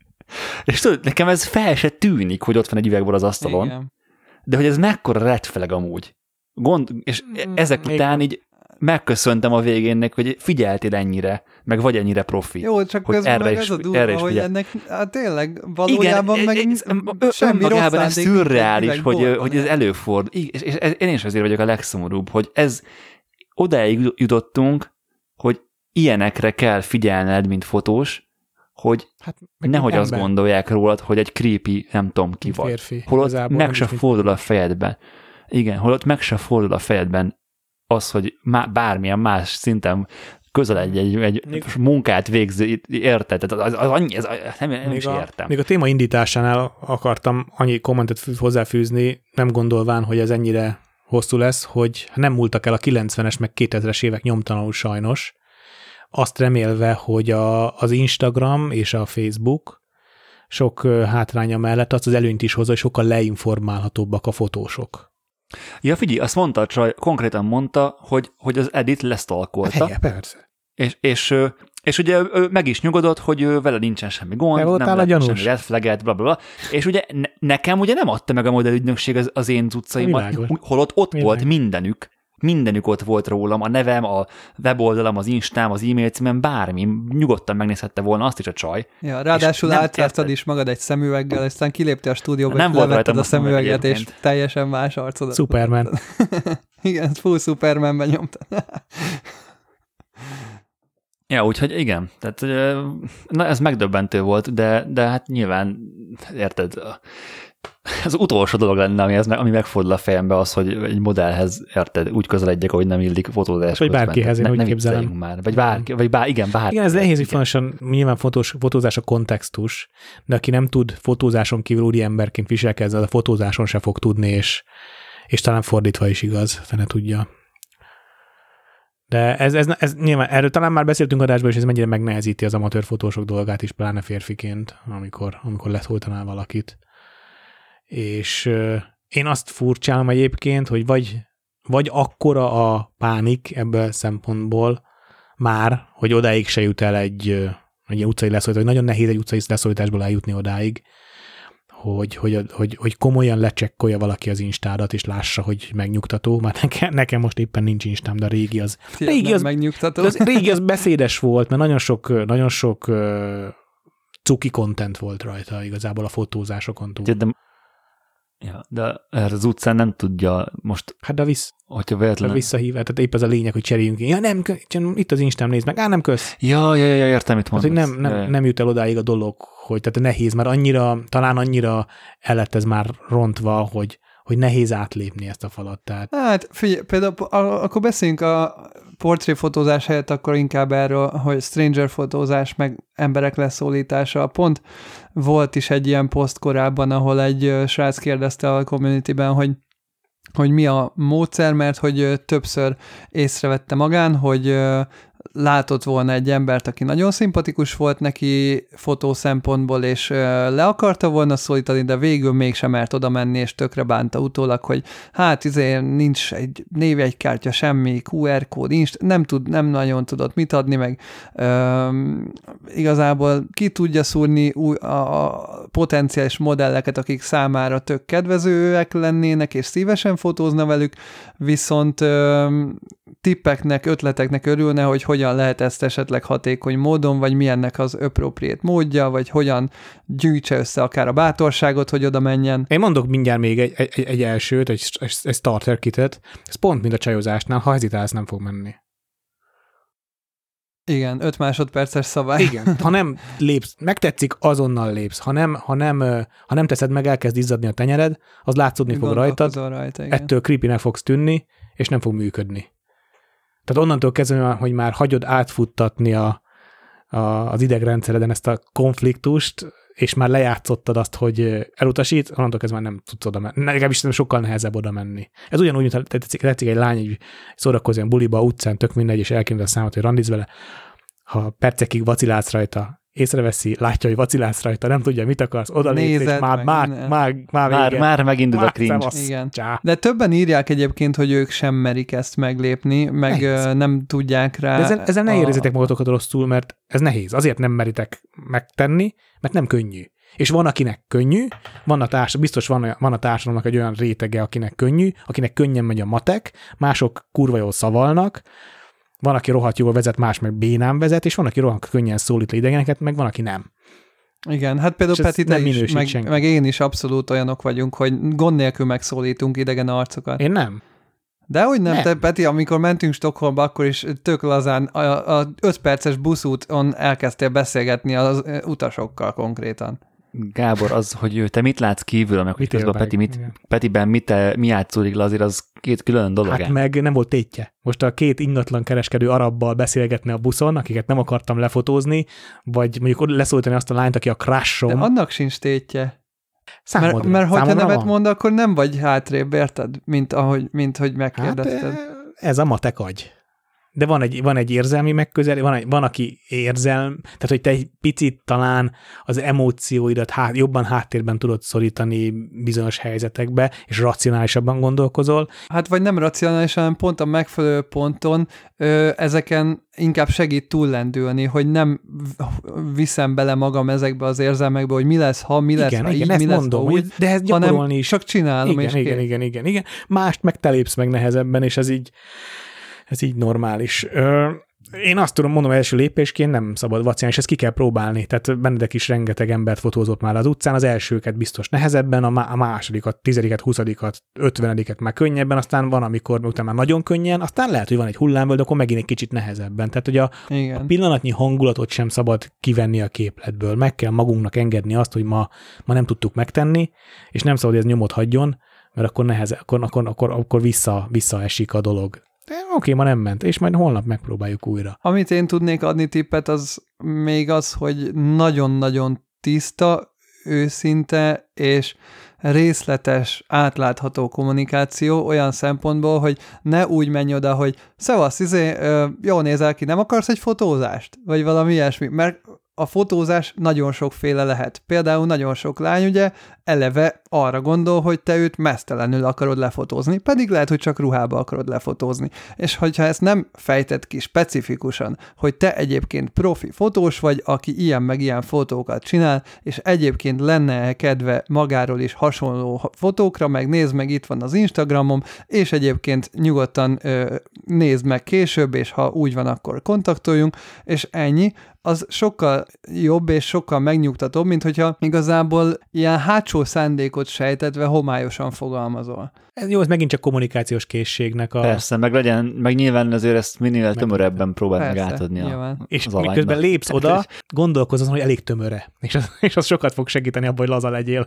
És tudod, nekem ez fel se tűnik, hogy ott van egy üvegbor az asztalon, igen. De hogy ez mekkora red flag amúgy. Gond, és ezek igen. után így megköszöntem a végénnek, hogy figyeltél ennyire, meg vagy ennyire profi. Jó, csak közben meg ez a durva, hogy ennek hát tényleg valójában igen, meg ez, semmi rossz szándék. Ez szürreális, hogy, hogy ez előfordul. És, és én is azért vagyok a legszomorúbb, hogy ez odáig jutottunk, hogy ilyenekre kell figyelned, mint fotós, hogy hát, nehogy azt gondolják rólad, hogy egy creepy, nem tudom ki vagy. Férfi. Holott meg se fordul a fejedben. Igen, holott meg se fordul a fejedben az, hogy má, bármilyen más szinten közel egy, egy, egy még, munkát végző, érted? Az, az, az annyi, ez, nem, nem is a, értem. Még a téma indításánál akartam annyi kommentet hozzáfűzni, nem gondolván, hogy ez ennyire hosszú lesz, hogy nem múltak el a kilencvenes meg kétezres évek nyomtalanul sajnos, azt remélve, hogy a, az Instagram és a Facebook sok hátránya mellett azt az előnyt is hozza, hogy sokkal leinformálhatóbbak a fotósok. Ja, figyelj, azt mondta a csaj, konkrétan mondta, hogy, hogy az Edit lesztalkolta. Hát, persze. És, és, és ugye ő meg is nyugodott, hogy vele nincsen semmi gond, nem lett semmi red flaget, bla, bla, bla. És ugye ne, nekem ugye nem adta meg a modellügynökség az, az én cuccaimat, holott ott Világos. Volt mindenük. Mindenük ott volt rólam, a nevem, a weboldalam, az Instám, az e-mail címem, bármi. Nyugodtan megnézhette volna azt is a csaj. Ja, ráadásul átjártad is magad egy szemüveggel, aztán kiléptél a stúdióba, nem és levetted a szemüveget, és teljesen más arcodat. Superman. Igen, full Supermanben nyomtad. Ja, úgyhogy igen, tehát na, ez megdöbbentő volt, de, de hát nyilván, érted, az utolsó dolog lenne, ami, ez, ami megfordul a fejembe az, hogy egy modellhez, érted, úgy közeledjek, ahogy nem illik fotózás. Vagy bárkihez, én ne, úgy képzelem. Már. Vagy bárki, vagy bár, igen, bárki. Igen, ez nehéz, hogy fontosan nyilván fotós, fotózás a kontextus, de aki nem tud fotózáson kívül úri emberként viselkezni, az a fotózáson se fog tudni, és, és talán fordítva is igaz, fene tudja. De ez, ez, ez nyilván, erről talán már beszéltünk adásban, és ez mennyire megnehezíti az amatőr fotósok dolgát is, pláne férfiként, amikor, amikor leszóltanál valakit. És euh, én azt furcsálom egyébként, hogy vagy, vagy akkora a pánik ebből a szempontból már, hogy odáig se jut el egy, egy ilyen utcai leszólítás, vagy nagyon nehéz egy utcai leszólításból eljutni odáig, hogy, hogy, hogy, hogy komolyan lecsekkolja valaki az Instádat, és lássa, hogy megnyugtató. Már nekem, nekem most éppen nincs Instám, de a régi az... Régi az, megnyugtató. az régi az beszédes volt, mert nagyon sok, nagyon sok uh, cuki content volt rajta igazából a fotózásokon túl. De, ja, de erre az utcán nem tudja most... Hát de visz... Hogyha véletlenül... visszahív, tehát épp az a lényeg, hogy cseréljünk. Ja, nem, itt az Instám, nézd meg. Á, nem kösz. Ja, ja, ja, értem, mit mondasz. Hát, hogy nem, nem, nem jut el odáig a dolog, hogy tehát nehéz, mert annyira, talán annyira el lett ez már rontva, hogy, hogy nehéz átlépni ezt a falat. Tehát... Hát figyelj, például akkor beszéljünk a portréfotózás helyett akkor inkább erről, hogy stranger fotózás, meg emberek leszólítása. Pont volt is egy ilyen poszt korábban, ahol egy srác kérdezte a communityben, hogy hogy mi a módszer, mert hogy többször észrevette magán, hogy látott volna egy embert, aki nagyon szimpatikus volt neki fotó szempontból, és le akarta volna szólítani, de végül mégsem mert oda menni, és tökre bánta utólag, hogy hát izé nincs egy névjegykártya, semmi, kú er kód, nincs, nem, tud, nem nagyon tudott mit adni, meg üm, igazából ki tudja szúrni új, a, a potenciális modelleket, akik számára tök kedvezőek lennének, és szívesen fotózna velük, viszont üm, tippeknek, ötleteknek örülne, hogy hogyan lehet ezt esetleg hatékony módon, vagy milyennek az appropriate módja, vagy hogyan gyűjtse össze akár a bátorságot, hogy oda menjen. Én mondok mindjárt még egy, egy, egy elsőt, egy, egy starter kitet. Ez pont mint a csajozásnál, ha hezitálsz, nem fog menni. Igen, öt másodperces szabály. Igen, ha nem lépsz, megtetszik, azonnal lépsz. Ha nem, ha nem, ha nem teszed meg, elkezd izzadni a tenyered, az látszódni fog rajtad, rajta, ettől creepy-nek fogsz tűnni, és nem fog működni. Tehát onnantól kezdve, hogy már hagyod átfuttatni a, a, az idegrendszereden ezt a konfliktust, és már lejátszottad azt, hogy elutasít, onnantól kezdve már nem tudsz oda menni. Legalábbis sokkal nehezebb oda menni. Ez ugyanúgy, mint ha tetszik, tetszik egy lány, egy szórakozó buliba, utcán, tök mindegy, és elkínod a számot, hogy randiz vele. Ha percekig vacilálsz rajta, észreveszi, látja, hogy vacilálsz rajta, nem tudja, mit akarsz, odalépsz, és már, már, már, már, már, már megindul a cringe. Igen. De többen írják egyébként, hogy ők sem merik ezt meglépni, meg nehéz. Nem tudják rá. De ezzel, ezzel ne érezzétek magatokat rosszul, mert ez nehéz. Azért nem meritek megtenni, mert nem könnyű. És van, akinek könnyű, van a társ, biztos van, van a társadalomnak egy olyan rétege, akinek könnyű, akinek könnyen megy a matek, mások kurva jól szavalnak, van, aki rohadt jól vezet, más meg bénán vezet, és van, aki rohadt könnyen szólít le idegeneket, meg van, aki nem. Igen, hát például Peti, te is, meg, meg én is abszolút olyanok vagyunk, hogy gond nélkül megszólítunk idegen arcokat. Én nem. Dehogy nem, nem. Te Peti, amikor mentünk Stockholmba, akkor is tök lazán a, a öt perces buszúton elkezdtél beszélgetni az utasokkal konkrétan. Gábor, az, hogy te mit látsz kívül, meg hogy közben Peti, mit, Petiben mit, mi játszódik le, azért az két külön dolog. Hát meg nem volt tétje. Most a két ingatlan kereskedő arabbal beszélgetni a buszon, akiket nem akartam lefotózni, vagy mondjuk leszólítani azt a lányt, aki a crushom. De annak sincs tétje. Számodra. Mert, mert hogyha nevet van. mond, akkor nem vagy hátrébb, érted? Mint ahogy, mint hogy megkérdezted. Hát, ez a matek agy. de van egy, van egy érzelmi megközelítés, van, egy, van, aki érzelm, tehát hogy te egy picit talán az emócióidat hát, jobban háttérben tudod szorítani bizonyos helyzetekbe, és racionálisabban gondolkozol. Hát vagy nem racionálisan, hanem pont a megfelelő ponton ö, ezeken inkább segít túllendülni, hogy nem viszem bele magam ezekbe az érzelmekbe, hogy mi lesz, ha, mi lesz, igen, ha igen, így, ezt mi lesz, mondom, ha úgy, hogy de ez gyakorolni is. Csak csinálom, igen, és igen, kész. igen, igen, igen. Mást meg te lépsz meg nehezebben, és ez így, ez így normális. Ö, én azt tudom, mondom, első lépésként nem szabad vacilálni, és ezt ki kell próbálni. Tehát Benedek is rengeteg embert fotózott már az utcán, az elsőket biztos nehezebben, a másodikat, tizediket, huszadikat, ötvenediket már könnyebben, aztán van, amikor utána már nagyon könnyen, aztán lehet, hogy van egy hullámvölgy, akkor megint egy kicsit nehezebben. Tehát, hogy a, a pillanatnyi hangulatot sem szabad kivenni a képletből. Meg kell magunknak engedni azt, hogy ma, ma nem tudtuk megtenni, és nem szabad, hogy ez nyomot hagyjon, mert akkor neheze, akkor, akkor, akkor, akkor vissza, visszaesik a dolog. De oké, okay, ma nem ment, és majd holnap megpróbáljuk újra. Amit én tudnék adni tippet, az még az, hogy nagyon-nagyon tiszta, őszinte és részletes, átlátható kommunikáció olyan szempontból, hogy ne úgy menj oda, hogy szevasz, izé, jól nézel ki, nem akarsz egy fotózást? Vagy valami ilyesmi, mert a fotózás nagyon sokféle lehet. Például nagyon sok lány ugye eleve arra gondol, hogy te őt meztelenül akarod lefotózni, pedig lehet, hogy csak ruhába akarod lefotózni. És hogyha ezt nem fejted ki specifikusan, hogy te egyébként profi fotós vagy, aki ilyen meg ilyen fotókat csinál, és egyébként lenne kedve magáról is hasonló fotókra, meg nézd meg, itt van az Instagramom, és egyébként nyugodtan ö, nézd meg később, és ha úgy van, akkor kontaktoljunk, és ennyi, az sokkal jobb és sokkal megnyugtatóbb, mint hogyha igazából ilyen hátsó szándékot sejtetve homályosan fogalmazol. Ez jó, ez megint csak kommunikációs készségnek a... Persze, meg legyen, meg nyilván azért ezt minél tömörebben próbáld meg átadni a, és az miközben lépsz oda, gondolkozz azon, hogy elég tömöre. És az, és az sokat fog segíteni abban, hogy laza legyél.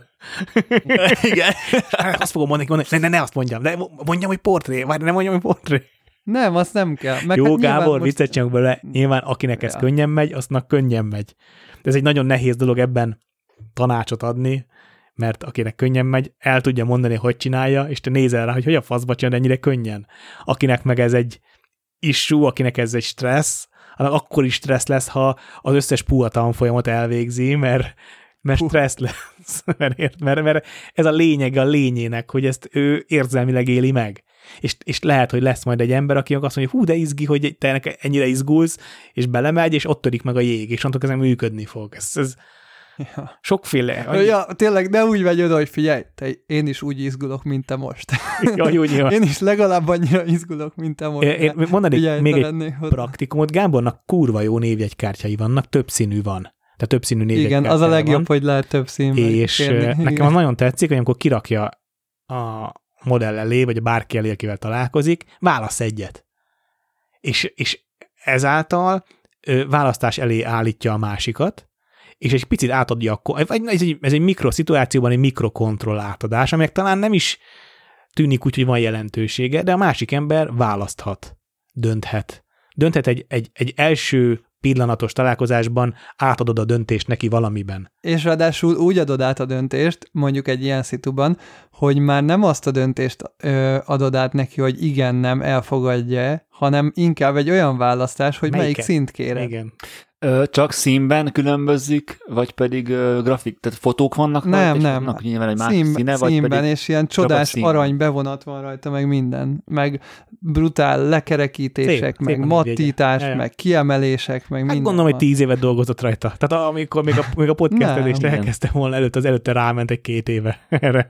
Igen. Azt fogom mondani, mondani ne, ne, ne azt mondjam, de mondjam, hogy portré, vagy nem mondjam, hogy portré. Nem, azt nem kell. Meg jó, hát Gábor, most... viccet csinálunk belőle, nyilván akinek ez ja. könnyen megy, aztnak könnyen megy. De ez egy nagyon nehéz dolog ebben tanácsot adni, mert akinek könnyen megy, el tudja mondani, hogy csinálja, és te nézel rá, hogy hogy a faszba csinálod ennyire könnyen. Akinek meg ez egy issue, akinek ez egy stressz, annak akkor is stressz lesz, ha az összes puha tanfolyamot elvégzi, mert, mert stressz lesz. mert, mert, mert ez a lényeg a lényének, hogy ezt ő érzelmileg éli meg. És, és lehet, hogy lesz majd egy ember, aki azt mondja, hú, de izgi, hogy te ennyire izgulsz, és belemegy, és ott törik meg a jég, és onnantól ezen működni fog. Ez, ez ja. sokféle. Annyi... Ja, tényleg, ne úgy megy oda, hogy figyelj, te, én is úgy izgulok, mint te most. Ja, jó, én is legalább annyira izgulok, mint te most. Én mondanék még egy praktikumot. Gábornak kurva jó névjegykártyái vannak, több színű van. Tehát több színű névjegykártyája van. Igen, az a legjobb, van. Hogy lehet több szín. És kérni. Nekem az nagyon tetszik, hogy amikor kirakja a modell elé, vagy a bárki elé, akivel találkozik, válasz egyet. És, és ezáltal ö, választás elé állítja a másikat, és egy picit átadja a... Ez egy, ez egy mikroszituációban egy mikrokontroll átadás, aminek talán nem is tűnik úgy, hogy van jelentősége, de a másik ember választhat, dönthet. Dönthet egy, egy, egy első pillanatos találkozásban, átadod a döntést neki valamiben. És ráadásul úgy adod át a döntést, mondjuk egy ilyen szituban, hogy már nem azt a döntést ö, adod át neki, hogy igen, nem, elfogadja, hanem inkább egy olyan választás, hogy Melyiket? melyik szint kéred. Igen. Ö, csak színben különbözik, vagy pedig ö, grafik, tehát fotók vannak nem, rajta, nem. vannak nyilván egy Szín, más színe, vagy színben, pedig és ilyen csodás arany bevonat van rajta, meg minden, meg brutál lekerekítések, szép, meg szép mattítás, ja, ja. meg kiemelések, meg hát minden. Gondolom, hogy tíz évet dolgozott rajta. Tehát amikor még a, még a podcastelést elkezdtem volna előtt, az előtte ráment egy két éve erre.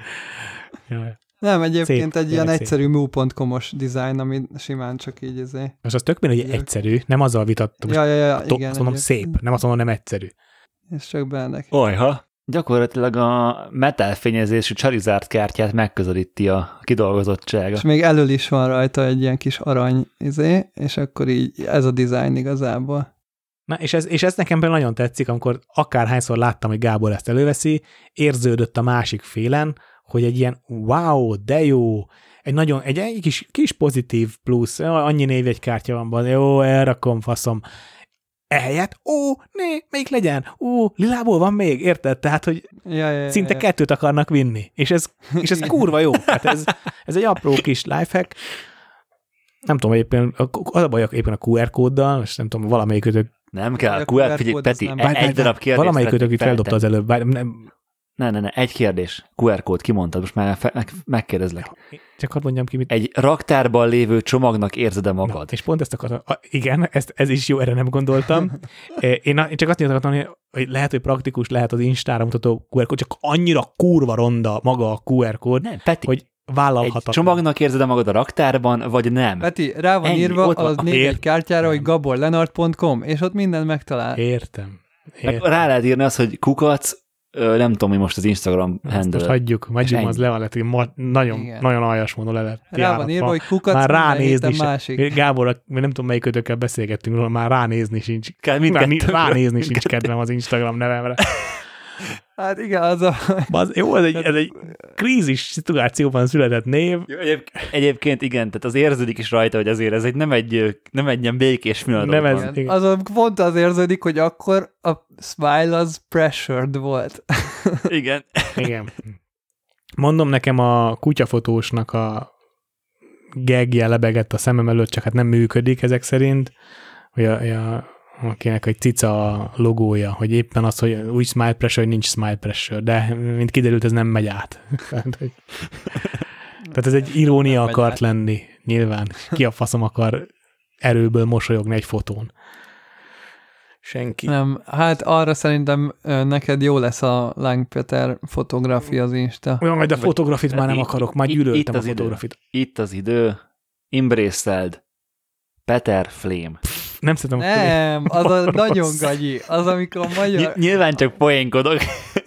Jaj. Nem, egyébként szép, egy ilyen szép. Egyszerű move pont com-os dizájn, ami simán csak így ezé. Most az tök mindegy, hogy egyszerű, nem azzal vitattam. Ja, ja, ja, to- igen. Azt mondom szép, nem azt mondom, nem egyszerű. És csak bennek. Ojha. Gyakorlatilag a metálfényezésű Charizard kártyát megközelíti a kidolgozottsága. És még elől is van rajta egy ilyen kis arany izé, és akkor így ez a dizájn igazából. Na, és ez, és ez nekem például nagyon tetszik, amikor akárhányszor láttam, hogy Gábor ezt előveszi, érződött a másik félen, hogy egy ilyen wow, de jó, egy nagyon, egy, egy kis, kis pozitív plusz, annyi névjegykártya van benne, jó, elrakom, faszom. Ehelyett, ó, né, melyik legyen? Ó, lilából van még, érted? Tehát, hogy ja, ja, szinte ja. kettőt akarnak vinni, és ez, és ez kurva jó. Hát ez, ez egy apró kis lifehack. Nem tudom, éppen, az a baj éppen a kú er kóddal, és nem tudom, valamelyikötök... Nem kell, a kú er, figyelj, Peti, egy darab kérdés. Valamelyikötök feldobta az előbb, bár nem... Ne, ne, ne, egy kérdés. kú er kód, kimondtad, most már fe, meg, megkérdezlek. Csak hadd mondjam ki, mit... Egy raktárban lévő csomagnak érzed-e magad? Na, és pont ezt akartam, igen, ezt, ez is jó, erre nem gondoltam. Én, én csak azt akartam, hogy lehet, hogy praktikus, lehet az Instára mutató kú er kód, csak annyira kurva ronda maga a kú er kód, nem, Peti, hogy vállalhatatlan. Egy csomagnak érzed-e magad a raktárban, vagy nem? Peti, rá van Ennyi, írva az négy kártyára, hogy gaborlenart pont com, és ott minden megtalál. Értem. Értem. Rá lehet írni azt, hogy kukac, nem tudom, mi most az Instagram handle. Most hagyjuk, hagyjuk, az le van lett, nagyon, nagyon aljas módon le lett. Rá van írva, hogy kukac, már ránézni is, másik. Gábor, nem tudom, melyik ötökkel beszélgettünk róla, már ránézni sincs. Már ránézni sincs kedvem az Instagram nevemre. Hát igen, az a... Az, jó, ez egy, ez egy krízis szituációban született név. Jó, egyéb, egyébként igen, tehát az érződik is rajta, hogy azért ez egy nem egy, nem egy ilyen békés pillanatban. Azon pont az érződik, hogy akkor a smile az pressured volt. Igen. Igen. Mondom, nekem a kutyafotósnak a gagje lebegett a szemem előtt, csak hát nem működik ezek szerint, hogy a, a akinek egy cica a logója, hogy éppen az, hogy úgy smile pressure, hogy nincs smile pressure, de mint kiderült, ez nem megy át. Tehát ez egy irónia nem akart lenni, nyilván. Ki a faszom akar erőből mosolyogni egy fotón? Senki. Nem, hát arra szerintem neked jó lesz a Lang Peter fotográfia az Insta. Olyan, majd a fotografit már nem akarok, már gyűlöltem a fotografit. Itt az idő, embrace-eld Peter Flame. Nem szeretem. Nem, az a nagyon gagyi. Az, amikor a magyar... Ny- nyilván csak poénkodok.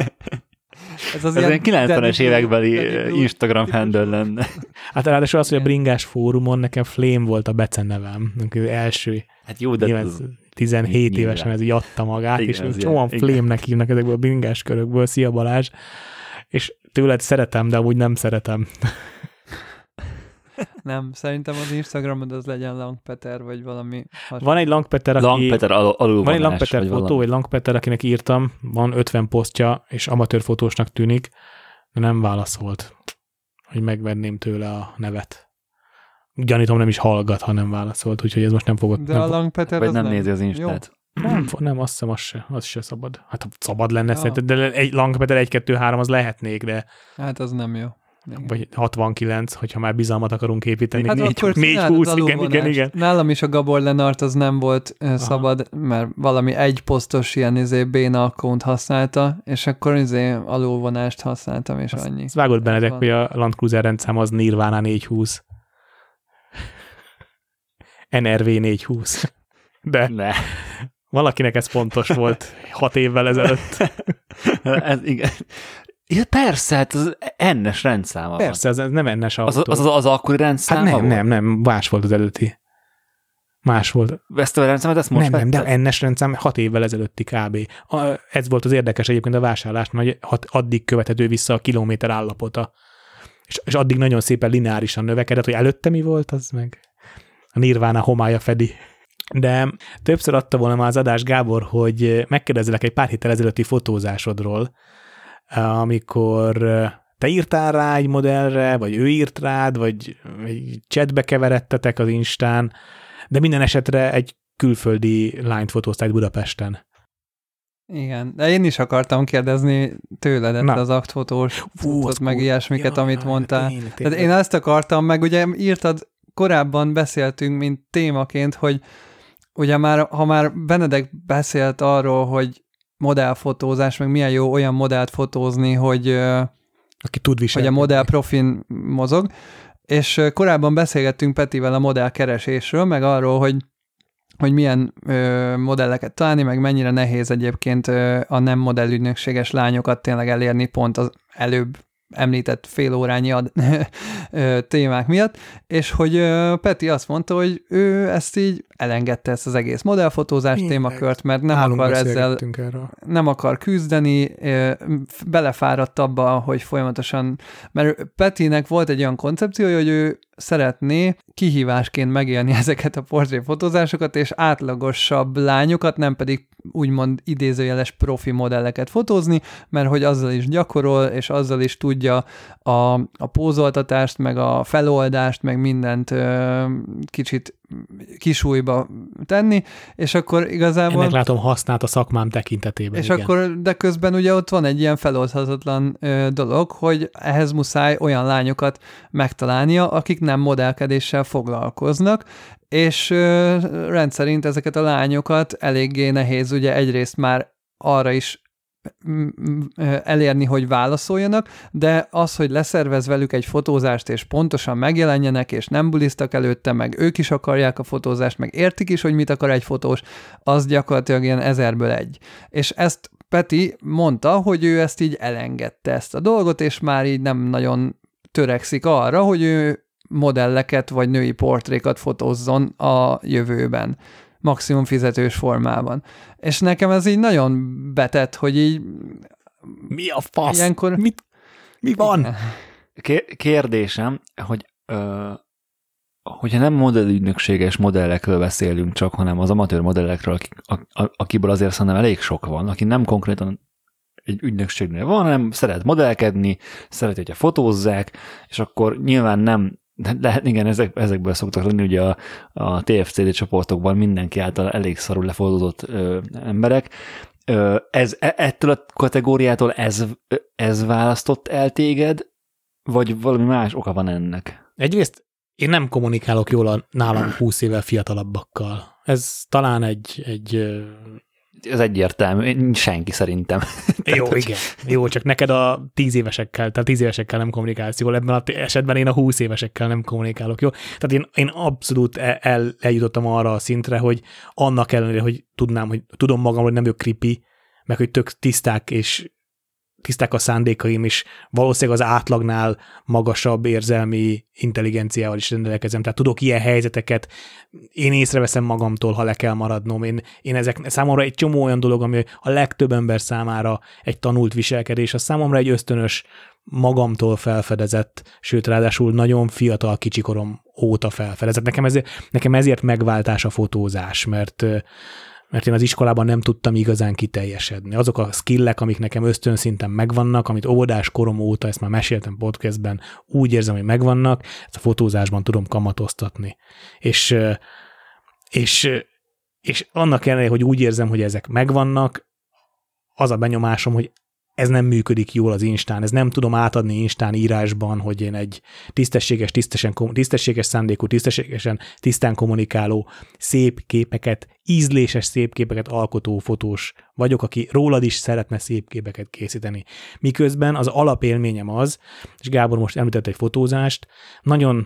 Ez az Ez ilyen kilencvenes évekbeli Instagram handle lenne. Hát ráadásul az, hogy a bringás fórumon nekem Flame volt a becenevem. Első. Hát jó, de ez tizenhét nyilván. Évesen ez így adta magát, igen, és csomóan Flame-nek hívnak ezekből a bringás körökből. Szia Balázs! És tőled szeretem, de amúgy nem szeretem. Nem, szerintem az Instagramod az legyen Lang Peter, vagy valami hasonló. Van egy Lang Peter, aki... Lang Peter al- alul van egy Lang Peter fotó, valami. Egy Lang Peter, akinek írtam, van ötven posztja, és amatőr fotósnak tűnik, de nem válaszolt, hogy megvenném tőle a nevet. Gyanítom, nem is hallgat, ha nem válaszolt, úgyhogy ez most nem fogok... De nem a Lang Peter vagy az nem, nem nézi az Instát. Nem, nem, azt hiszem, az se, az se szabad. Hát szabad lenne, ja. Szerintem, de egy Lang Peter egy kettő három az lehetnék, de... Hát az nem jó. Igen. Vagy hatvankilenc, hogyha már bizalmat akarunk építeni. Hát négy húsz, igen, igen, igen. Nálam is a Gabor Lenart az nem volt uh, szabad, mert valami egy posztos ilyen izé béna account használta, és akkor izé alulvonást használtam, és azt, annyi. Azt vágod Benedek, hogy a Land Cruiser rendszám az Nirvana négyszázhúsz. en er vé négyszázhúsz. De ne. Valakinek ez fontos volt hat évvel ezelőtt. Ez igen. Ja, persze, hát az en-es rendszáma persze, van. az nem en-es autó. Az az, az, az akkori rendszáma hát nem, volt? nem, nem, más volt az előtti. Más volt. Ezt a rendszámot, ezt most Nem, vetted? nem, de en-es rendszám hat évvel ezelőtti kb. A, ez volt az érdekes egyébként a vásárlásnál, hogy hat, addig követhető vissza a kilométer állapota. És, és addig nagyon szépen lineárisan növekedett, hogy előtte mi volt, az meg a Nirvana homályja fedi. De többször adta volna már az adás, Gábor, hogy megkérdezelek egy pár héttel ezelőtti fotózásodról, amikor te írtál rá egy modellre, vagy ő írt rád, vagy chatbe keveredtetek az Instán, de minden esetre egy külföldi lányt fotóztál Budapesten. Igen, de én is akartam kérdezni tőled ezt Na. az aktfotós futott meg ilyesmiket, ja, amit mondtál. Tényleg, Tehát én ezt akartam, meg ugye írtad, korábban beszéltünk, mint témaként, hogy ugye már, ha már Benedek beszélt arról, hogy modellfotózás, meg milyen jó olyan modellt fotózni, hogy, aki tud viselni, hogy a modell profin mozog, és korábban beszélgettünk Petivel a modellkeresésről, meg arról, hogy, hogy milyen ö, modelleket találni, meg mennyire nehéz egyébként ö, a nem modellügynökséges lányokat tényleg elérni pont az előbb említett félórányi ad, ö, témák miatt, és hogy ö, Peti azt mondta, hogy ő ezt így elengedte, ezt az egész modellfotózás Milyen témakört, mert nem Nálunk akar ezzel erről. nem akar küzdeni, ö, belefáradt abba, hogy folyamatosan, mert Petinek volt egy olyan koncepciója, hogy ő szeretné kihívásként megélni ezeket a portréfotózásokat, és átlagosabb lányokat, nem pedig úgymond idézőjeles profi modelleket fotózni, mert hogy azzal is gyakorol, és azzal is tud tudja a, a pózoltatást, meg a feloldást, meg mindent ö, kicsit kisúlyba tenni, és akkor igazából... Ennek látom hasznát a szakmám tekintetében. És igen. akkor, de közben ugye ott van egy ilyen feloldhatatlan ö, dolog, hogy ehhez muszáj olyan lányokat megtalálnia, akik nem modellkedéssel foglalkoznak, és ö, rendszerint ezeket a lányokat eléggé nehéz ugye egyrészt már arra is elérni, hogy válaszoljanak, de az, hogy leszervez velük egy fotózást, és pontosan megjelenjenek, és nem bulisztak előtte, meg ők is akarják a fotózást, meg értik is, hogy mit akar egy fotós, az gyakorlatilag ilyen ezerből egy. És ezt Peti mondta, hogy ő ezt így elengedte ezt a dolgot, és már így nem nagyon törekszik arra, hogy ő modelleket vagy női portrékat fotózzon a jövőben. Maximum fizetős formában. És nekem ez így nagyon betett, hogy így... Mi a fasz? Ilyenkor... Mit? Mi van? Kérdésem, hogy ö, hogyha nem modellügynökséges modellekről beszélünk csak, hanem az amatőr modellekről, akik, a, a, akiből azért szerintem elég sok van, aki nem konkrétan egy ügynökségnél van, hanem szeret modellkedni, szereti, hogyha fotózzák, és akkor nyilván nem de igen, ezek, ezekből szoktak lenni, ugye a, a té ef cé dé csoportokban mindenki által elég szarul lefotózott ö, emberek. Ö, ez, ettől a kategóriától ez, ez választott el téged, vagy valami más oka van ennek? Egyrészt én nem kommunikálok jól a nálam húsz évvel fiatalabbakkal. Ez talán egy... egy ez egyértelmű, senki szerintem. Jó, tehát, igen. Jó, csak neked a tíz évesekkel, tehát tíz évesekkel nem kommunikálsz jól, ebben az esetben én a húsz évesekkel nem kommunikálok jól. Tehát én, én abszolút el, eljutottam arra a szintre, hogy annak ellenére, hogy tudnám, hogy tudom magam, hogy nem vagyok creepy, meg hogy tök tiszták és tiszták a szándékaim, és valószínűleg az átlagnál magasabb érzelmi intelligenciával is rendelkezem. Tehát tudok ilyen helyzeteket, én észreveszem magamtól, ha le kell maradnom. Én, én ezek számomra egy csomó olyan dolog, ami a legtöbb ember számára egy tanult viselkedés, az számomra egy ösztönös, magamtól felfedezett, sőt, ráadásul nagyon fiatal kicsikorom óta felfedezett. Nekem ezért, nekem ezért megváltás a fotózás, mert mert én az iskolában nem tudtam igazán kiteljesedni. Azok a skillek, amik nekem ösztönszinten megvannak, amit óvodás korom óta, ezt már meséltem podcastben, úgy érzem, hogy megvannak, ezt a fotózásban tudom kamatoztatni. És, és, és annak ellenére, hogy úgy érzem, hogy ezek megvannak, az a benyomásom, hogy ez nem működik jól az Instán, ez nem tudom átadni Instán írásban, hogy én egy tisztességes, tisztesen, tisztességes szándékú, tisztességesen, tisztán kommunikáló, szép képeket, ízléses szép képeket alkotó fotós vagyok, aki rólad is szeretne szép képeket készíteni. Miközben az alapélményem az, és Gábor most említett egy fotózást, nagyon,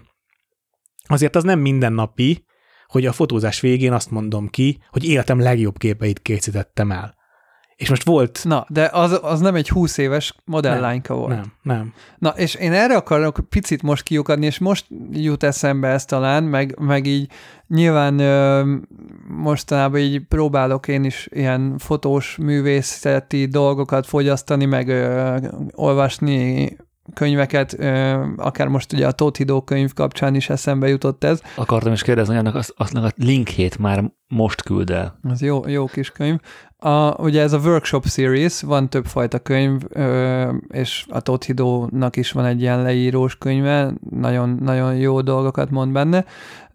azért az nem mindennapi, hogy a fotózás végén azt mondom ki, hogy életem legjobb képeit készítettem el. És most volt... Na, de az, az nem egy húsz éves modellányka volt. Nem, nem. Na, és én erre akarok picit most kiukadni, és most jut eszembe ez talán, meg, meg így nyilván ö, mostanában így próbálok én is ilyen fotós művészeti dolgokat fogyasztani, meg ö, olvasni könyveket, ö, akár most ugye a Tóth Hidó könyv kapcsán is eszembe jutott ez. Akartam is kérdezni, hogy annak az, aznak a linkjét már most küld el. Ez jó, jó kis könyv. A, ugye ez a Workshop Series, van többfajta könyv, ö, és a Tóth Hidónak is van egy ilyen leírós könyve, nagyon, nagyon jó dolgokat mond benne,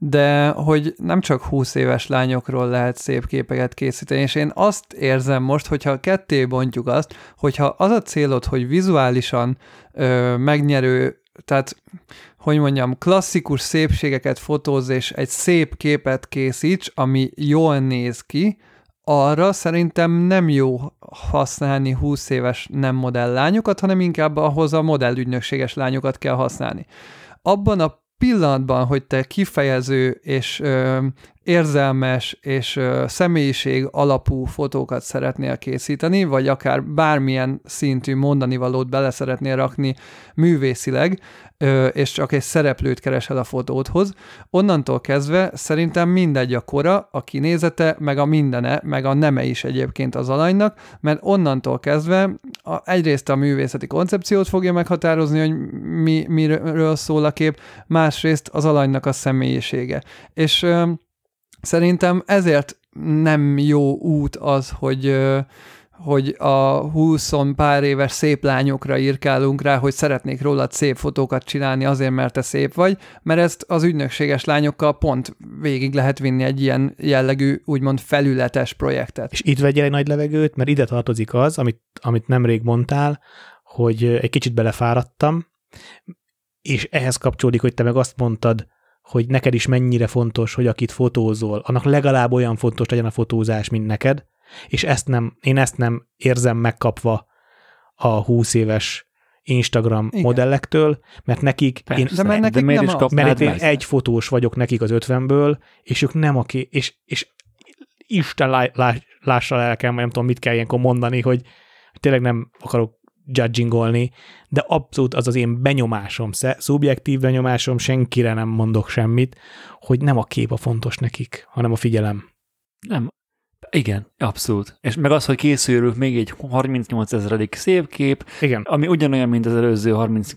de hogy nem csak húsz éves lányokról lehet szép képeket készíteni, és én azt érzem most, hogyha ketté bontjuk azt, hogyha az a célod, hogy vizuálisan ö, megnyerő, tehát hogy mondjam, klasszikus szépségeket fotóz, és egy szép képet készíts, ami jól néz ki, arra szerintem nem jó használni húsz éves nem modell lányokat, hanem inkább ahhoz a modellügynökséges lányokat kell használni. Abban a pillanatban, hogy te kifejező és ö, érzelmes és ö, személyiség alapú fotókat szeretnél készíteni, vagy akár bármilyen szintű mondanivalót bele szeretnél rakni művészileg, ö, és csak egy szereplőt keresel a fotódhoz, onnantól kezdve szerintem mindegy a kora, a kinézete, meg a mindene, meg a neme is egyébként az alanynak, mert onnantól kezdve a, egyrészt a művészeti koncepciót fogja meghatározni, hogy mi, miről szól a kép, másrészt az alanynak a személyisége. És ö, szerintem ezért nem jó út az, hogy, hogy a húsz pár éves szép lányokra írkálunk rá, hogy szeretnék rólad szép fotókat csinálni azért, mert te szép vagy, mert ezt az ügynökséges lányokkal pont végig lehet vinni egy ilyen jellegű, úgymond felületes projektet. És itt vegyél egy nagy levegőt, mert ide tartozik az, amit, amit nemrég mondtál, hogy egy kicsit belefáradtam, és ehhez kapcsolódik, hogy te meg azt mondtad, hogy neked is mennyire fontos, hogy akit fotózol, annak legalább olyan fontos legyen a fotózás, mint neked, és ezt nem, én ezt nem érzem megkapva a húsz éves Instagram Igen. modellektől, mert nekik, Persze, én, de mert nekik de nem az. mert én egy fotós vagyok nekik az ötvenből, és ők nem aki, és, és Isten lá, lá, lássa lelkem, nem tudom, mit kell ilyenkor mondani, hogy tényleg nem akarok judgingolni, de abszolút az az én benyomásom, szubjektív benyomásom, senkire nem mondok semmit, hogy nem a kép a fontos nekik, hanem a figyelem. Nem. Igen, abszolút. És meg az, hogy készülünk még egy harmincnyolcezeredik szép kép, Igen. ami ugyanolyan, mint az előző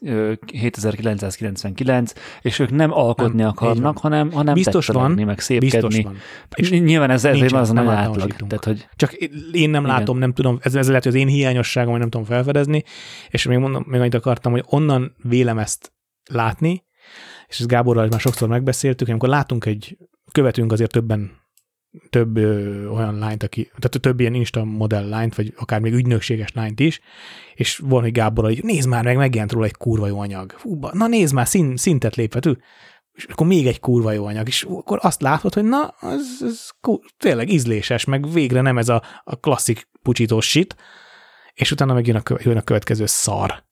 harminchétezer-kilencszázkilencvenkilenc, és ők nem alkotni nem, akarnak, hanem, hanem biztos van, meg szépkedni. Biztos van. És nyilván ez ezért az nem nagy átlag. Tehát, hogy... Csak én nem látom, Igen. nem tudom, ez, ez lehet, hogy az én hiányosságom, hogy nem tudom felfedezni, és még mondom, még annyit akartam, hogy onnan vélem ezt látni, és ezt Gáborral már sokszor megbeszéltük, amikor látunk egy, követünk azért többen több ö, olyan lányt, aki, tehát több ilyen Insta modell lányt, vagy akár még ügynökséges lányt is, és van, hogy Gáborral így, nézd már meg, megjelent róla egy kurva jó anyag. Fú, na nézd már, szín, szintet lépve, és akkor még egy kurva jó anyag, és akkor azt látod, hogy na, ez, ez tényleg ízléses, meg végre nem ez a, a klasszik pucsítós shit, és utána meg jön a, jön a következő szar.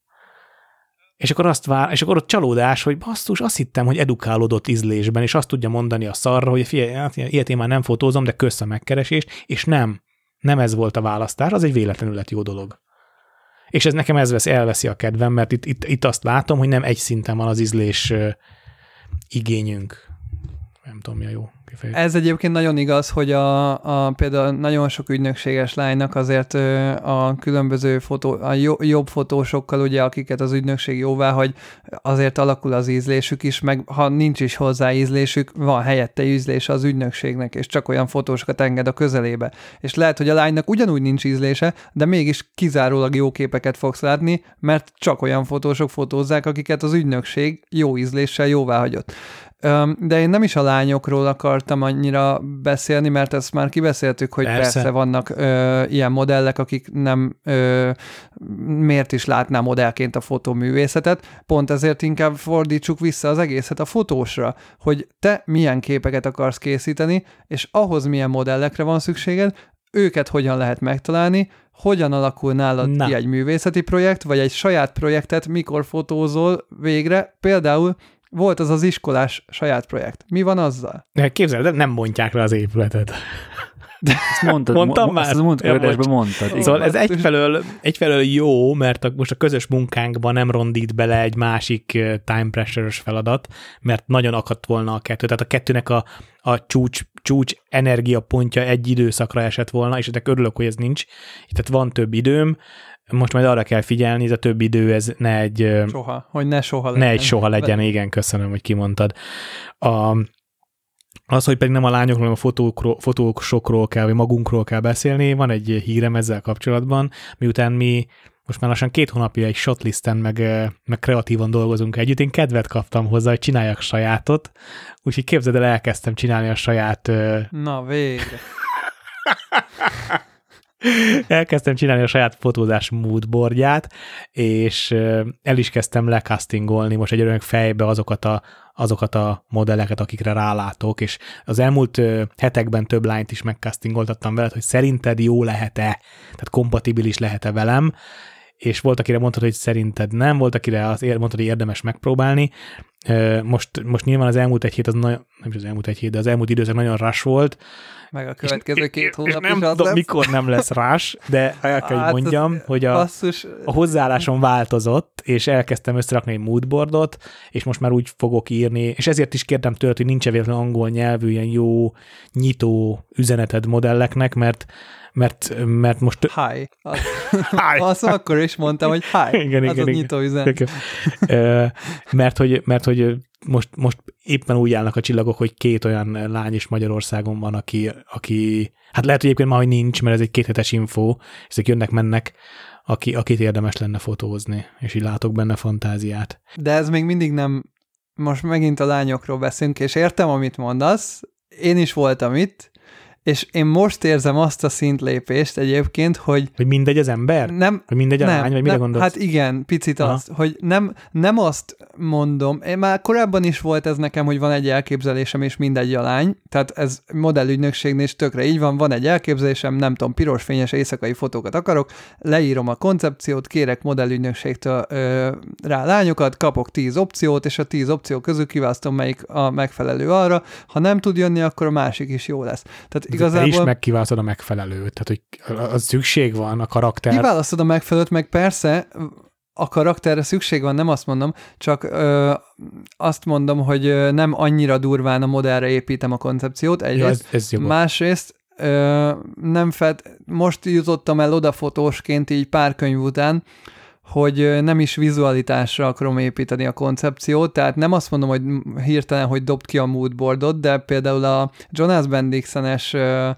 És akkor azt vár, és akkor ott csalódás, hogy basszus, azt hittem, hogy edukálódott ízlésben, és azt tudja mondani a szarra, hogy figyelj, hát ilyet én már nem fotózom, de kösz a megkeresést, és nem, nem ez volt a választás, az egy véletlenül lett jó dolog. És ez nekem ez vesz, elveszi a kedvem, mert itt, itt, itt azt látom, hogy nem egy szinten van az ízlés uh, igényünk. Nem tudom, mi a jó kifejezés. Ez egyébként nagyon igaz, hogy a, a például nagyon sok ügynökséges lánynak azért a különböző fotó, a jobb fotósokkal, ugye, akiket az ügynökség jóvá hagy, azért alakul az ízlésük is, meg ha nincs is hozzá ízlésük, van helyette ízlése az ügynökségnek, és csak olyan fotósokat enged a közelébe. És lehet, hogy a lánynak ugyanúgy nincs ízlése, de mégis kizárólag jó képeket fogsz látni, mert csak olyan fotósok fotózzák, akiket az ügynökség jó ízléssel jóvá hagyott. De én nem is a lányokról akartam annyira beszélni, mert ezt már kibeszéltük, hogy persze, persze vannak ö, ilyen modellek, akik nem ö, miért is látná modellként a fotóművészetet, pont ezért inkább fordítsuk vissza az egészet a fotósra, hogy te milyen képeket akarsz készíteni, és ahhoz milyen modellekre van szükséged, őket hogyan lehet megtalálni, hogyan alakul nálad Na. ki egy művészeti projekt, vagy egy saját projektet, mikor fotózol végre, például volt az az iskolás saját projekt. Mi van azzal? Képzeld, nem mondják le az épületet. De ezt mondtad, Mondtam mo- már? Ezt mondtad, mondtad. Szóval ez egyfelől, egyfelől jó, mert a, most a közös munkánkban nem rondít bele egy másik time pressure-ös feladat, mert nagyon akadt volna a kettő. Tehát a kettőnek a, a csúcs, csúcs energiapontja egy időszakra esett volna, és ennek örülök, hogy ez nincs. Tehát van több időm. Most majd arra kell figyelni, ez a több idő, ez ne egy... Soha, hogy ne soha legyen. Ne egy soha legyen, igen, köszönöm, hogy kimondtad. A, az, hogy pedig nem a lányokról, hanem a fotókról, fotósokról kell, vagy magunkról kell beszélni, van egy hírem ezzel kapcsolatban, miután mi most már lassan két hónapja egy shotlisten, meg, meg kreatívan dolgozunk együtt, én kedvet kaptam hozzá, hogy csináljak sajátot, úgyhogy képzeld el, elkezdtem csinálni a saját... Na, végre. Elkezdtem csinálni a saját fotózás moodboardját, és el is kezdtem lecastingolni most egy örök fejbe azokat a, azokat a modelleket, akikre rálátok, és az elmúlt hetekben több lányt is megcastingoltattam veled, hogy szerinted jó lehet-e, tehát kompatibilis lehet-e velem, és volt, akire mondtad, hogy szerinted nem, volt, akire azt mondtad, hogy érdemes megpróbálni. Most, most nyilván az elmúlt egy hét, az nagyon, nem is az elmúlt egy hét, de az elmúlt időszak nagyon rush volt. Meg a következő és, két hónap és is nem az tudom, lesz. mikor nem lesz rush, de el kell, hogy mondjam, hát hogy a, a hozzáállásom változott, és elkezdtem összerakni egy moodboardot, és most már úgy fogok írni, és ezért is kértem tőled, hogy nincs véletlenül angol nyelvű, ilyen jó, nyitó üzeneted modelleknek, mert mert, mert most... Hi. Az, hi. Azt akkor is mondtam, hogy hi. Igen, az igen, a nyitó üzenet. mert, hogy, mert hogy most, most éppen úgy állnak a csillagok, hogy két olyan lány is Magyarországon van, aki, aki hát lehet, hogy egyébként már, hogy nincs, mert ez egy kéthetes info, ezek jönnek-mennek, aki, akit érdemes lenne fotózni, és így látok benne fantáziát. De ez még mindig nem, most megint a lányokról beszélünk, és értem, amit mondasz, én is voltam itt, és én most érzem azt a szintlépést egyébként, hogy... Hogy mindegy az ember? Nem. Hogy mindegy a nem, lány, vagy mire nem, gondolsz? Hát igen, picit Aha. azt, hogy nem, nem azt mondom, én már korábban is volt ez nekem, hogy van egy elképzelésem, és mindegy a lány, tehát ez modellügynökségnél is tökre így van, van egy elképzelésem, nem tudom, piros fényes éjszakai fotókat akarok, leírom a koncepciót, kérek modellügynökségtől ö, rá lányokat, kapok tíz opciót, és a tíz opció közül kiválasztom, melyik a megfelelő arra, ha nem tud jönni, akkor a másik is jó lesz. Tehát igazából... Te is megkiválasztod a megfelelőt, tehát hogy az szükség van a karakter. Kiválasztod a megfelelőt, meg persze a karakterre szükség van, nem azt mondom, csak ö, azt mondom, hogy nem annyira durván a modellre építem a koncepciót, egyrészt. Ja, ez, ez Másrészt ö, nem fed, most jutottam el oda fotósként így pár könyv után, hogy nem is vizualitásra akarom építeni a koncepciót, tehát nem azt mondom, hogy hirtelen, hogy dobd ki a moodboardot, de például a Jonas Bendixen-es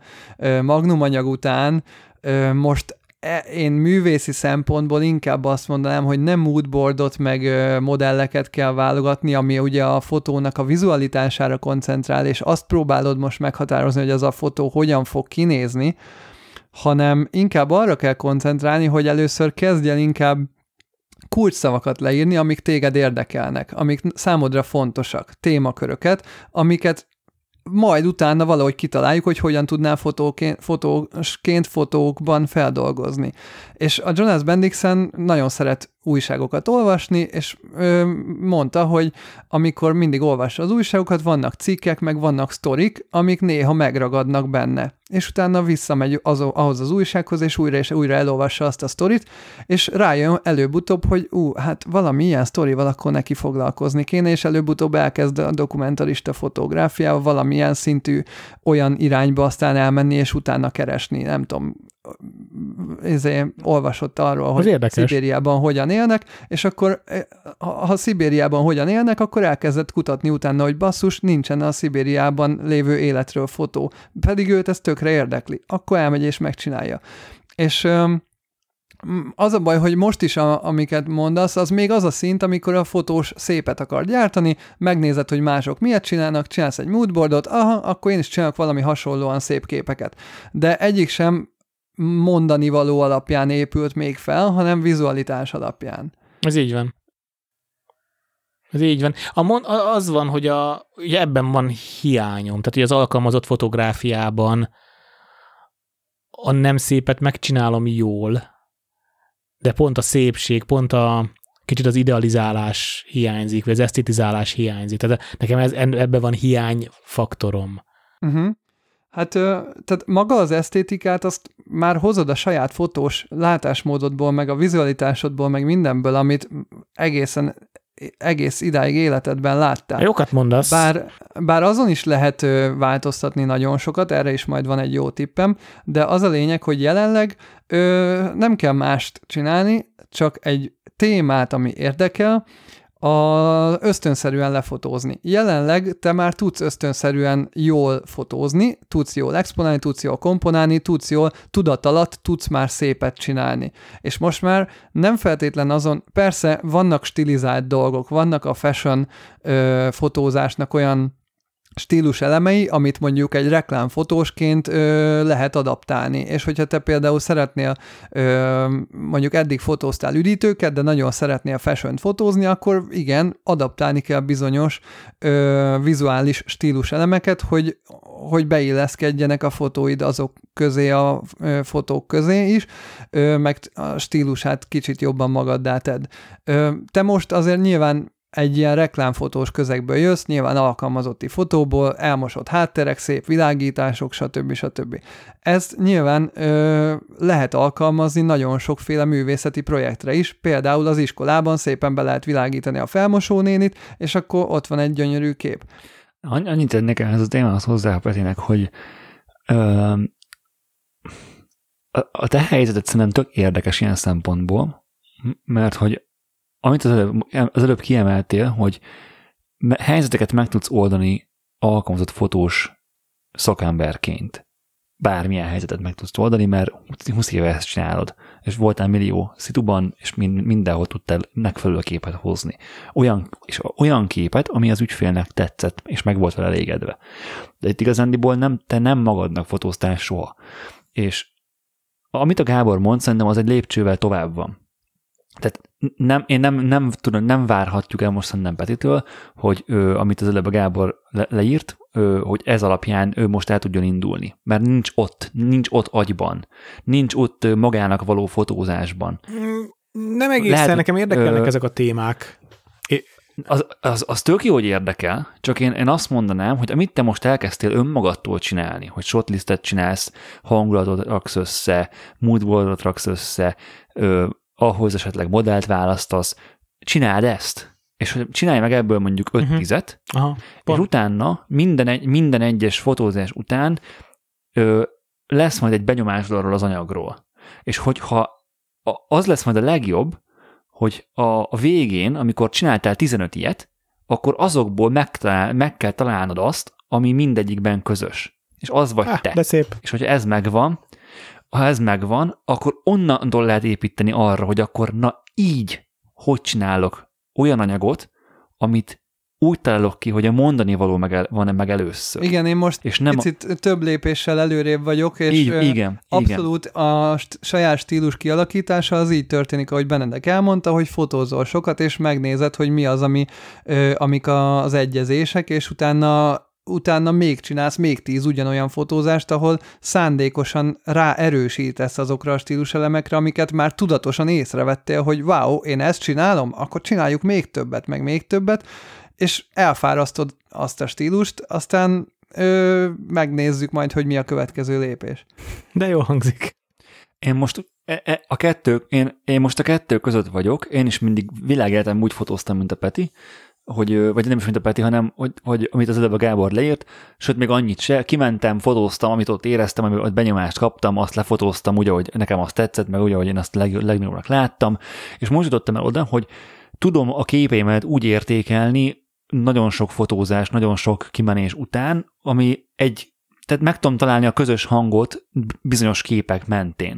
Magnum anyag után most én művészi szempontból inkább azt mondanám, hogy nem moodboardot meg modelleket kell válogatni, ami ugye a fotónak a vizualitására koncentrál, és azt próbálod most meghatározni, hogy az a fotó hogyan fog kinézni, hanem inkább arra kell koncentrálni, hogy először kezdj el inkább kulcsszavakat leírni, amik téged érdekelnek, amik számodra fontosak, témaköröket, amiket majd utána valahogy kitaláljuk, hogy hogyan tudnál fotóként, fotósként fotókban feldolgozni. És a Jonas Bendixen nagyon szeret újságokat olvasni, és ö, mondta, hogy amikor mindig olvassa az újságokat, vannak cikkek, meg vannak sztorik, amik néha megragadnak benne. És utána visszamegy az, ahhoz az újsághoz, és újra és újra elolvassa azt a sztorit, és rájön előbb-utóbb, hogy ú, hát valami ilyen sztorival akkor neki foglalkozni kéne, és előbb-utóbb elkezd a dokumentarista fotográfiával valamilyen szintű olyan irányba aztán elmenni, és utána keresni, nem tudom, ezért olvasott arról, hogy Szibériában hogyan élnek, és akkor ha, ha Szibériában hogyan élnek, akkor elkezdett kutatni utána, hogy basszus, nincsen a Szibériában lévő életről fotó, pedig őt ez tökre érdekli. Akkor elmegy és megcsinálja. És az a baj, hogy most is, a, amiket mondasz, az még az a szint, amikor a fotós szépet akar gyártani, megnézed, hogy mások miért csinálnak, csinálsz egy moodboardot, aha, akkor én is csinálok valami hasonlóan szép képeket. De egyik sem mondani való alapján épült még fel, hanem vizualitás alapján. Ez így van. Ez így van. A mon- az van, hogy a, ugye ebben van hiányom, tehát hogy az alkalmazott fotográfiában a nem szépet megcsinálom jól, de pont a szépség, pont a kicsit az idealizálás hiányzik, vagy az esztétizálás hiányzik. Tehát nekem ez, ebben van hiányfaktorom. Uh-huh. Hát tehát maga az esztétikát azt már hozod a saját fotós látásmódodból, meg a vizualitásodból, meg mindenből, amit egészen egész idáig életedben láttál. Jókat mondasz. Bár, bár azon is lehet ö, változtatni nagyon sokat, erre is majd van egy jó tippem, de az a lényeg, hogy jelenleg ö, nem kell mást csinálni, csak egy témát, ami érdekel, a ösztönszerűen lefotózni. Jelenleg te már tudsz ösztönszerűen jól fotózni, tudsz jól exponálni, tudsz jól komponálni, tudsz jól tudat alatt, tudsz már szépet csinálni. És most már nem feltétlen azon, persze vannak stilizált dolgok, vannak a fashion ö, fotózásnak olyan stílus elemei, amit mondjuk egy reklámfotósként ö, lehet adaptálni. És hogyha te például szeretnél, ö, mondjuk eddig fotóztál üdítőket, de nagyon szeretnél fashion-t fotózni, akkor igen, adaptálni kell bizonyos ö, vizuális stílus elemeket, hogy, hogy beilleszkedjenek a fotóid azok közé, a ö, fotók közé is, ö, meg a stílusát kicsit jobban magaddá tedd. Ö, te most azért nyilván egy ilyen reklámfotós közegből jössz, nyilván alkalmazotti fotóból, elmosott hátterek, szép világítások, stb. stb. Ezt nyilván ö, lehet alkalmazni nagyon sokféle művészeti projektre is, például az iskolában szépen be lehet világítani a felmosónénit, és akkor ott van egy gyönyörű kép. Annyit tennék ehhez a témához hozzá, Petinek, hogy ö, a te helyzetet szerintem tök érdekes ilyen szempontból, mert hogy amit az előbb, az előbb kiemeltél, hogy helyzeteket meg tudsz oldani alkalmazott fotós szakemberként. Bármilyen helyzetet meg tudsz oldani, mert húsz éve ezt csinálod, és voltál millió szituban, és mindenhol tudtál megfelelő képet hozni. Olyan, és olyan képet, ami az ügyfélnek tetszett, és meg volt vele elégedve. De itt igazándiból nem, te nem magadnak fotóztál soha. És amit a Gábor mond, szerintem az egy lépcsővel tovább van. Tehát nem, én nem, nem tudom, nem várhatjuk el most szerintem Petitől, hogy ő, amit az előbb a Gábor le, leírt, ő, hogy ez alapján ő most el tudjon indulni. Mert nincs ott, nincs ott agyban, nincs ott magának való fotózásban. Nem egészen, lehet, nekem érdekelnek ö, ezek a témák. É... Az, az, az tök jó, hogy érdekel, csak én, én azt mondanám, hogy amit te most elkezdtél önmagadtól csinálni, hogy shotlistet csinálsz, hangulatot raksz össze, moodboardot raksz össze, ö, ahhoz esetleg modellt választasz, csináld ezt, és csinálj meg ebből mondjuk öt uh-huh. tizet, Aha, és pont. utána minden, egy, minden egyes fotózás után ö, lesz majd egy benyomásod arról az anyagról. És hogyha az lesz majd a legjobb, hogy a, a végén, amikor csináltál tizenöt ilyet, akkor azokból megtalál, meg kell találnod azt, ami mindegyikben közös. És az vagy Há, te. De szép. És hogyha ez megvan, ha ez megvan, akkor onnantól lehet építeni arra, hogy akkor na így, hogy csinálok olyan anyagot, amit úgy találok ki, hogy a mondani való meg van meg először. Igen, én most és nem picit a... több lépéssel előrébb vagyok, és így, igen, abszolút igen. a saját stílus kialakítása az így történik, ahogy Benedek elmondta, hogy fotózol sokat, és megnézed, hogy mi az, ami, amik az egyezések, és utána utána még csinálsz még tíz ugyanolyan fotózást, ahol szándékosan ráerősítesz azokra a stíluselemekre, amiket már tudatosan észrevettél, hogy wow, én ezt csinálom, akkor csináljuk még többet, meg még többet, és elfárasztod azt a stílust, aztán ö, megnézzük majd, hogy mi a következő lépés. De jó hangzik. Én most a kettő, én, én most a kettő között vagyok, én is mindig világéletem úgy fotóztam, mint a Peti, hogy, vagy nem is mint a Peti, hanem hogy, hogy amit az előbb a Gábor leírt, sőt még annyit se, kimentem, fotóztam, amit ott éreztem, amit ott benyomást kaptam, azt lefotóztam úgy, ahogy nekem azt tetszett, meg úgy, ahogy én azt leg, legnagyobbnak láttam, és most jutottam el oda, hogy tudom a képeimet úgy értékelni nagyon sok fotózás, nagyon sok kimenés után, ami egy, tehát meg tudom találni a közös hangot bizonyos képek mentén.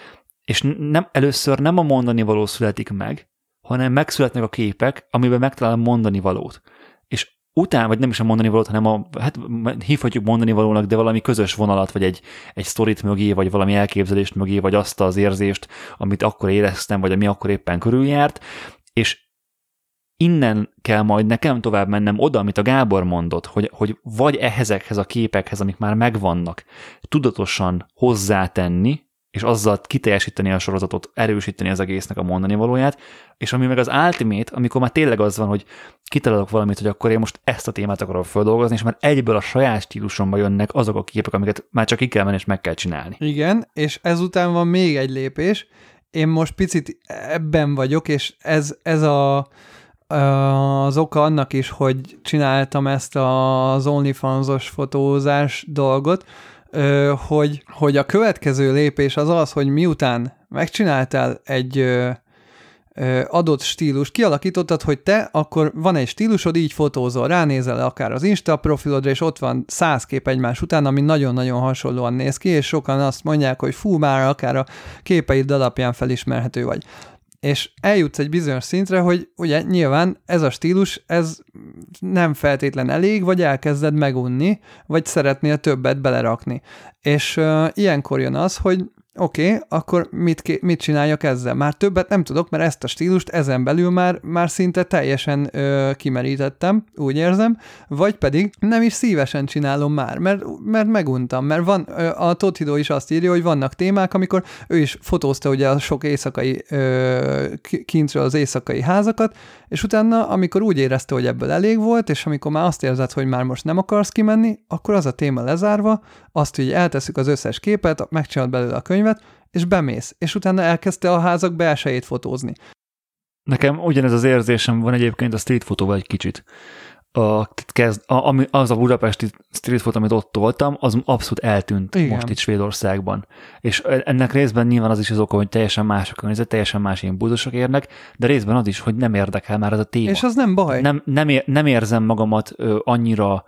És nem, először nem a mondani való születik meg, hanem megszületnek a képek, amiben megtalálom mondani valót. És utána, vagy nem is a mondani valót, hanem a, hát hívhatjuk mondani valónak, de valami közös vonalat, vagy egy, egy sztorit mögé, vagy valami elképzelést mögé, vagy azt az érzést, amit akkor éreztem, vagy ami akkor éppen körüljárt, és innen kell majd nekem tovább mennem oda, amit a Gábor mondott, hogy, hogy vagy ehhezekhez a képekhez, amik már megvannak, tudatosan hozzátenni, és azzal kiteljesíteni a sorozatot, erősíteni az egésznek a mondani valóját, és ami meg az ultimate, amikor már tényleg az van, hogy kitalálok valamit, hogy akkor én most ezt a témát akarom feldolgozni, és már egyből a saját stílusomba jönnek azok a képek, amiket már csak ki kell menni, és meg kell csinálni. Igen, és ezután van még egy lépés. Én most picit ebben vagyok, és ez, ez a az oka annak is, hogy csináltam ezt az OnlyFans-os fotózás dolgot, hogy, hogy a következő lépés az az, hogy miután megcsináltál egy adott stílust, kialakítottad, hogy te akkor van egy stílusod, így fotózol, ránézel akár az Insta profilodra, és ott van száz kép egymás után, ami nagyon-nagyon hasonlóan néz ki, és sokan azt mondják, hogy fú, már akár a képeid alapján felismerhető vagy. És eljutsz egy bizonyos szintre, hogy ugye nyilván ez a stílus, ez nem feltétlen elég, vagy elkezded megunni, vagy szeretnél többet belerakni. És uh, ilyenkor jön az, hogy oké, okay, akkor mit, mit csináljak ezzel? Már többet nem tudok, mert ezt a stílust ezen belül már, már szinte teljesen ö, kimerítettem, úgy érzem, vagy pedig nem is szívesen csinálom már, mert, mert meguntam, mert van, ö, a Todd Hido is azt írja, hogy vannak témák, amikor ő is fotózta ugye a sok éjszakai, ö, kintről az éjszakai házakat, és utána, amikor úgy érezte, hogy ebből elég volt, és amikor már azt érzed, hogy már most nem akarsz kimenni, akkor az a téma lezárva, azt, hogy eltesszük az összes képet, megcsinálod belőle a könyvet, és bemész, és utána elkezdte a házak belsejét fotózni. Nekem ugyanez az érzésem van egyébként a street fotóval egy kicsit. a, kezd, a, ami, az a budapesti street food, amit ott toltam, az abszolút eltűnt Igen. most itt Svédországban. És ennek részben nyilván az is az oka, hogy teljesen más a környezet, teljesen más impulzusok érnek, de részben az is, hogy nem érdekel már ez a téma. És az nem baj. Nem, nem, ér, nem érzem magamat ö, annyira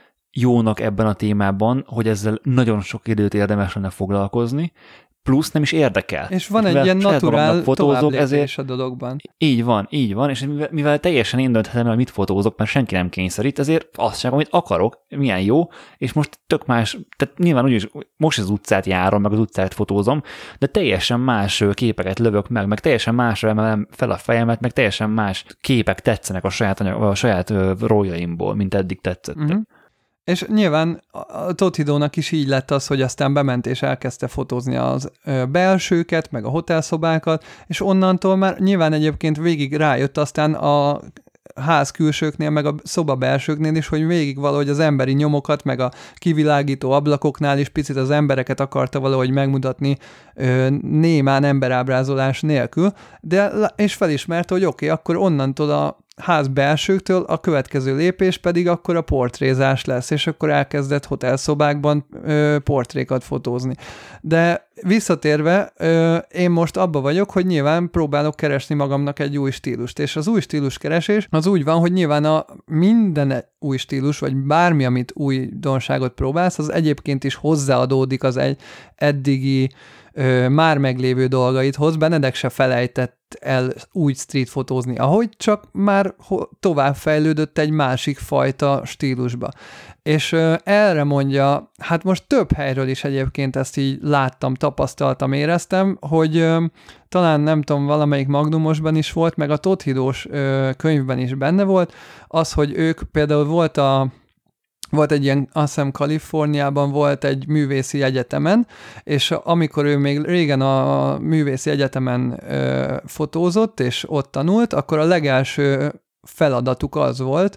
jónak ebben a témában, hogy ezzel nagyon sok időt érdemes lenne foglalkozni, plusz nem is érdekel. És van egy ilyen naturál továbblépés a dologban. Így van, így van, és mivel, mivel teljesen én dönthetem el, mit fotózok, mert senki nem kényszerít, ezért azt sem, amit akarok, milyen jó, és most tök más, tehát nyilván úgyis most az utcát járom, meg az utcát fotózom, de teljesen más képeket lövök meg, meg teljesen másra emelem fel a fejemet, meg teljesen más képek tetszenek a saját, anyag, a saját roljaimból, mint eddig tetszettek. Mm-hmm. És nyilván a Totidónak is így lett az, hogy aztán bement és elkezdte fotózni az belsőket, meg a hotelszobákat, és onnantól már nyilván egyébként végig rájött aztán a ház külsőknél, meg a szoba belsőknél is, hogy végig valahogy az emberi nyomokat, meg a kivilágító ablakoknál is picit az embereket akarta valahogy megmutatni ö, némán emberábrázolás nélkül, de és felismerte, hogy oké, okay, akkor onnantól a ház belsőktől a következő lépés pedig akkor a portrézás lesz, és akkor elkezdett hotelszobákban ö, portrékat fotózni. De visszatérve, ö, én most abba vagyok, hogy nyilván próbálok keresni magamnak egy új stílust, és az új stíluskeresés az úgy van, hogy nyilván a minden új stílus, vagy bármi, amit újdonságot próbálsz, az egyébként is hozzáadódik az egy eddigi ö, már meglévő dolgaidhoz. Benedek se felejtett el úgy street fotózni, ahogy csak már tovább fejlődött egy másik fajta stílusba. És ö, erre mondja, hát most több helyről is egyébként ezt így láttam, tapasztaltam, éreztem, hogy ö, talán nem tudom, valamelyik Magnumosban is volt, meg a Tothidós ö, könyvben is benne volt, az, hogy ők például volt a Volt egy ilyen, azt hiszem Kaliforniában volt egy művészi egyetemen, és amikor ő még régen a művészi egyetemen ö, fotózott, és ott tanult, akkor a legelső feladatuk az volt,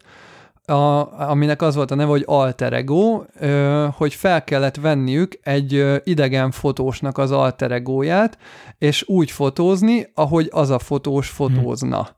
a, aminek az volt a neve, hogy alter ego, ö, hogy fel kellett venniük egy ö, idegen fotósnak az alter egóját, és úgy fotózni, ahogy az a fotós fotózna. Hmm.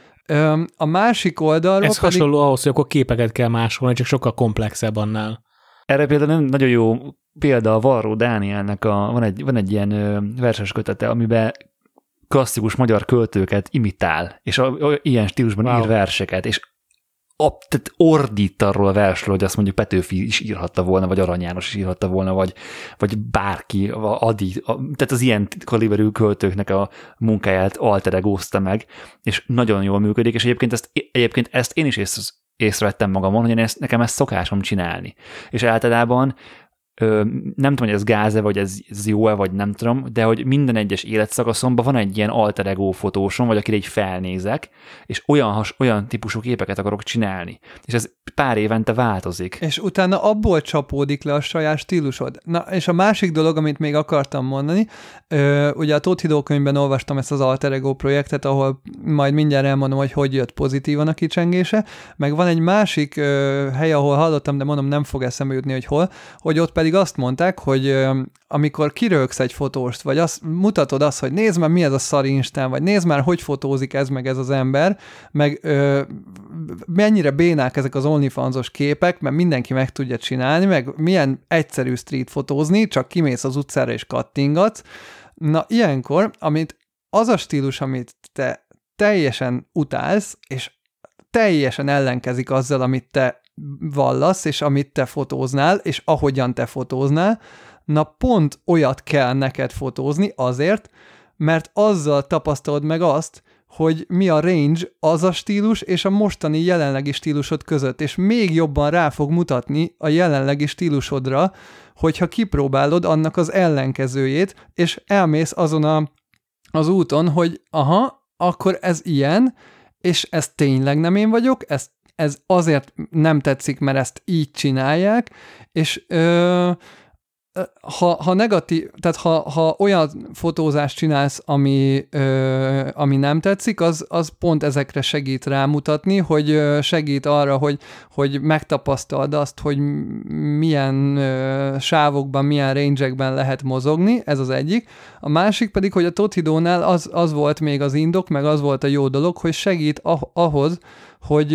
A másik oldalról Ez pedig... hasonló ahhoz, hogy akkor képeket kell másolni, csak sokkal komplexebb annál. Erre például nagyon jó példa a Varró Dánielnek, a, van, egy, van egy ilyen verses kötete, amiben klasszikus magyar költőket imitál, és a, a, ilyen stílusban wow. ír verseket, és a, tehát ordít arról a versről, hogy azt mondjuk Petőfi is írhatta volna, vagy Arany János is írhatta volna, vagy, vagy bárki, Adi, a, tehát az ilyen kaliberű költőknek a munkáját alter egózta meg, és nagyon jól működik, és egyébként ezt, egyébként ezt én is ész, észrevettem magamon, hogy én ezt, nekem ezt szokásom csinálni. És általában Ö, nem tudom, hogy ez gáz-e, vagy ez, ez jó-e, vagy nem tudom, de hogy minden egyes életszakaszomban van egy ilyen alter ego fotósom, vagy akire így felnézek, és olyan, has, olyan típusú képeket akarok csinálni. És ez pár évente változik. És utána abból csapódik le a saját stílusod. Na, és a másik dolog, amit még akartam mondani, ö, ugye a Tothidó könyvben olvastam ezt az alter ego projektet, ahol majd mindjárt elmondom, hogy hogy jött pozitívan a kicsengése, meg van egy másik ö, hely, ahol hallottam, de mondom, nem fog eszembe jutni, hogy hol, hogy ott pedig azt mondták, hogy ö, amikor kirögsz egy fotóst, vagy azt mutatod azt, hogy nézd már, mi ez a szar Instán, vagy nézd már, hogy fotózik ez meg ez az ember, meg ö, mennyire bénák ezek az OnlyFans-os képek, mert mindenki meg tudja csinálni, meg milyen egyszerű street fotózni, csak kimész az utcára és kattingatsz. Na, ilyenkor, amit az a stílus, amit te teljesen utálsz, és teljesen ellenkezik azzal, amit te vallasz, és amit te fotóznál, és ahogyan te fotóznál, na pont olyat kell neked fotózni azért, mert azzal tapasztalod meg azt, hogy mi a range az a stílus és a mostani jelenlegi stílusod között, és még jobban rá fog mutatni a jelenlegi stílusodra, hogyha kipróbálod annak az ellenkezőjét, és elmész azon a, az úton, hogy aha, akkor ez ilyen, és ez tényleg nem én vagyok, ez, ez azért nem tetszik, mert ezt így csinálják, és ö, ha, ha negatív, tehát ha, ha olyan fotózást csinálsz, ami, ö, ami nem tetszik, az, az pont ezekre segít rámutatni, hogy segít arra, hogy, hogy megtapasztald azt, hogy milyen ö, sávokban, milyen range-ekben lehet mozogni, ez az egyik. A másik pedig, hogy a Totidónál az, az volt még az indok, meg az volt a jó dolog, hogy segít ah- ahhoz, hogy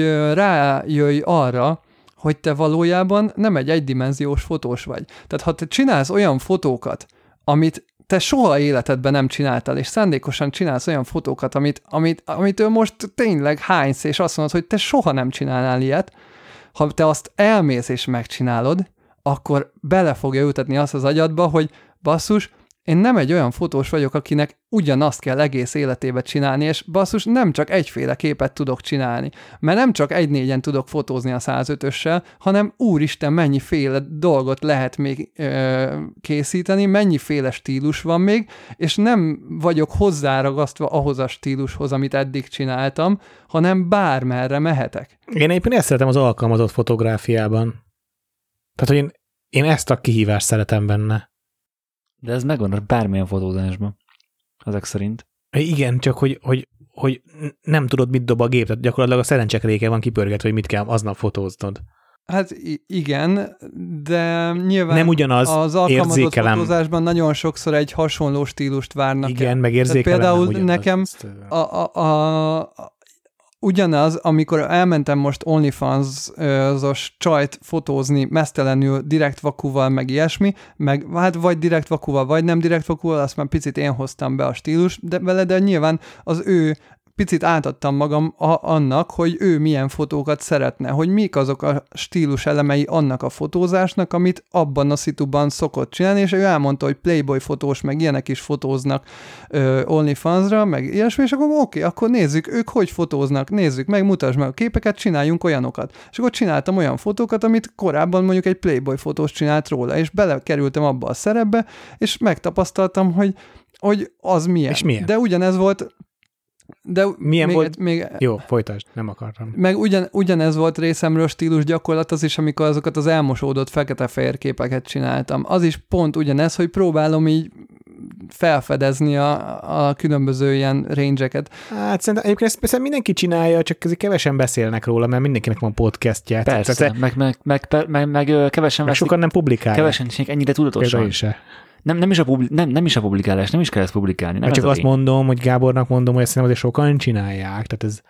rájöjj arra, hogy te valójában nem egy egydimenziós fotós vagy. Tehát ha te csinálsz olyan fotókat, amit te soha életedben nem csináltál, és szándékosan csinálsz olyan fotókat, amit, amit, amit ő most tényleg hánysz, és azt mondod, hogy te soha nem csinálnál ilyet, ha te azt elmész és megcsinálod, akkor bele fogja ültetni azt az agyadba, hogy basszus, én nem egy olyan fotós vagyok, akinek ugyanazt kell egész életébe csinálni, és basszus, nem csak egyféle képet tudok csinálni, mert nem csak egy négyen tudok fotózni a száz ötössel, hanem úristen, mennyiféle dolgot lehet még ö, készíteni, mennyiféle stílus van még, és nem vagyok hozzáragasztva ahhoz a stílushoz, amit eddig csináltam, hanem bármerre mehetek. Én éppen ezt szeretem az alkalmazott fotográfiában. Tehát, hogy én, én ezt a kihívást szeretem benne. De ez megvan bármilyen fotózásban, ezek szerint. Igen, csak hogy, hogy, hogy nem tudod, mit dob a gép, tehát gyakorlatilag a szerencsekréke van kipörgetve, hogy mit kell aznap fotóznod. Hát igen, de nyilván nem ugyanaz, az alkalmazott érzékelem. fotózásban nagyon sokszor egy hasonló stílust várnak. Igen, el. meg érzékelem. Tehát például nem nekem a, a, a, a, ugyanaz, amikor elmentem most OnlyFans-os csajt fotózni mesztelenül direkt vakuval, meg ilyesmi, meg hát vagy direkt vakuval, vagy nem direkt vakuval, azt már picit én hoztam be a stílus de vele, de nyilván az ő picit átadtam magam a, annak, hogy ő milyen fotókat szeretne, hogy mik azok a stílus elemei annak a fotózásnak, amit abban a szituban szokott csinálni, és ő elmondta, hogy Playboy fotós, meg ilyenek is fotóznak ö, OnlyFans-ra, meg ilyesmi, és akkor oké, okay, akkor nézzük, ők hogy fotóznak, nézzük meg, mutasd meg a képeket, csináljunk olyanokat. És akkor csináltam olyan fotókat, amit korábban mondjuk egy Playboy fotós csinált róla, és belekerültem abba a szerepbe, és megtapasztaltam, hogy, hogy az milyen. És milyen? De ugyanez volt. De milyen még, volt? Még, Jó, folytasd, nem akartam. Meg ugyan, ugyanez volt részemről stílus gyakorlat az is, amikor azokat az elmosódott fekete-fehér képeket csináltam. Az is pont ugyanez, hogy próbálom így felfedezni a, a különböző ilyen range-eket. Hát szerintem egyébként ezt persze mindenki csinálja, csak ezért kevesen beszélnek róla, mert mindenkinek van podcastja. Persze, tehát, meg, meg, meg, meg, meg kevesen meg veszik, sokan nem publikálják. kevesen csinálják ennyire tudatosan. Nem, nem, is a publi- nem, nem is a publikálás, nem is kell ezt publikálni. Nem csak azt én. mondom, hogy Gábornak mondom, hogy ezt szerintem azért sokan csinálják. Tehát ez...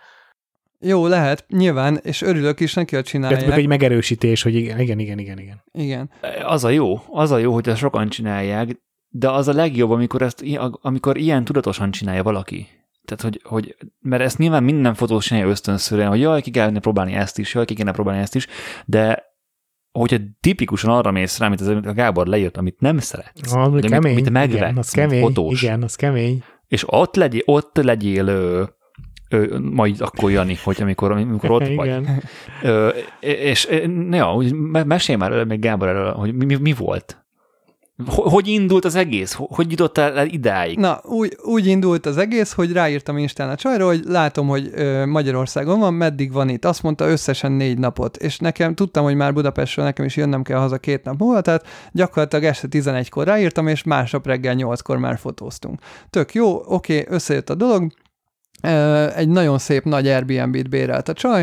Jó, lehet, nyilván, és örülök is neki, hogy csinálják. Ez egy megerősítés, hogy igen, igen, igen, igen, igen. Igen. Az a jó, az a jó, hogy ezt sokan csinálják, de az a legjobb, amikor, ezt, amikor ilyen tudatosan csinálja valaki. Tehát, hogy, hogy, mert ezt nyilván minden fotós csinálja ösztönszerűen, hogy jaj, ki kellene próbálni ezt is, jaj, ki kellene próbálni ezt is, de hogyha tipikusan arra mész rá, amit az, a Gábor leírt, amit nem szeretsz, az de kemény, amit megvetsz, igen, az kemény, fotós, igen, az kemény. és ott legyél, ott legyél ö, ö, majd akkor Jani, hogy amikor, amikor ott vagy. Ö, és ja, úgy mesélj már még Gábor erről, hogy mi, mi volt? Hogy indult az egész? Hogy jutottál el idáig? Na, úgy, úgy indult az egész, hogy ráírtam Instán a csajra, hogy látom, hogy ö, Magyarországon van, meddig van itt. Azt mondta összesen négy napot, és nekem tudtam, hogy már Budapestről nekem is jönnem kell haza két nap múlva, tehát gyakorlatilag este tizenegykor ráírtam, és másnap reggel nyolckor már fotóztunk. Tök jó, oké, összejött a dolog, egy nagyon szép nagy Airbnb-t bérelt a csaj.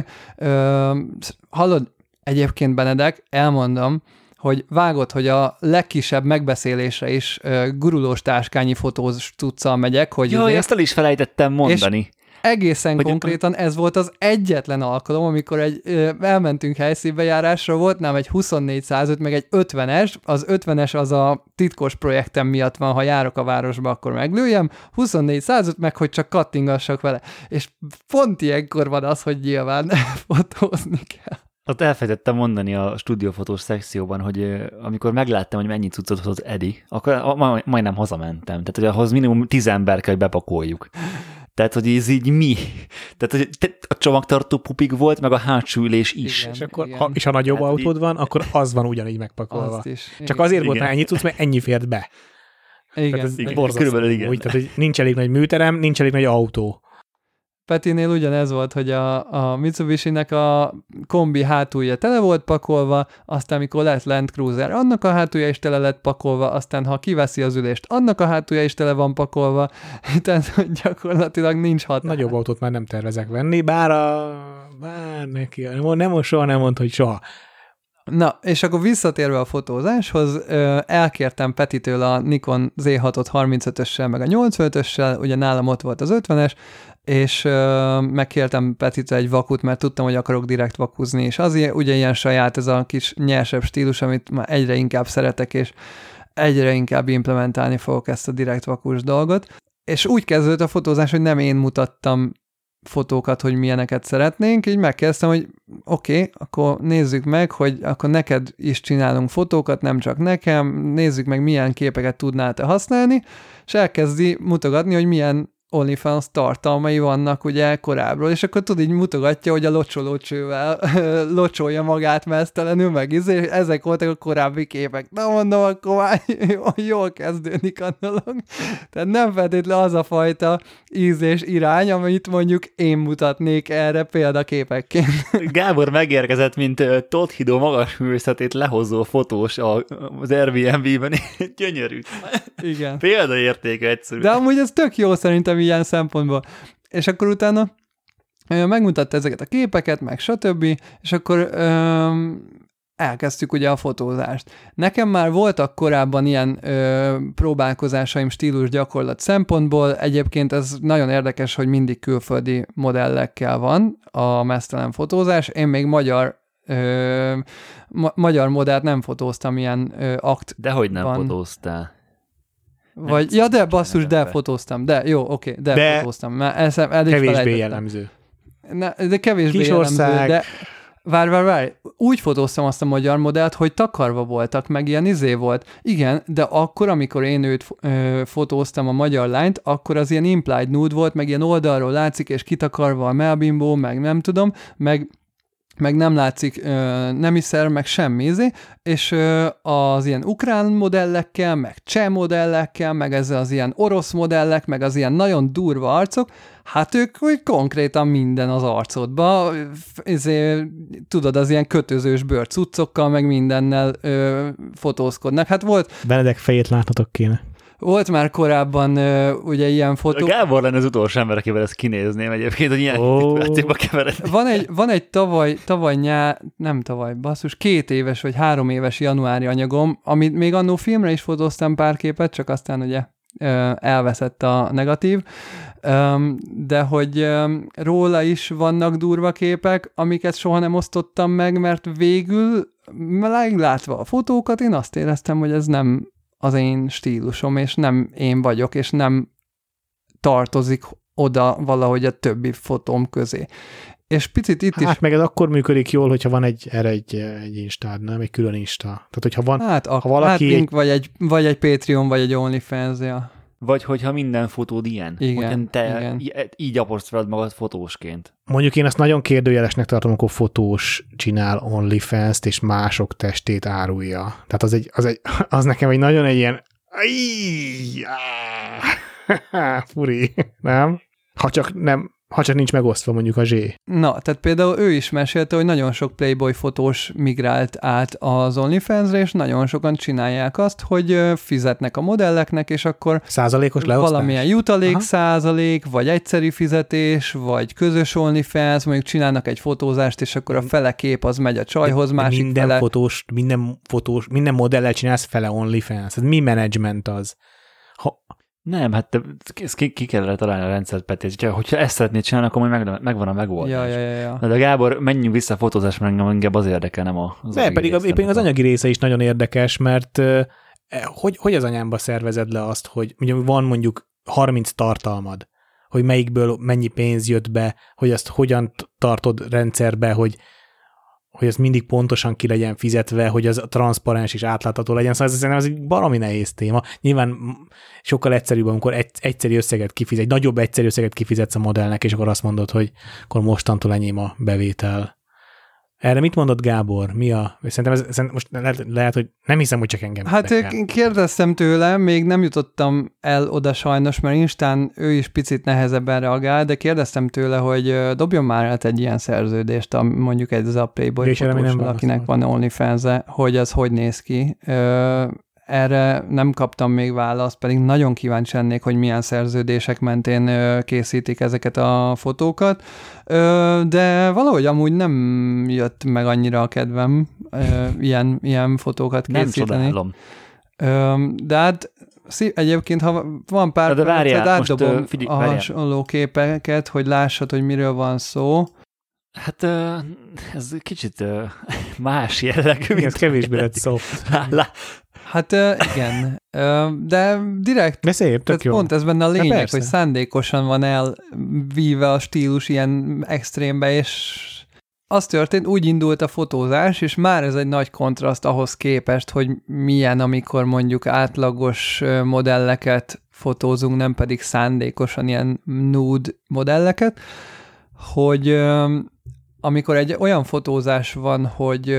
Hallod, egyébként Benedek, elmondom, hogy vágod, hogy a legkisebb megbeszélésre is uh, gurulós táskányi fotóz tuccal megyek, hogy... Jaj, azért, ezt el is felejtettem mondani. Egészen hogy konkrétan ez volt az egyetlen alkalom, amikor egy ö, elmentünk helyszínbejárásra, volt nálam egy huszonnégy százöt, meg egy ötvenes, az ötvenes az a titkos projektem miatt van, ha járok a városba, akkor meglőjem, huszonnégy százöt, meg hogy csak kattingassak vele. És pont ilyenkor van az, hogy nyilván fotózni kell. Ott elfelejtettem mondani a stúdiófotós szekcióban, hogy amikor megláttam, hogy mennyit cuccot hozott Edi, akkor majdnem hazamentem. Tehát, hogy ahhoz minimum tíz ember kell, hogy bepakoljuk. Tehát, hogy ez így mi? Tehát, hogy a csomagtartó pupig volt, meg a hátsó ülés is. Igen, és, akkor, igen. ha, és ha nagyobb Hát autód így... van, akkor az van ugyanígy megpakolva. Azt is. Csak Igen. azért volt Igen. rá ennyi cucc, mert ennyi fért be. Igen. Tehát ez Igen. borzasztó. Körülbelül igen. Úgy, tehát, hogy nincs elég nagy műterem, nincs elég nagy autó. Petinél ugyanez volt, hogy a, a Mitsubishi-nek a kombi hátulja tele volt pakolva, aztán mikor lett Land Cruiser, annak a hátulja is tele lett pakolva, aztán ha kiveszi az ülést, annak a hátulja is tele van pakolva, tehát gyakorlatilag nincs határ. Nagyobb autót már nem tervezek venni, bár a... bár neki, nem, nem soha nem mondta, hogy soha. Na, és akkor visszatérve a fotózáshoz, elkértem Petitől a Nikon zé hatot harmincötössel, meg a nyolcvanötössel, ugye nálam ott volt az ötvenes, és megkértem Petitől egy vakut, mert tudtam, hogy akarok direkt vakuzni, és azért ugye ilyen saját ez a kis nyersebb stílus, amit már egyre inkább szeretek, és egyre inkább implementálni fogok ezt a direkt vakus dolgot. És úgy kezdődött a fotózás, hogy nem én mutattam fotókat, hogy milyeneket szeretnénk, így megkezdtem, hogy oké, okay, akkor nézzük meg, hogy akkor neked is csinálunk fotókat, nem csak nekem, nézzük meg, milyen képeket tudnál te használni, és elkezdi mutogatni, hogy milyen OnlyFans tartalmai vannak ugye korábbról, és akkor tud így mutogatja, hogy a locsolócsővel locsolja magát mesztelenül, meg izé, és ezek voltak a korábbi képek. Na mondom, akkor már jól kezdődik a dolog. Tehát nem feltétlenül az a fajta íz és irány, amit mondjuk én mutatnék erre példaképekként. Gábor megérkezett, mint uh, Todd Hido magas művészetét lehozó fotós a, az Airbnb-ben. Gyönyörű. Igen. Példaértéke egyszerű. De amúgy ez tök jó szerintem ilyen szempontból. És akkor utána megmutatta ezeket a képeket, meg stb. És akkor öm, elkezdtük ugye a fotózást. Nekem már voltak korábban ilyen ö, próbálkozásaim stílus gyakorlat szempontból. Egyébként ez nagyon érdekes, hogy mindig külföldi modellekkel van a mesztelen fotózás. Én még magyar ö, ma- magyar modellt nem fotóztam ilyen ö, akt. Dehogy nem fotóztál. Vagy, ja, de basszus, de fotóztam, de jó, oké, de, de fotóztam. Már el, el kevésbé jellemző. Na, de kevésbé Kisország. jellemző, de várj, várj, várj, úgy fotóztam azt a magyar modellt, hogy takarva voltak, meg ilyen izé volt. Igen, de akkor, amikor én őt ö, fotóztam a magyar lányt, akkor az ilyen implied nude volt, meg ilyen oldalról látszik, és kitakarva a melbimbó, meg nem tudom, meg meg nem látszik ö, nemiszer, meg semmi izé, és ö, az ilyen ukrán modellekkel, meg cseh modellekkel, meg ezzel az ilyen orosz modellek, meg az ilyen nagyon durva arcok, hát ők úgy konkrétan minden az arcodba, izé, tudod, az ilyen kötözős bőrcuccokkal, meg mindennel ö, fotózkodnak. Hát volt... Benedek fejét láthatok kéne. Volt már korábban uh, ugye ilyen fotó... Gábor lenne az utolsó ember, akivel ezt kinézném egyébként, hogy ilyen oh. szituációba keveredni. Van egy, van egy tavaly, tavaly nyár, nem tavaly, basszus, két éves vagy három éves januári anyagom, amit még annó filmre is fotóztam pár képet, csak aztán ugye elveszett a negatív, de hogy róla is vannak durva képek, amiket soha nem osztottam meg, mert végül, látva a fotókat, én azt éreztem, hogy ez nem az én stílusom, és nem én vagyok, és nem tartozik oda valahogy a többi fotóm közé. És picit itt hát is... Hát meg ez akkor működik jól, hogyha van egy, erre egy, egy Instád, nem? Egy külön Insta. Tehát, hogyha van... Hát, ha valaki... hát vagy, egy, vagy egy Patreon, vagy egy OnlyFans, ja. Vagy hogyha minden fotód ilyen. Igen, hogy te igen. így apostrofálod magad fotósként. Mondjuk én azt nagyon kérdőjelesnek tartom, akkor fotós csinál OnlyFans-t, és mások testét árulja. Tehát az, egy, az, egy, az nekem egy nagyon egy ilyen... Furi, nem? Ha csak nem... Ha csak nincs megosztva mondjuk a zsé. Na, tehát például ő is mesélte, hogy nagyon sok Playboy fotós migrált át az OnlyFans-re, és nagyon sokan csinálják azt, hogy fizetnek a modelleknek, és akkor százalékos leosztás? Valamilyen jutalék Aha. százalék, vagy egyszeri fizetés, vagy közös OnlyFans, mondjuk csinálnak egy fotózást, és akkor a fele kép az megy a csajhoz, másik minden fele... Fotós, minden fotós, minden modellel csinálsz fele OnlyFans. Ez mi menedzsment az? Ha... Nem, hát te, ki, ki kellene találni a rendszert, Peti. Hogyha ezt szeretnéd csinálni, akkor majd meg, megvan a megoldás. Ja, ja, ja, ja. De, de Gábor, menjünk vissza a fotózás, mert engem inkább az érdekel, nem az De pedig rész, éppen az anyagi része is nagyon érdekes, mert hogy, hogy az anyámba szervezed le azt, hogy ugye van mondjuk harminc tartalmad, hogy melyikből mennyi pénz jött be, hogy azt hogyan tartod rendszerbe, hogy hogy ez mindig pontosan ki legyen fizetve, hogy az transzparens és átlátható legyen. Szóval ez szerintem ez egy baromi nehéz téma. Nyilván sokkal egyszerűbb, amikor egy, egyszerű összeget kifizet, nagyobb egyszerű összeget kifizetsz a modellnek, és akkor azt mondod, hogy akkor mostantól enyém a bevétel. Erre mit mondott Gábor? Mi a... Szerintem ez, szerintem most lehet, lehet, hogy nem hiszem, hogy csak engem. Hát én kérdeztem tőle, még nem jutottam el oda sajnos, mert Instán ő is picit nehezebben reagál, de kérdeztem tőle, hogy dobjon már át egy ilyen szerződést, a, mondjuk egy az a Playboy fotósról, akinek van OnlyFans-e, hogy az hogy néz ki. Ö, Erre nem kaptam még választ, pedig nagyon kíváncsi lennék, hogy milyen szerződések mentén készítik ezeket a fotókat, de valahogy amúgy nem jött meg annyira a kedvem ilyen, ilyen fotókat készíteni. Nem csodálom. De hát egyébként, ha van pár de percet, átdobom most, figyelj, a hasonló képeket, hogy lássad, hogy miről van szó. Hát ez kicsit más jellegű. Ez kevésbé lett soft. Hát igen, de direkt, de szép, tök jó. Pont ez benne a lényeg, hogy szándékosan van elvíve a stílus ilyen extrémbe, és az történt, úgy indult a fotózás, és már ez egy nagy kontraszt ahhoz képest, hogy milyen, amikor mondjuk átlagos modelleket fotózunk, nem pedig szándékosan ilyen nude modelleket, hogy amikor egy olyan fotózás van, hogy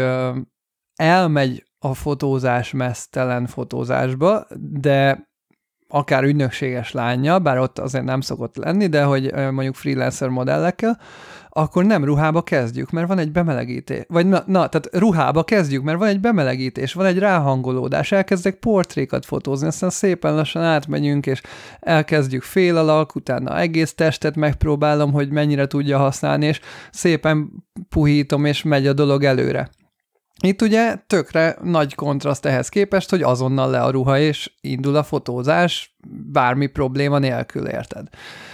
elmegy a fotózás meztelen fotózásba, de akár ügynökséges lánya, bár ott azért nem szokott lenni, de hogy mondjuk freelancer modellekkel, akkor nem ruhába kezdjük, mert van egy bemelegítés. Vagy na, na, tehát ruhába kezdjük, mert van egy bemelegítés, van egy ráhangolódás, elkezdek portrékat fotózni, aztán szépen lassan átmegyünk, és elkezdjük fél alak, utána egész testet megpróbálom, hogy mennyire tudja használni, és szépen puhítom, és megy a dolog előre. Itt ugye tökre nagy kontraszt ehhez képest, hogy azonnal le a ruha, és indul a fotózás, bármi probléma nélkül, érted.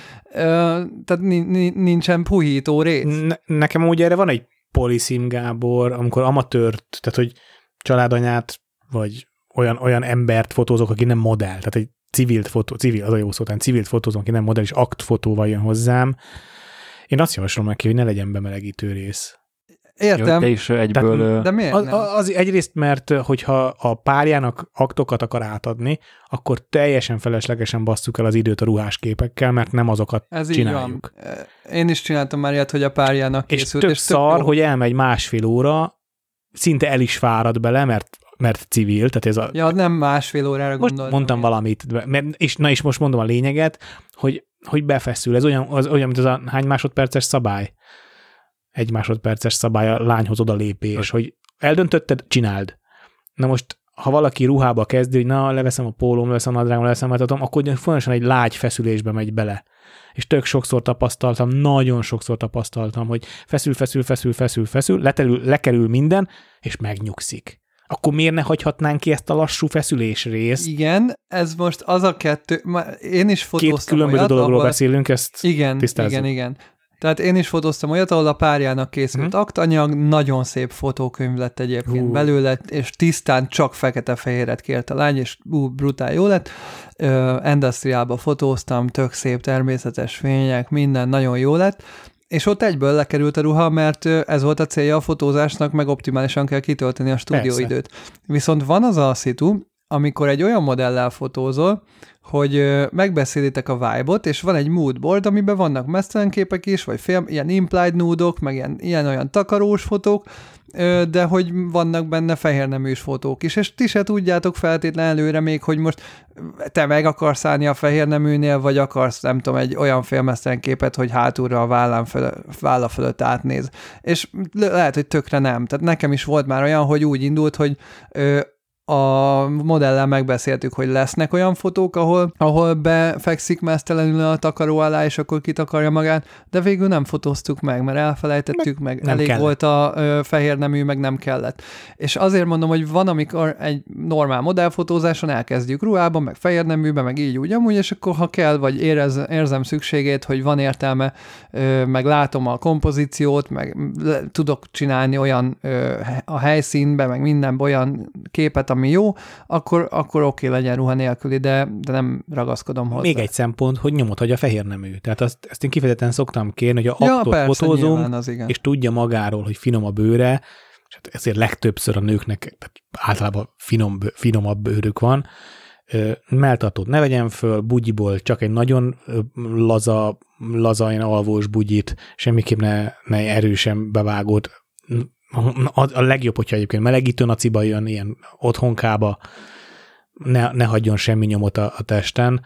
Ö, tehát nincsen puhító rész. Ne, nekem úgy erre van egy poliszim, Gábor, amikor amatőrt, tehát hogy családanyát, vagy olyan, olyan embert fotózok, aki nem modell, tehát egy civilt fotó, civil, az a jó szó, tehát civilt fotózom, aki nem modell, és aktfotóval jön hozzám. Én azt javaslom neki, hogy ne legyen bemelegítő rész. Értem. Jó, te is egyből... Tehát, de miért az, nem? az egyrészt, mert hogyha a párjának aktokat akar átadni, akkor teljesen feleslegesen basszuk el az időt a ruhás képekkel, mert nem azokat Ez csináljuk. Így van. Én is csináltam már ilyet, hogy a párjának és készült. Tök és tök szar, jó. hogy elmegy másfél óra, szinte el is fárad bele, mert, mert civil, tehát ez a... Ja, nem másfél órára most gondoltam. mondtam én. valamit, mert, és, na és most mondom a lényeget, hogy, hogy befeszül. Ez olyan, az, olyan, mint az a hány másodperces szabály. Egy másodperces szabály a lányhoz odalépés, hogy eldöntötted, csináld. Na most, ha valaki ruhába kezdi, hogy na, leveszem a pólóm, leveszem a nadrágom, leveszem a tatom, akkor folyamatosan egy lágy feszülésbe megy bele. És tök sokszor tapasztaltam, nagyon sokszor tapasztaltam, hogy feszül, feszül, feszül, feszül, feszül, leterül, lekerül minden, és megnyugszik. Akkor miért ne hagyhatnánk ki ezt a lassú feszülés részt? Igen, ez most az a kettő, én is fotóztam Két különböző olyat, dologról ahol... beszélünk, ezt igen, tisztázzuk. igen, igen. Tehát én is fotóztam olyat, ahol a párjának készült hmm. aktanyag, nagyon szép fotókönyv lett egyébként uh. belőle, és tisztán csak fekete-fehéret kért a lány, és ú, brutál jó lett. Uh, Industriálba fotóztam, tök szép természetes fények, minden nagyon jó lett, és ott egyből lekerült a ruha, mert ez volt a célja a fotózásnak, meg optimálisan kell kitölteni a stúdióidőt. Viszont van az a szitu, amikor egy olyan modellel fotózol, hogy megbeszélitek a vibe-ot, és van egy moodboard, amiben vannak mesztelen képek is, vagy film, ilyen implied nude-ok, meg ilyen, ilyen-olyan takarós fotók, de hogy vannak benne fehérneműs fotók is, és ti se tudjátok feltétlen előre még, hogy most te meg akarsz állni a fehérneműnél, vagy akarsz, nem tudom, egy olyan félmesztelen képet, hogy hátulra a vállán föl, válla fölött átnéz. És lehet, hogy tökre nem. Tehát nekem is volt már olyan, hogy úgy indult, hogy ö, a modellel megbeszéltük, hogy lesznek olyan fotók, ahol, ahol befekszik mesztelenül a takaró alá, és akkor kitakarja magát, de végül nem fotóztuk meg, mert elfelejtettük, meg, meg elég kellett. Volt a ö, fehér nemű, meg nem kellett. És azért mondom, hogy van, amikor egy normál modellfotózáson elkezdjük ruhában, meg fehér neműben, meg így úgy amúgy, és akkor ha kell, vagy érez, érzem szükségét, hogy van értelme, ö, meg látom a kompozíciót, meg le, tudok csinálni olyan ö, a helyszínben, meg mindenben olyan képet, ami jó, akkor, akkor oké, okay, legyen ruha nélküli, de, de nem ragaszkodom hozzá. Még egy szempont, hogy nyomot hagy a fehér nemű. Tehát azt, ezt én kifejezetten szoktam kérni, hogy a ja, aktot persze, fotózunk, az és tudja magáról, hogy finom a bőre, és hát ezért legtöbbször a nőknek tehát általában finom, finomabb bőrük van. Melltartót ne vegyen föl, bugyiból csak egy nagyon laza, laza ilyen alvós bugyit, semmiképp ne, ne erősen bevágót, a, a legjobb, hogyha egyébként melegítő naciba jön, ilyen otthonkába, ne, ne hagyjon semmi nyomot a, a testen,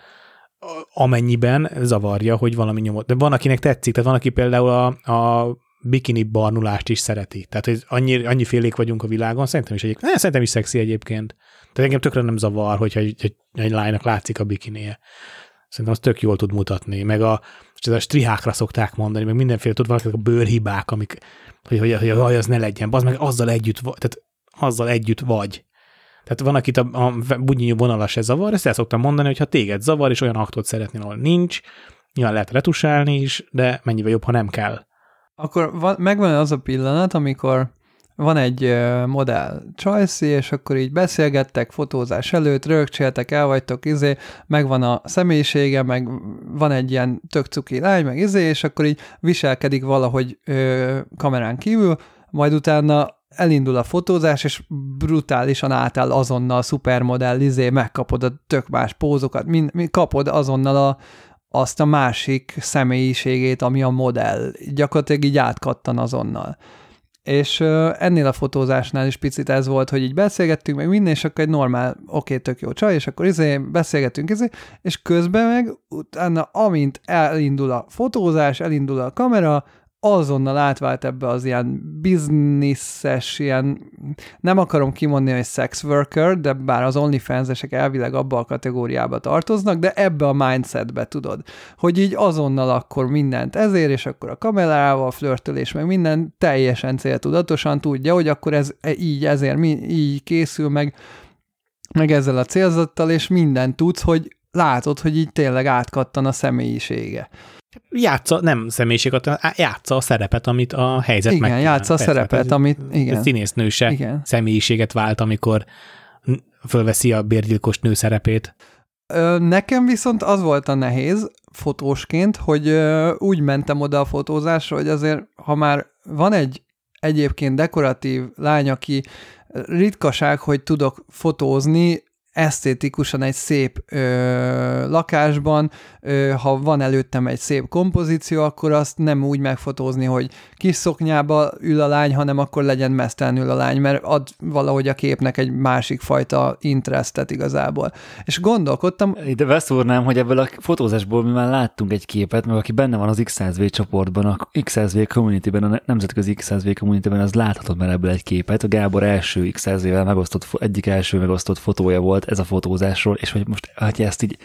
amennyiben zavarja, hogy valami nyomot. De van, akinek tetszik, tehát van, aki például a, a bikini barnulást is szereti. Tehát, hogy annyi, annyi félék vagyunk a világon, szerintem is egyébként. Ne, szerintem is szexi egyébként. Tehát engem tökre nem zavar, hogyha egy, egy, egy lánynak látszik a bikinie. Szerintem az tök jól tud mutatni. Meg a, a strihákra szokták mondani, meg mindenféle tud valakinek a bőrhibák, amik, hogy, hogy, hogy, hogy az ne legyen. Az meg azzal együtt, tehát azzal együtt vagy. Tehát van, akit a, a bugynyú vonala se zavar, ezt el szoktam mondani, hogy ha téged zavar, és olyan aktot szeretnél, ahol nincs, nyilván lehet retusálni is, de mennyivel jobb, ha nem kell. Akkor van, megvan az a pillanat, amikor van egy uh, modell csajszi, és akkor így beszélgettek fotózás előtt, rögcséltek, el vagytok, izé, megvan a személyisége, meg van egy ilyen tök cuki lány, meg izé, és akkor így viselkedik valahogy uh, kamerán kívül, majd utána elindul a fotózás, és brutálisan átáll azonnal a szupermodell, izé, megkapod a tök más pózokat, mind, mind kapod azonnal a, azt a másik személyiségét, ami a modell. Gyakorlatilag így átkattan azonnal. És uh, ennél a fotózásnál is picit ez volt, hogy így beszélgettünk meg minden, és akkor egy normál, oké, okay, tök jó csaj, és akkor izé, beszélgettünk, izé, és közben meg utána, amint elindul a fotózás, elindul a kamera, azonnal átvált ebbe az ilyen bizniszes, ilyen, nem akarom kimondani, hogy sex worker, de bár az OnlyFans-esek elvileg abba a kategóriába tartoznak, de ebbe a mindsetbe tudod, hogy így azonnal akkor mindent ezért, és akkor a kamerával flörtölés, meg minden teljesen céltudatosan tudja, hogy akkor ez így ezért így készül, meg, meg ezzel a célzattal, és mindent tudsz, hogy látod, hogy így tényleg átkattan a személyisége. Játsza, nem személyiséget, játsza a szerepet, amit a helyzet igen, megkíván. játsza a Persze, szerepet, amit, igen. A színésznő se igen. személyiséget vált, amikor fölveszi a bérgyilkos nő szerepét. Nekem viszont az volt a nehéz fotósként, hogy úgy mentem oda a fotózásra, hogy azért, ha már van egy egyébként dekoratív lány, aki ritkaság, hogy tudok fotózni, esztétikusan egy szép ö, lakásban, ö, ha van előttem egy szép kompozíció, akkor azt nem úgy megfotózni, hogy kis szoknyába ül a lány, hanem akkor legyen mesztelenül a lány, mert ad valahogy a képnek egy másik fajta interestet igazából. És gondolkodtam... De beszúrnám, hogy ebből a fotózásból mi már láttunk egy képet, mert aki benne van az iksz száz vé csoportban, a iksz száz vé communityben, a nemzetközi iksz száz vé communityben, az láthatod már ebből egy képet. A Gábor első iksz száz vével megosztott, egyik első megosztott fotója volt ez a fotózásról, és hogy most, hogy ezt így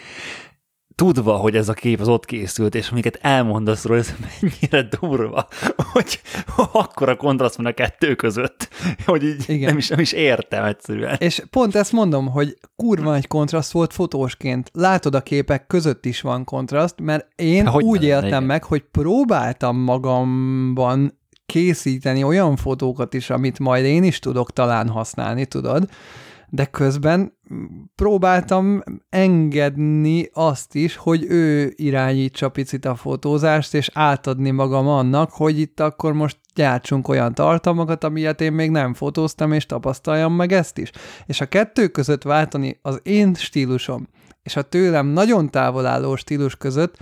tudva, hogy ez a kép az ott készült, és amiket elmondasz róla, ez mennyire durva, hogy akkora kontraszt van a kettő között, hogy így nem is, nem is értem egyszerűen. És pont ezt mondom, hogy kurva nagy kontraszt volt fotósként. Látod, a képek között is van kontraszt, mert én Há, úgy éltem igen. meg, hogy próbáltam magamban készíteni olyan fotókat is, amit majd én is tudok talán használni, tudod, de közben próbáltam engedni azt is, hogy ő irányítsa picit a fotózást, és átadni magam annak, hogy itt akkor most gyártsunk olyan tartalmakat, amilyet én még nem fotóztam, és tapasztaljam meg ezt is. És a kettő között váltani az én stílusom, és a tőlem nagyon távol álló stílus között,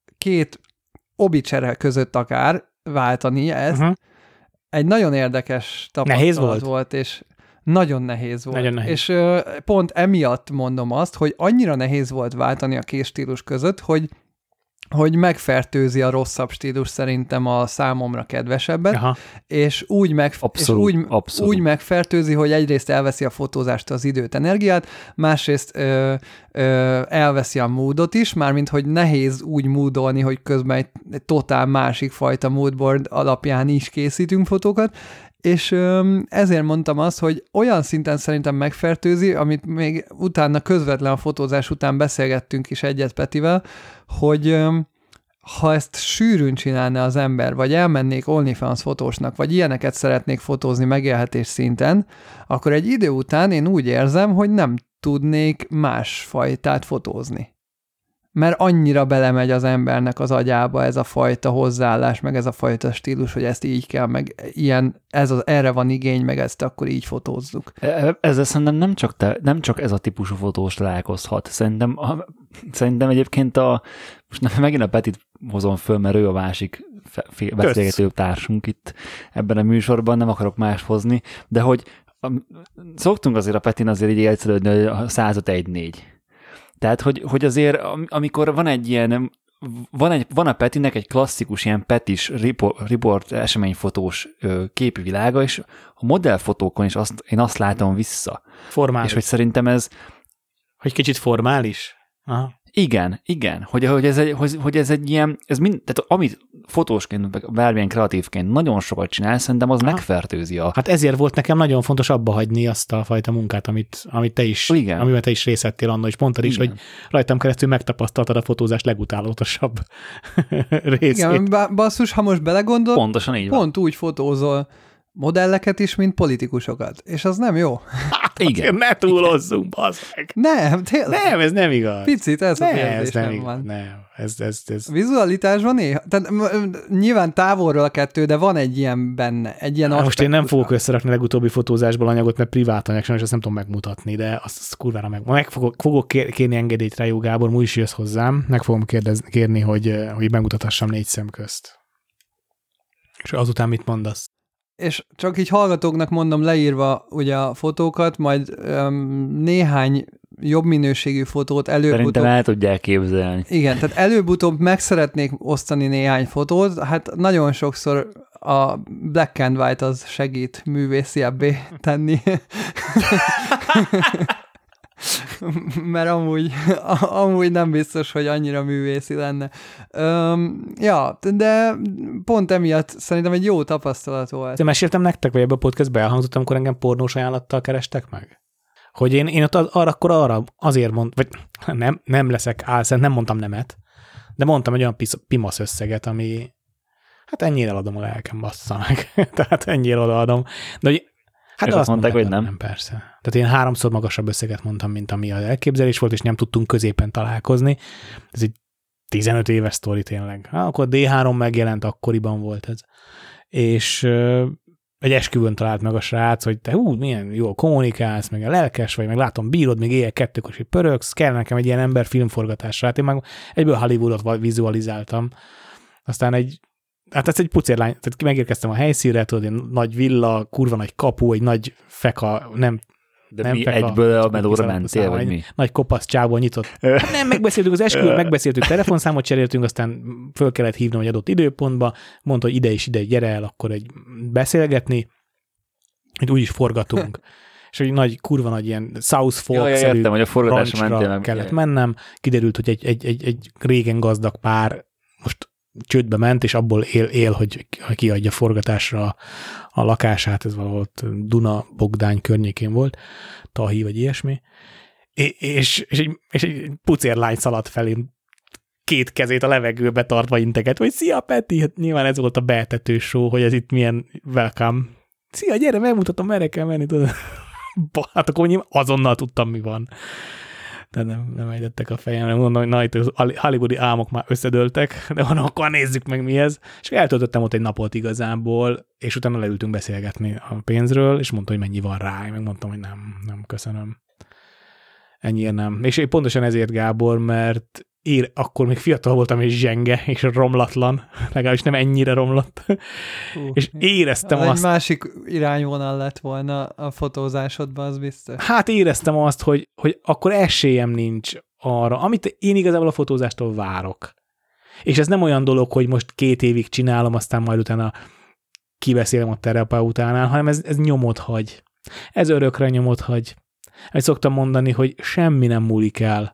két obicsere között akár váltani ezt, uh-huh. egy nagyon érdekes tapasztalat nehéz volt. volt, és nagyon nehéz volt. Nagyon nehéz. És uh, pont emiatt mondom azt, hogy annyira nehéz volt váltani a két stílus között, hogy, hogy megfertőzi a rosszabb stílus szerintem a számomra kedvesebbet, Aha. és, úgy, megf- abszolút, és úgy, abszolút. úgy megfertőzi, hogy egyrészt elveszi a fotózást az időt, energiát, másrészt ö, ö, elveszi a moodot is, mármint hogy nehéz úgy moodolni, hogy közben egy, egy totál másik fajta moodboard alapján is készítünk fotókat, és öm, ezért mondtam azt, hogy olyan szinten szerintem megfertőzi, amit még utána közvetlen a fotózás után beszélgettünk is egyet Petivel, hogy öm, ha ezt sűrűn csinálna az ember, vagy elmennék OnlyFans fotósnak, vagy ilyeneket szeretnék fotózni megélhetés szinten, akkor egy idő után én úgy érzem, hogy nem tudnék más fajtát fotózni. Mert annyira belemegy az embernek az agyába ez a fajta hozzáállás, meg ez a fajta stílus, hogy ezt így kell, meg ilyen, ez az, erre van igény, meg ezt akkor így fotózzuk. Ezzel szerintem nem csak, te, nem csak ez a típusú fotós találkozhat. Szerintem, a, szerintem egyébként a, most megint a Petit hozom föl, mert ő a másik beszélgető társunk itt ebben a műsorban, nem akarok más hozni, de hogy szoktunk azért a Petin azért így élcelődni, hogy a száz öt egy négy. Tehát, hogy, hogy azért, amikor van egy ilyen, van, egy, van a Petinek egy klasszikus ilyen petis report, report eseményfotós képi világa, és a modellfotókon is azt, én azt látom vissza. Formális. És hogy szerintem ez... Hogy kicsit formális? Aha. Igen, igen, hogy, hogy, ez egy, hogy, hogy ez egy ilyen, ez mind, tehát amit fotósként, bármilyen kreatívként nagyon sokat csinál, szerintem az Aha. megfertőzi a... Hát ezért volt nekem nagyon fontos abba hagyni azt a fajta munkát, amit, amit te is, igen. amiben te is részt vettél annak, és mondtad is, igen. hogy rajtam keresztül megtapasztaltad a fotózás legutálatosabb részét. Igen, basszus, ha most belegondol, pontosan így pont van. Úgy fotózol modelleket is, mint politikusokat. És az nem jó. Hát igen. Ne túlozzunk, bazd meg. Nem, tényleg. Nem, ez nem igaz. Picit, ez nem, a kérdés nem, nem igaz. van. Nem, ez, ez, ez. Vizualitásban néha, tehát nyilván távolról a kettő, de van egy ilyen benne, egy ilyen most én nem fogok összerakni legutóbbi fotózásból anyagot, mert privát anyag, és azt nem tudom megmutatni, de azt, azt kurvára meg. Meg fogok, fogok kérni engedélyt rá, jó Gábor, múl is jössz hozzám, meg fogom kérdez, kérni, hogy, hogy megmutathassam négy szem közt. És azután mit mondasz? És csak így hallgatóknak mondom leírva ugye a fotókat, majd um, néhány jobb minőségű fotót előbb-utóbb... Szerintem el tudják képzelni. Igen, tehát előbb-utóbb meg szeretnék osztani néhány fotót, hát nagyon sokszor a black and white az segít művésziabbé tenni. Mert amúgy, amúgy nem biztos, hogy annyira művészi lenne. Um, ja, de pont emiatt szerintem egy jó tapasztalat volt. De meséltem nektek, vagy ebbe a podcastbe elhangzott, amikor engem pornós ajánlattal kerestek meg? Hogy én, én ott arra, akkor arra azért mond, vagy nem, nem leszek álszent, nem mondtam nemet, de mondtam egy olyan pimasz összeget, ami hát ennyire eladom a lelkem, bassza meg. Tehát ennyire odaadom. De hogy hát és azt mondták, hogy nem? Nem, persze. Tehát én háromszor magasabb összeget mondtam, mint ami az elképzelés volt, és nem tudtunk középen találkozni. Ez egy tizenöt éves sztori tényleg. Há, akkor dé három megjelent, akkoriban volt ez. És ö, egy esküvőn talált meg a srác, hogy te hú, milyen jól kommunikálsz, meg a lelkes vagy, meg látom, bírod, még éjjel kettőkor, hogy pöröksz, kell nekem egy ilyen ember filmforgatásra. Hát én meg egyből Hollywoodot vizualizáltam. Aztán egy Hát ez egy pucérlány, tehát megérkeztem a helyszínre, tudod, egy nagy villa, kurva nagy kapu, egy nagy feka, nem De nem mi feka, egyből a melóra mentél, vagy mi? Nagy kopasz csávó nyitott. Hát nem, megbeszéltük az esküvőt, megbeszéltük, telefonszámot cseréltünk, aztán föl kellett hívnom egy adott időpontba, mondta, hogy ide is ide, gyere el, akkor egy beszélgetni, hogy úgy is forgatunk. És egy nagy, kurva nagy ilyen South Fork-szerű ja, ja, rancsra kellett mennem. Kiderült, hogy egy, egy, egy, egy régen gazdag pár most csődbe ment, és abból él, él hogy kiadja forgatásra a, a lakását, ez valahol Duna-Bogdány környékén volt, Tahi vagy ilyesmi, és, és, és, egy, és egy pucérlány szaladt felé, két kezét a levegőbe tartva integet, hogy szia Peti, hát nyilván ez volt a beetető show, hogy ez itt milyen welcome. Szia, gyere, megmutatom, merre kell menni, tudod. Hát akkor nyilván azonnal tudtam, mi van. De nem, nem ejtettek a fejemre, mondom, hogy na, itt az hollywoodi álmok már összedőltek, de van, akkor nézzük meg mi ez. És eltöltöttem ott egy napot igazából, és utána leültünk beszélgetni a pénzről, és mondta, hogy mennyi van rá, én megmondtam, hogy nem, nem, köszönöm. Ennyire nem. És pontosan ezért, Gábor, mert én akkor még fiatal voltam, és zsenge, és romlatlan, legalábbis nem ennyire romlott. Uh, és éreztem egy azt... Egy másik irányvonal lett volna a fotózásodban, az biztos. Hát éreztem azt, hogy, hogy akkor esélyem nincs arra, amit én igazából a fotózástól várok. És ez nem olyan dolog, hogy most két évig csinálom, aztán majd utána kiveszélem a terapeutánál, hanem ez, ez nyomot hagy. Ez örökre nyomot hagy. Ezt szoktam mondani, hogy semmi nem múlik el.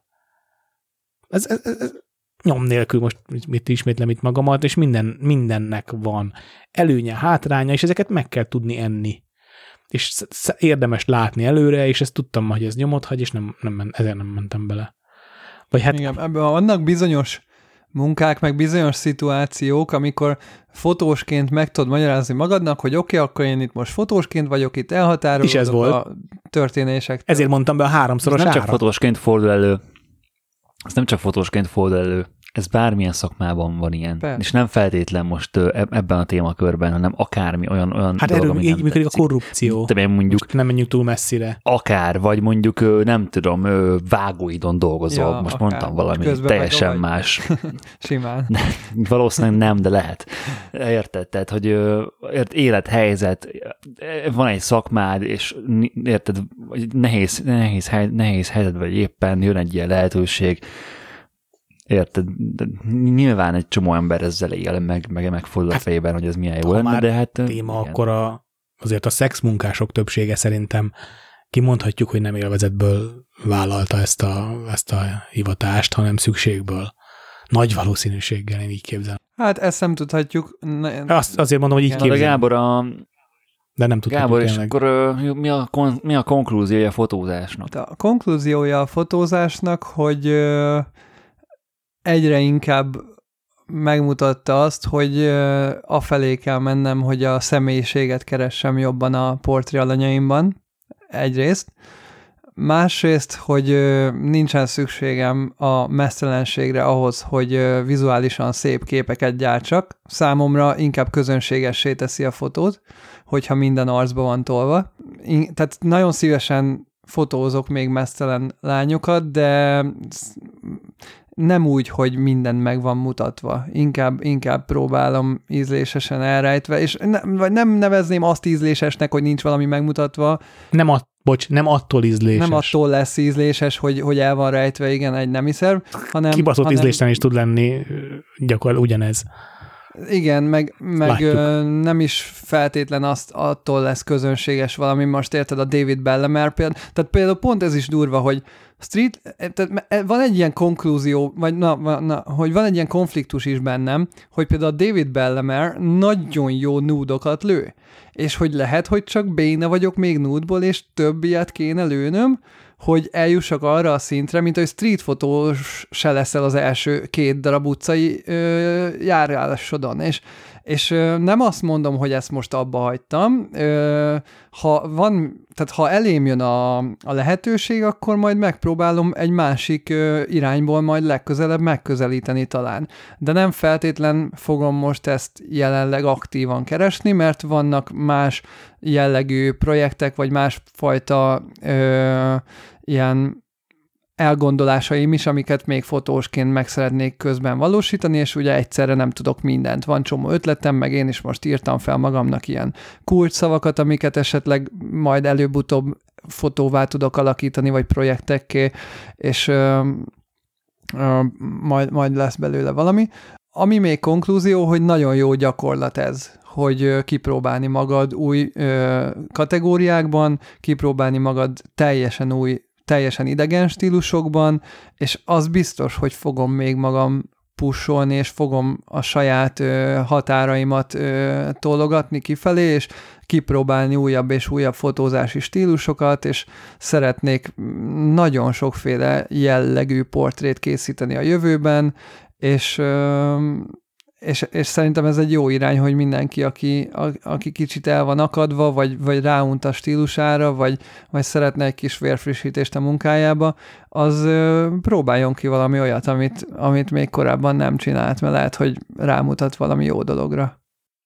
Ez, ez, ez nyom nélkül most mit ismétlem itt magamat, és minden, mindennek van előnye, hátránya, és ezeket meg kell tudni enni. És érdemes látni előre, és ezt tudtam, hogy ez nyomot hagy, és nem, nem, ezért nem mentem bele. Vagy hát... Igen, ebben vannak bizonyos munkák, meg bizonyos szituációk, amikor fotósként meg tudod magyarázni magadnak, hogy oké, okay, akkor én itt most fotósként vagyok, itt elhatárolódok a történésektől. Ezért mondtam be a háromszoros ára. ára. Nem csak fotósként fordul elő. Ez nem csak fotósként fordul elő. Ez bármilyen szakmában van ilyen. Persze. És nem feltétlen most ebben a témakörben, hanem akármi olyan, olyan hát dolog, erről így működik a korrupció. De mondjuk most nem menjünk túl messzire. Akár, vagy mondjuk nem tudom, vágóidon dolgozol, Ja, most akár. mondtam valami Közben teljesen meg más. Simán. Valószínűleg nem, de lehet. Érted? Tehát, hogy ért, élethelyzet, van egy szakmád, és érted, nehéz, nehéz, nehéz helyzet, vagy éppen jön egy ilyen lehetőség, érted? De nyilván egy csomó ember ezzel él, meg, meg megfordul a fejében, hogy ez milyen jó ha lenne, már de hát... téma, igen. akkor a, azért a szexmunkások többsége szerintem kimondhatjuk, hogy nem élvezetből vállalta ezt a, ezt a hivatást, hanem szükségből. Nagy valószínűséggel, én így képzelem. Hát ezt nem tudhatjuk. Ne, Azt, azért mondom, hogy így Igen. képzelem. De Gábor, a, de nem tudhatjuk Gábor és tényleg. akkor uh, mi, a, kon, mi a konklúziója a fotózásnak? A konklúziója a fotózásnak, hogy ö, egyre inkább megmutatta azt, hogy ö, afelé kell mennem, hogy a személyiséget keressem jobban a portré alanyaimban, egyrészt. Másrészt, hogy ö, nincsen szükségem a meztelenségre ahhoz, hogy ö, vizuálisan szép képeket gyártsak. Számomra inkább közönségessé teszi a fotót, hogyha minden arcba van tolva. In- tehát nagyon szívesen fotózok még meztelen lányokat, de nem úgy, hogy minden meg van mutatva. Inkább, inkább próbálom ízlésesen elrejtve, és ne, vagy nem nevezném azt ízlésesnek, hogy nincs valami megmutatva. Nem, a, bocs, nem attól ízléses. Nem attól lesz ízléses, hogy, hogy el van rejtve, igen, egy nemi szerv, hanem... Kibaszott hanem, ízlésen is tud lenni gyakorlatilag ugyanez. Igen, meg, meg ö, Látjuk. nem is feltétlen azt, attól lesz közönséges valami, most érted a David Bellemer például. Tehát például pont ez is durva, hogy street, tehát van egy ilyen konklúzió, vagy na, na, hogy van egy ilyen konfliktus is bennem, hogy például a David Bellemer nagyon jó núdokat lő. És hogy lehet, hogy csak béna vagyok még núdból, és több ilyet kéne lőnöm, hogy eljussak arra a szintre, mint hogy streetfotós se leszel az első két darab utcai ö, járásodon. És, és ö, nem azt mondom, hogy ezt most abba hagytam. Ö, ha van, tehát ha elém jön a, a lehetőség, akkor majd megpróbálom egy másik ö, irányból majd legközelebb megközelíteni talán. De nem feltétlen fogom most ezt jelenleg aktívan keresni, mert vannak más jellegű projektek, vagy másfajta ö, ilyen elgondolásaim is, amiket még fotósként meg szeretnék közben valósítani, és ugye egyszerre nem tudok mindent. Van csomó ötletem, meg én is most írtam fel magamnak ilyen kulcsszavakat, amiket esetleg majd előbb-utóbb fotóvá tudok alakítani, vagy projektekké, és ö, ö, majd, majd lesz belőle valami. Ami még konklúzió, hogy nagyon jó gyakorlat ez, hogy kipróbálni magad új ö, kategóriákban, kipróbálni magad teljesen új, teljesen idegen stílusokban, és az biztos, hogy fogom még magam pusolni, és fogom a saját ö, határaimat ö, tologatni kifelé, és kipróbálni újabb és újabb fotózási stílusokat, és szeretnék nagyon sokféle jellegű portrét készíteni a jövőben, és ö, És, és szerintem ez egy jó irány, hogy mindenki, aki, a, aki kicsit el van akadva, vagy, vagy ráunt a stílusára, vagy, vagy szeretne egy kis vérfrissítést a munkájába, az ö, próbáljon ki valami olyat, amit, amit még korábban nem csinált, mert lehet, hogy rámutat valami jó dologra.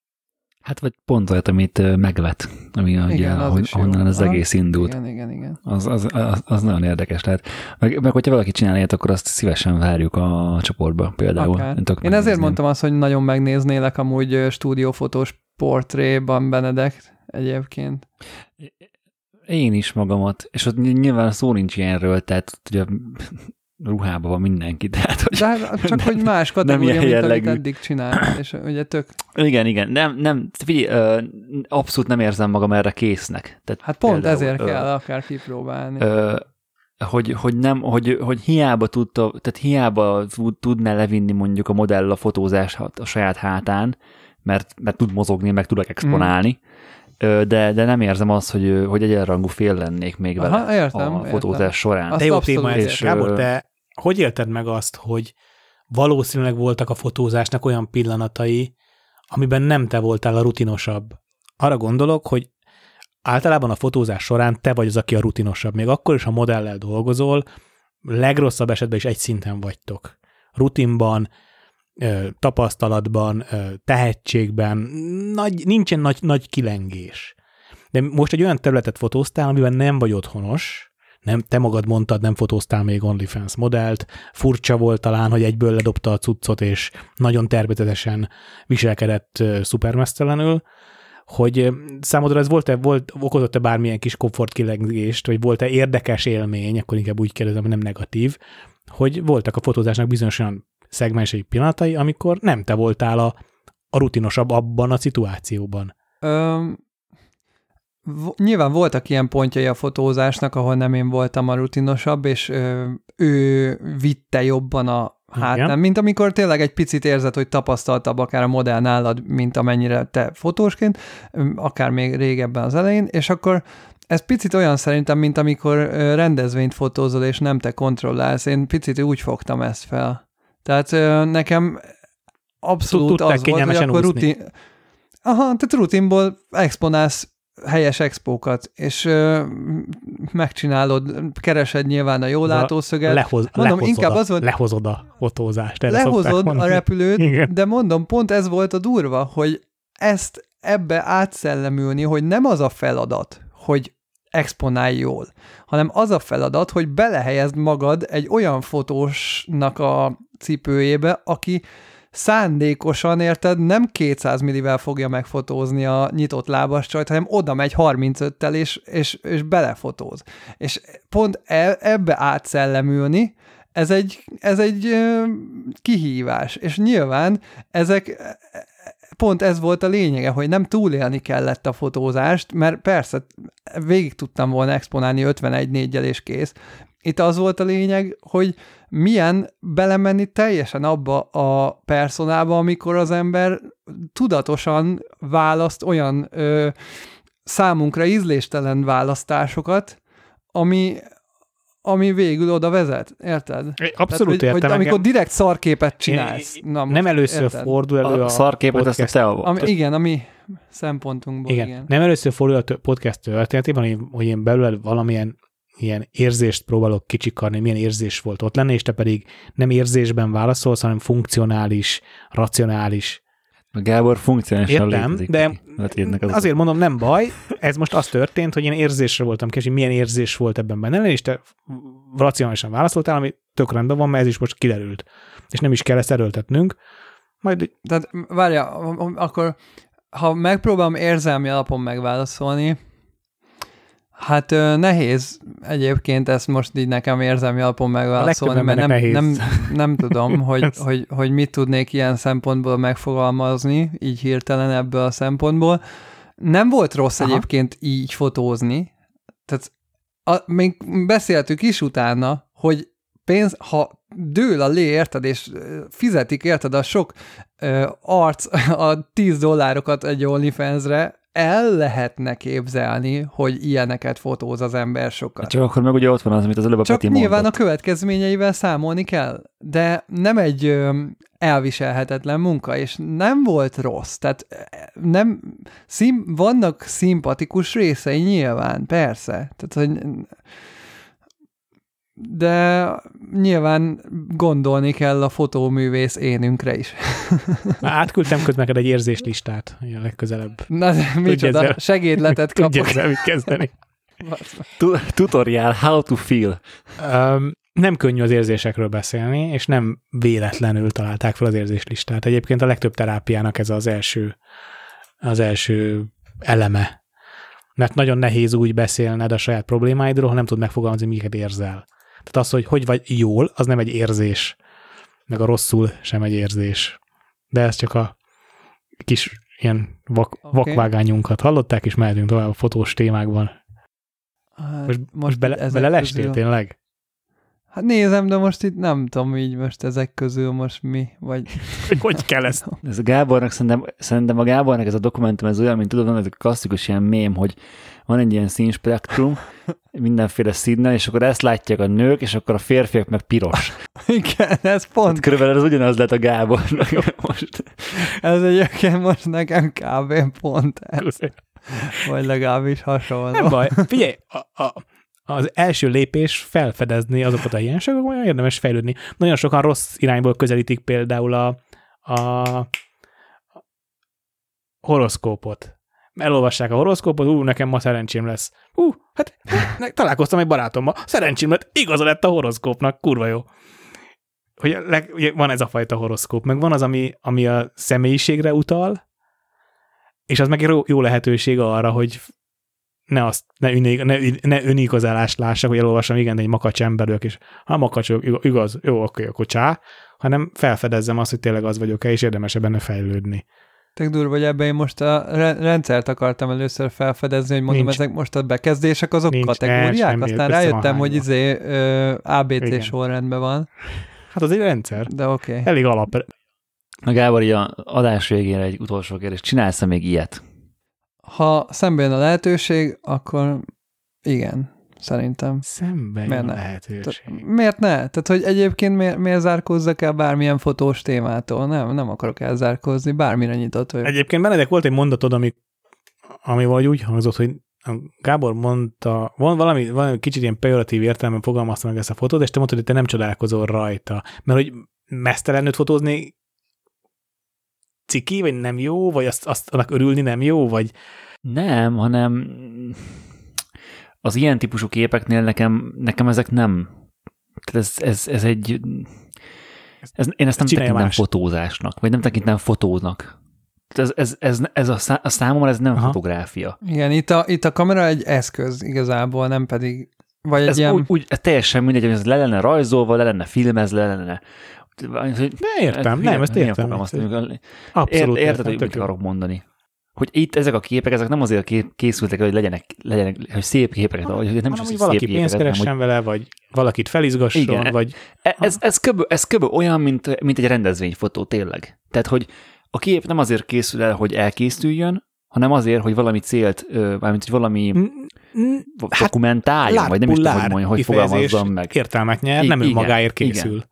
Hát vagy pont olyat, amit megvet, ami igen, ugye, ahogy, ahonnan az egész indult. Igen, igen, igen. Az, az, az, az nagyon érdekes lehet. Meg, meg hogyha valaki csinálja, akkor azt szívesen várjuk a csoportba például. Én, Én ezért mondtam azt, hogy nagyon megnéznélek amúgy stúdiófotós portréban Benedekt egyébként. Én is magamat, és ott nyilván szó nincs ilyenről, tehát ugye ruhában van mindenki. Tehát, hogy De hát csak, hogy más kategória, mint amit eddig csinált, és ugye tök... Igen, igen, nem, nem, figyelj, abszolút nem érzem magam erre késznek. Tehát hát pont például, ezért ö, kell akár kipróbálni. Ö, hogy, hogy, nem, hogy, hogy hiába tudta, tehát hiába tudná levinni mondjuk a modell a fotózást a saját hátán, mert, mert tud mozogni, meg tudok exponálni, mm. de, de nem érzem azt, hogy, hogy egyenrangú fél lennék még vele. Aha, értem, a fotózás értem. során. Azt de jó téma ez. és, Gábor, te hogy élted meg azt, hogy valószínűleg voltak a fotózásnak olyan pillanatai, amiben nem te voltál a rutinosabb? Arra gondolok, hogy általában a fotózás során te vagy az, aki a rutinosabb. Még akkor is, ha modellel dolgozol, legrosszabb esetben is egy szinten vagytok. rutinban, tapasztalatban, tehetségben, nagy, nincsen nagy, nagy kilengés. De most egy olyan területet fotóztál, amiben nem vagy otthonos, nem, te magad mondtad, nem fotóztál még OnlyFans modellt, furcsa volt talán, hogy egyből ledobta a cuccot, és nagyon természetesen viselkedett szupermesztelenül, hogy számodra ez volt-e, volt, okozott-e bármilyen kis komfortkilengést, vagy volt-e érdekes élmény, akkor inkább úgy kérdezem, hogy nem negatív, hogy voltak a fotózásnak bizonyos olyan szegmensei pillanatai, amikor nem te voltál a, a rutinosabb abban a szituációban. Öm, v- nyilván voltak ilyen pontjai a fotózásnak, ahol nem én voltam a rutinosabb, és ö, ő vitte jobban a hátán, mint amikor tényleg egy picit érzed, hogy tapasztaltabb akár a modell nálad, mint amennyire te fotósként, akár még régebben az elején, és akkor ez picit olyan szerintem, mint amikor rendezvényt fotózol, és nem te kontrollálsz. Én picit úgy fogtam ezt fel. Tehát nekem abszolút Tudták az volt, hogy akkor rutin... Aha, tehát rutinból exponálsz helyes expókat, és ö, megcsinálod, keresed nyilván a jó látószöget. Lehoz, mondom, lehozod, inkább a, az volt, lehozod a fotózást. Lehozod a repülőt, igen. De mondom, pont ez volt a durva, hogy ezt ebbe átszellemülni, hogy nem az a feladat, hogy exponálj jól, hanem az a feladat, hogy belehelyezd magad egy olyan fotósnak a cipőjébe, aki szándékosan, érted, nem kétszáz millivel fogja megfotózni a nyitott lábas csajt, hanem oda megy harmincöttel, és, és, és belefotóz. És pont e, ebbe átszellemülni, ez egy, ez egy ö, kihívás. És nyilván ezek, pont ez volt a lényege, hogy nem túlélni kellett a fotózást, mert persze végig tudtam volna exponálni ötvenegy négyel és kész. Itt az volt a lényeg, hogy milyen belemenni teljesen abba a personába, amikor az ember tudatosan választ olyan ö, számunkra ízléstelen választásokat, ami, ami végül oda vezet, érted? Abszolút Tehát, hogy, értem. hogy amikor direkt szarképet csinálsz. Én, na, nem először érted? fordul elő a, a szarképet, ezt a te ami, igen, a mi szempontunkból. Igen. igen. Nem először fordul a podcast történetében, hogy én belül valamilyen ilyen érzést próbálok kicsikarni, milyen érzés volt ott lenni, és te pedig nem érzésben válaszolsz, hanem funkcionális, racionális. A Gábor funkcionálisan Értem, létezik. de az azért mondom, nem baj, ez most az történt, hogy én érzésre voltam később, milyen érzés volt ebben benne, és te racionálisan válaszoltál, ami tök rendben van, mert ez is most kiderült. És nem is kell ezt erőltetnünk. Majd... Tehát várja, akkor ha megpróbálom érzelmi alapon megválaszolni, hát nehéz egyébként ezt most így nekem érzelmi alapon megválaszolni, mert nem, nem, nem tudom, hogy, hogy, hogy mit tudnék ilyen szempontból megfogalmazni, így hirtelen ebből a szempontból. Nem volt rossz Aha. egyébként így fotózni, tehát a, még beszéltük is utána, hogy pénz, ha dől a lé, érted, és fizetik, érted, a sok ö, arc, a tíz dollárokat egy OnlyFansre, el lehetne képzelni, hogy ilyeneket fotóz az ember sokat. Csak akkor meg ugye ott van az, amit az előbb a Csak Peti nyilván mondott. a következményeivel számolni kell, de nem egy ö, elviselhetetlen munka, és nem volt rossz. Tehát nem, szín, vannak szimpatikus részei nyilván, persze. Tehát, hogy de nyilván gondolni kell a fotóművész énünkre is. Már átküldtem közben neked egy érzéslistát, a legközelebb. Na, de micsoda, ezzel, segédletet kapok. Tudj ezzel mit kezdeni. Tutorial, how to feel. Um, nem könnyű az érzésekről beszélni, és nem véletlenül találták fel az érzéslistát. Egyébként a legtöbb terápiának ez az első, az első eleme. Mert nagyon nehéz úgy beszélned a saját problémáidról, ha nem tud megfogalmazni, miket érzel. Tehát az, hogy hogy vagy jól, az nem egy érzés. Meg a rosszul sem egy érzés. De ez csak a kis ilyen vak, okay. vakvágányunkat hallották, és mehetünk tovább a fotós témákban. Hát, most, most bele, bele lestél közül... tényleg? Hát nézem, de most itt nem tudom így most ezek közül most mi, vagy... Hogy kell ezt? Ez a Gábornak, szerintem, szerintem a Gábornak ez a dokumentum, ez olyan, mint tudod, ez a klasszikus ilyen mém, hogy van egy ilyen színspektrum, mindenféle színnel, és akkor ezt látják a nők, és akkor a férfiak meg piros. Igen, ez pont. Hát körülbelül ez ugyanaz lett a Gábornak most. Ez egyébként most nekem kb. Pont ez. Vagy legalábbis hasonló. Nem baj. Figyelj, a, a, az első lépés felfedezni azokat a hiányosságokat, olyan érdemes fejlődni. Nagyon sokan rossz irányból közelítik például a, a horoszkópot. Elolvassák a horoszkópot, ú, nekem ma szerencsém lesz. Ú, hát ne, találkoztam egy barátommal, szerencsém lett, igaza lett a horoszkópnak, kurva jó. Hogy leg, ugye van ez a fajta horoszkóp, meg van az, ami, ami a személyiségre utal, és az meg egy jó lehetőség arra, hogy ne, azt, ne, üné, ne, ne önigazolást lássak, hogy elolvassam, igen, egy makacs ember vagyok, és ha makacs vagyok, igaz, jó, oké, akkor csá, hanem felfedezzem azt, hogy tényleg az vagyok-e, és érdemes benne fejlődni. Tök durva, hogy ebben én most a rendszert akartam először felfedezni, hogy mondom, nincs, ezek most a bekezdések, azok nincs, kategóriák, ne, aztán rájöttem, hogy izé á bé cé sorrendben van. Hát az egy rendszer. De oké. Okay. Elég alap. Na Gábor, így a adás végére egy utolsó kérdés. Csinálsz-e még ilyet? Ha szembe jön a lehetőség, akkor igen, szerintem. Szembe jön a lehetőség. Te, miért ne? Tehát, hogy egyébként miért, miért zárkózzak el bármilyen fotós témától? Nem, nem akarok elzárkózni, bármire nyitott vagyok. Egyébként Benedek volt egy mondatod, ami, ami valahogy úgy hangzott, hogy Gábor mondta, van valami, valami kicsit ilyen pejoratív értelemben fogalmazta meg ezt a fotót, és te mondtad, hogy te nem csodálkozol rajta. Mert hogy mesztelenül fotózni ciki, vagy nem jó, vagy azt, azt annak örülni nem jó, vagy... Nem, hanem az ilyen típusú képeknél nekem, nekem ezek nem... Tehát ez, ez, ez egy... Ez, én ezt nem tekintem más. fotózásnak, vagy nem tekintem fotónak. Ez, ez, ez, ez a, szá, a számomra ez nem Aha. fotográfia. Igen, itt a, itt a kamera egy eszköz igazából, nem pedig... Vagy egy ez ilyen... úgy, úgy teljesen mindegy, hogy ez le lenne rajzolva, le lenne filmez, le lenne... De értem, nem, ezt értem. Abszolút Ér, érted, hogy mit akarok mondani. Hogy itt ezek a képek, ezek nem azért készültek, hogy legyenek, legyenek hogy szép képeket, hogy nem is hogy valaki pénzt keressen hogy... vele, vagy valakit felizgasson, igen, vagy... Ez, ez, kb, ez kb olyan, mint, mint egy rendezvényfotó, tényleg. Tehát, hogy a kép nem azért készül el, hogy elkészüljön, hanem azért, hogy valami célt, mármint, hogy valami hát, dokumentáljon, vagy nem is tudom, hogy, mondjam, hogy fogalmazzam meg. Értelmet nyer, nem ő magáért készül. Igen.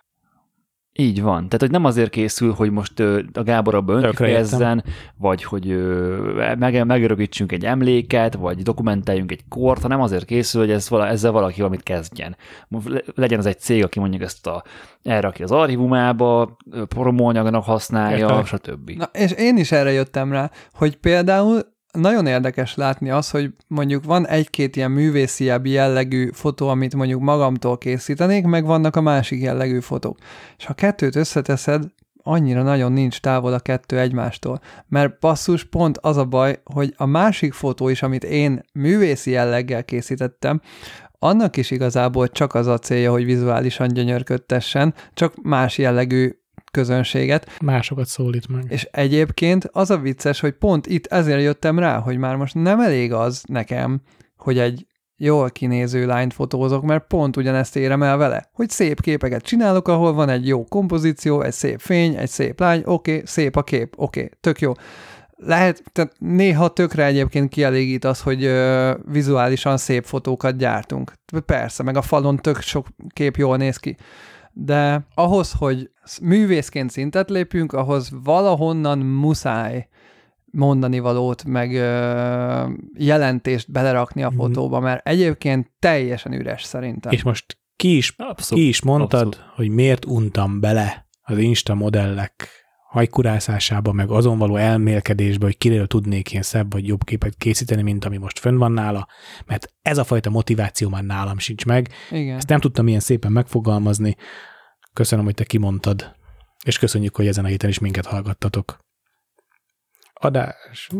Így van. Tehát, hogy nem azért készül, hogy most a Gábor abban önkifejezzen, vagy hogy meg, megörökítsünk egy emléket, vagy dokumentáljunk egy kort, hanem azért készül, hogy ez, ezzel valaki valamit kezdjen. Legyen az egy cég, aki mondjuk ezt a, elrakja az archívumába, promóanyagnak használja, Értem. stb. Na, és én is erre jöttem rá, hogy például nagyon érdekes látni az, hogy mondjuk van egy-két ilyen művésziebb jellegű fotó, amit mondjuk magamtól készítenék, meg vannak a másik jellegű fotók. És ha a kettőt összeteszed, annyira nagyon nincs távol a kettő egymástól. Mert basszus, pont az a baj, hogy a másik fotó is, amit én művészi jelleggel készítettem, annak is igazából csak az a célja, hogy vizuálisan gyönyörködtessen, csak más jellegű közönséget. Másokat szólít meg. És egyébként az a vicces, hogy pont itt ezért jöttem rá, hogy már most nem elég az nekem, hogy egy jól kinéző lányt fotózok, mert pont ugyanezt érem el vele, hogy szép képeket csinálok, ahol van egy jó kompozíció, egy szép fény, egy szép lány, oké, okay, szép a kép, oké, okay, tök jó. Lehet, tehát néha tökre egyébként kielégít az, hogy ö, vizuálisan szép fotókat gyártunk. Persze, meg a falon tök sok kép jól néz ki. De ahhoz, hogy művészként szintet lépjünk, ahhoz valahonnan muszáj mondani valót, meg ö, jelentést belerakni a fotóba, mert egyébként teljesen üres szerintem. És most ki is, ki is mondtad, Abszolút. hogy miért untam bele az Insta modellek hajkurászásába, meg azon való elmélkedésbe, hogy kiről tudnék én szebb vagy jobb képet készíteni, mint ami most fönn van nála, mert ez a fajta motiváció már nálam sincs meg. Igen. Ezt nem tudtam ilyen szépen megfogalmazni. Köszönöm, hogy te kimondtad, és köszönjük, hogy ezen a héten is minket hallgattatok. Adás.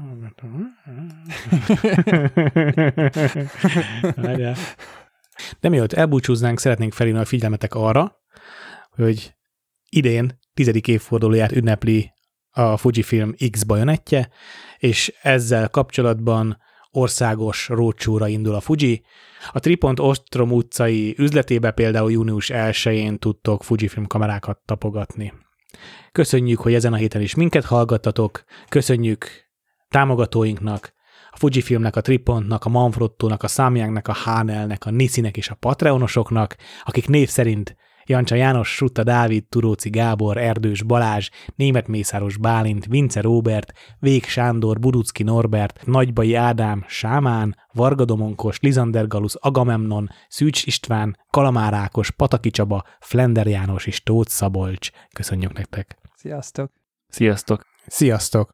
De mielőtt elbúcsúznánk, szeretnénk felhívni a figyelmetek arra, hogy idén tizedik évfordulóját ünnepli a Fujifilm X bajonettje, és ezzel kapcsolatban országos roadshow-ra indul a Fuji. A Tripont Ostrom utcai üzletébe például június elsején tudtok Fujifilm kamerákat tapogatni. Köszönjük, hogy ezen a héten is minket hallgattatok, köszönjük támogatóinknak, a Fujifilmnek, a Tripontnak, a Manfrottónak, a Samyangnek, a Hanelnek, a Nisinek és a Patreonosoknak, akik név szerint Jancsa János, Sutta Dávid, Turóci Gábor, Erdős Balázs, Németh Mészáros Bálint, Vince Róbert, Vég Sándor, Burucki Norbert, Nagybai Ádám, Sámán, Varga Domonkos, Lizander Galusz, Agamemnon, Szűcs István, Kalamár Ákos, Pataki Csaba, Flender János és Tóth Szabolcs. Köszönjük nektek! Sziasztok! Sziasztok! Sziasztok!